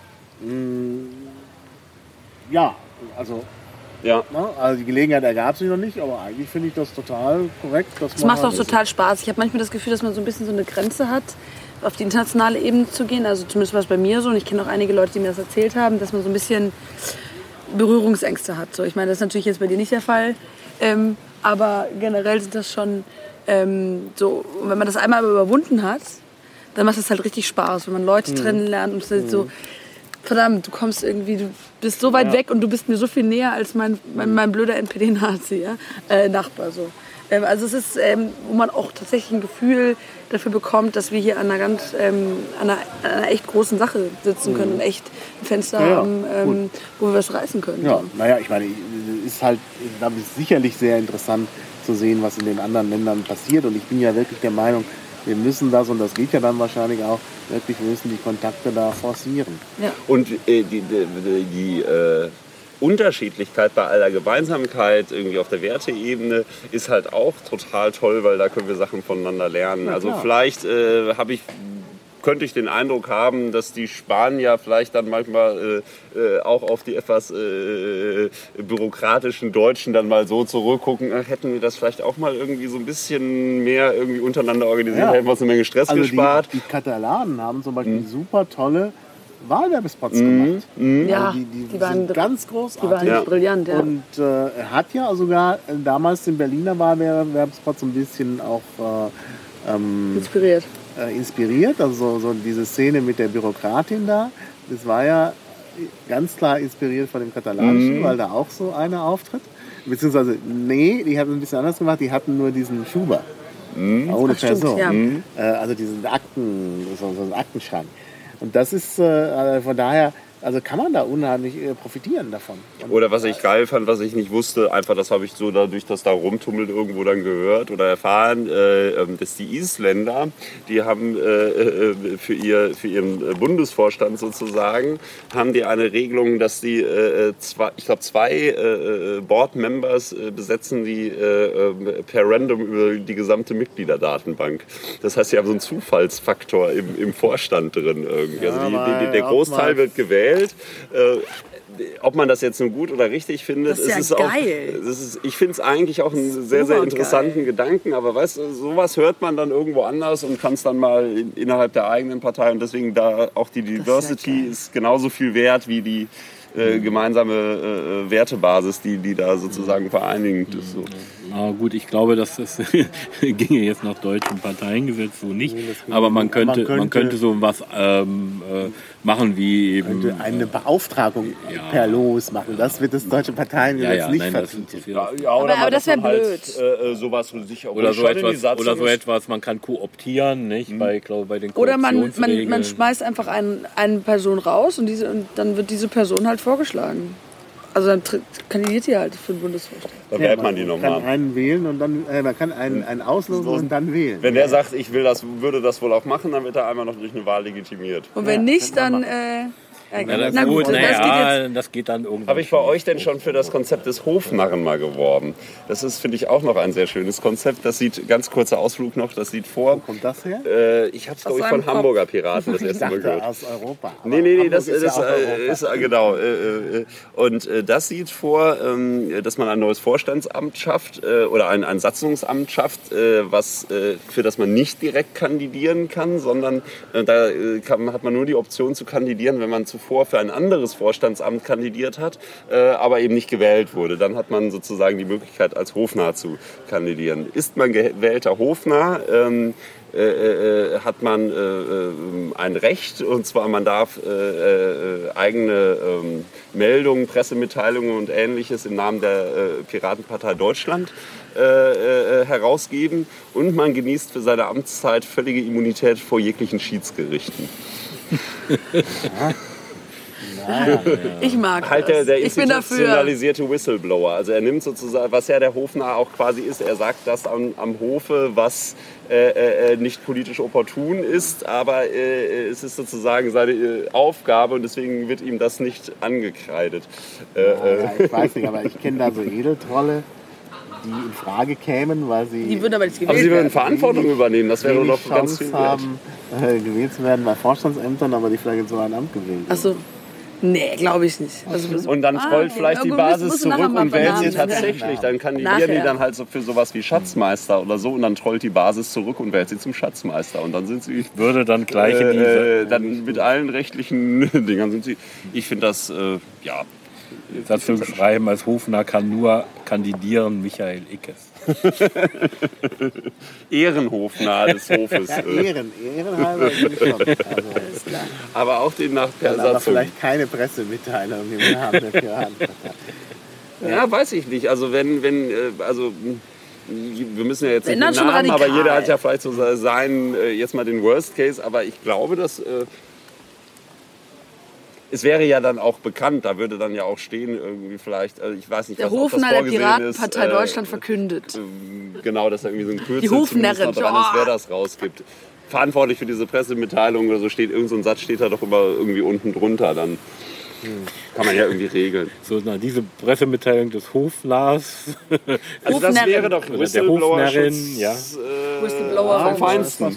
Ja, also die Gelegenheit ergab sich noch nicht, aber eigentlich finde ich das total korrekt. Es macht auch total Spaß. Ich habe manchmal das Gefühl, dass man so ein bisschen so eine Grenze hat, auf die internationale Ebene zu gehen. Also zumindest war es bei mir so. Und ich kenne auch einige Leute, die mir das erzählt haben, dass man so ein bisschen Berührungsängste hat. So, ich meine, das ist natürlich jetzt bei dir nicht der Fall. Aber generell sind das schon so, wenn man das einmal überwunden hat, dann macht es halt richtig Spaß, wenn man Leute trennen lernt und es ist so, verdammt, du kommst irgendwie, du bist so weit weg und du bist mir so viel näher als mein blöder NPD-Nazi, Nachbar. So. Also es ist, wo man auch tatsächlich ein Gefühl dafür bekommt, dass wir hier an einer echt großen Sache sitzen können und echt ein Fenster haben, wo wir was reißen können. Ja, naja, ich meine, ist sicherlich sehr interessant zu sehen, was in den anderen Ländern passiert. Und ich bin ja wirklich der Meinung, wir müssen das, und das geht ja dann wahrscheinlich auch, wir müssen die Kontakte da forcieren. Ja. Und die Unterschiedlichkeit bei aller Gemeinsamkeit irgendwie auf der Werteebene ist halt auch total toll, weil da können wir Sachen voneinander lernen. Ja, also vielleicht könnte ich den Eindruck haben, dass die Spanier vielleicht dann manchmal auch auf die etwas bürokratischen Deutschen dann mal so zurückgucken, hätten wir das vielleicht auch mal irgendwie so ein bisschen mehr irgendwie untereinander organisiert, hätten wir uns eine Menge Stress gespart. Die Katalanen haben zum Beispiel super tolle Wahlwerbespots gemacht. Ja, also die waren ganz großartig. Die waren brillant, ja. Und hat ja sogar damals den Berliner Wahlwerbespot so ein bisschen auch inspiriert. Also so diese Szene mit der Bürokratin da, das war ja ganz klar inspiriert von dem Katalanischen, weil da auch so einer auftritt. Beziehungsweise, nee, die haben ein bisschen anders gemacht, die hatten nur diesen Schuber. Ohne Person. Ja. Also diesen Akten, so einen Aktenschrank. Und das ist von daher, also kann man da unheimlich profitieren davon. Oder was ich geil fand, was ich nicht wusste, einfach das habe ich so dadurch, dass da rumtummelt irgendwo dann gehört oder erfahren, dass die Isländer, die haben für ihren Bundesvorstand sozusagen, haben die eine Regelung, dass die zwei Board-Members besetzen, die per Random über die gesamte Mitgliederdatenbank. Das heißt, sie haben so einen Zufallsfaktor im Vorstand drin irgendwie. Also der Großteil wird gewählt. Ob man das jetzt nun gut oder richtig findet, das ist ja geil. Ich finde es eigentlich auch einen sehr, sehr interessanten Gedanken, aber weißt du, sowas hört man dann irgendwo anders und kann es dann mal innerhalb der eigenen Partei, und deswegen da auch die Diversity ist genauso viel wert wie die gemeinsame Wertebasis, die da sozusagen vereinigt ist. So. Na gut, ich glaube, dass das ginge jetzt nach deutschem Parteiengesetz so nicht. Aber man könnte so was machen wie eben... eine Beauftragung per Los machen. Das wird das deutsche Parteiengesetz nicht verpflichten. Aber das wäre blöd. Sowas sicher. Oder so etwas, man kann kooptieren, nicht? Bei den Oder man schmeißt einfach eine Person raus und dann wird diese Person halt vorgeschlagen. Also dann kandidiert ihr halt für den Bundesvorstand. Dann wählt man die nochmal. Man kann einen wählen und dann, man kann einen auslosen und dann wählen. Wenn der sagt, ich will das, würde das wohl auch machen, dann wird er einmal noch durch eine Wahl legitimiert. Und wenn nicht, dann... Na gut, das geht dann irgendwann. Habe ich bei euch denn schon für das Konzept des Hofnarren mal geworben? Das ist, finde ich, auch noch ein sehr schönes Konzept. Das sieht, ganz kurzer Ausflug noch, das sieht vor... Wo kommt das her? Ich habe es, glaube ich, von Hamburger Piraten das erste Mal gehört. Aus Europa. Nee, das ist genau. Und das sieht vor, dass man ein neues Vorstandsamt schafft oder ein Satzungsamt schafft, für das man nicht direkt kandidieren kann, sondern da hat man nur die Option zu kandidieren, wenn man zuvor für ein anderes Vorstandsamt kandidiert hat, aber eben nicht gewählt wurde. Dann hat man sozusagen die Möglichkeit, als Hofnarr zu kandidieren. Ist man gewählter Hofnarr, hat man ein Recht, und zwar man darf eigene Meldungen, Pressemitteilungen und Ähnliches im Namen der Piratenpartei Deutschland herausgeben, und man genießt für seine Amtszeit völlige Immunität vor jeglichen Schiedsgerichten. Ich mag halt das. der Ich bin dafür. institutionalisierte Whistleblower. Also er nimmt sozusagen, was ja der Hofnarr auch quasi ist, er sagt das am Hofe, was nicht politisch opportun ist, aber es ist sozusagen seine Aufgabe, und deswegen wird ihm das nicht angekreidet. Ich weiß nicht, aber ich kenne da so Edeltrolle, die in Frage kämen, weil sie... Die würden aber nicht gewählt aber sie würden werden. Verantwortung übernehmen, das wäre doch ganz viel viel wert. Haben, gewählt zu werden bei Vorstandsämtern, aber die vielleicht in so ein Amt gewählt. Ach so. Nee, glaube ich nicht. Also, und dann trollt vielleicht die Basis zurück und wählt sie tatsächlich. Dann kandidieren die dann halt so für sowas wie Schatzmeister oder so, und dann trollt die Basis zurück und wählt sie zum Schatzmeister. Und dann sind sie... Würde dann gleich in diese... Dann mit allen rechtlichen Dingern sind sie... Ich finde das, ja... Dazu schreiben, als Hofnarr kann nur kandidieren Michael Ickes. Ehrenhofnarr des Hofes. Ehrenhalber bin ich schon. Also, aber auch den nach Persatzung. Aber vielleicht keine Pressemitteilung im Namen der Piratenpartei. Ja, weiß ich nicht. Also also wir müssen ja jetzt nicht den Namen, aber jeder hat ja vielleicht so seinen, jetzt mal den Worst Case, aber ich glaube, dass... Es wäre ja dann auch bekannt, da würde dann ja auch stehen, irgendwie vielleicht, ich weiß nicht, der was Hofnarr der Piratenpartei ist, Deutschland verkündet. Genau, dass da irgendwie so ein Kürzel die Hofnarrin dran ist, wer das rausgibt. Verantwortlich für diese Pressemitteilung oder so steht, irgend so ein Satz steht da doch immer irgendwie unten drunter, dann kann man ja irgendwie regeln. So, diese Pressemitteilung des Hofnarrs. Also das wäre doch Whistleblower-Schutz, ja. Whistleblower vom Feinsten.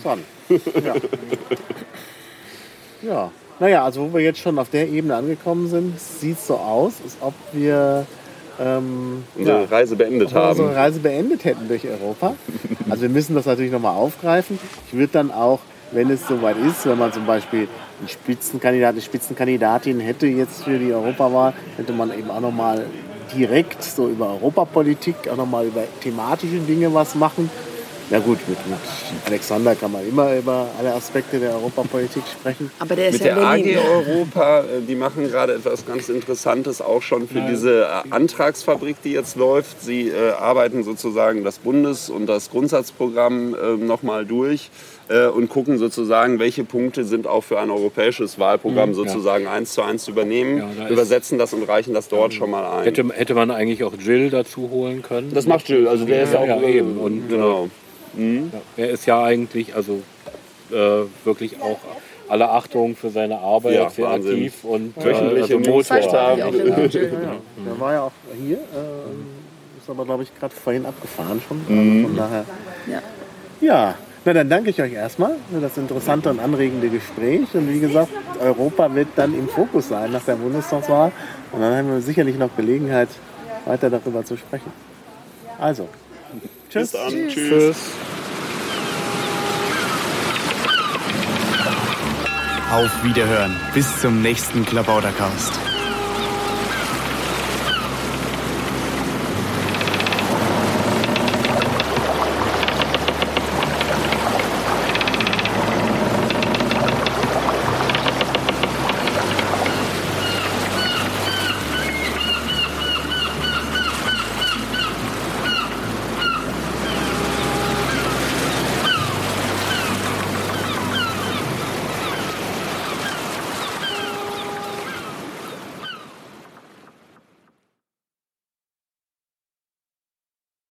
Ja. Naja, also wo wir jetzt schon auf der Ebene angekommen sind, sieht es so aus, als ob wir unsere Reise beendet haben. Unsere Reise beendet hätten durch Europa. Also wir müssen das natürlich nochmal aufgreifen. Ich würde dann auch, wenn es soweit ist, wenn man zum Beispiel einen Spitzenkandidat, eine Spitzenkandidatin hätte jetzt für die Europawahl, hätte man eben auch nochmal direkt so über Europapolitik, auch nochmal über thematische Dinge was machen. Ja gut, mit Alexander kann man immer über alle Aspekte der Europapolitik sprechen. Aber der ist mit ja der Berlin. AG Europa, die machen gerade etwas ganz Interessantes auch schon für diese Antragsfabrik, die jetzt läuft. Sie arbeiten sozusagen das Bundes- und das Grundsatzprogramm nochmal durch und gucken sozusagen, welche Punkte sind auch für ein europäisches Wahlprogramm sozusagen 1:1 zu übernehmen, übersetzen das und reichen das dort schon mal ein. Hätte man eigentlich auch Jill dazu holen können? Das macht Jill, also der ist ja auch eben. Und, genau. Er ist ja eigentlich wirklich auch alle Achtung für seine Arbeit, sehr aktiv und wöchentliche Motor. Der war ja auch hier, ist aber glaube ich gerade vorhin abgefahren schon. Also von daher. Ja. Na, dann danke ich euch erstmal für das interessante und anregende Gespräch. Und wie gesagt, Europa wird dann im Fokus sein nach der Bundestagswahl. Und dann haben wir sicherlich noch Gelegenheit, weiter darüber zu sprechen. Also, tschüss. Bis dann. Tschüss. Auf Wiederhören. Bis zum nächsten Klabautercast.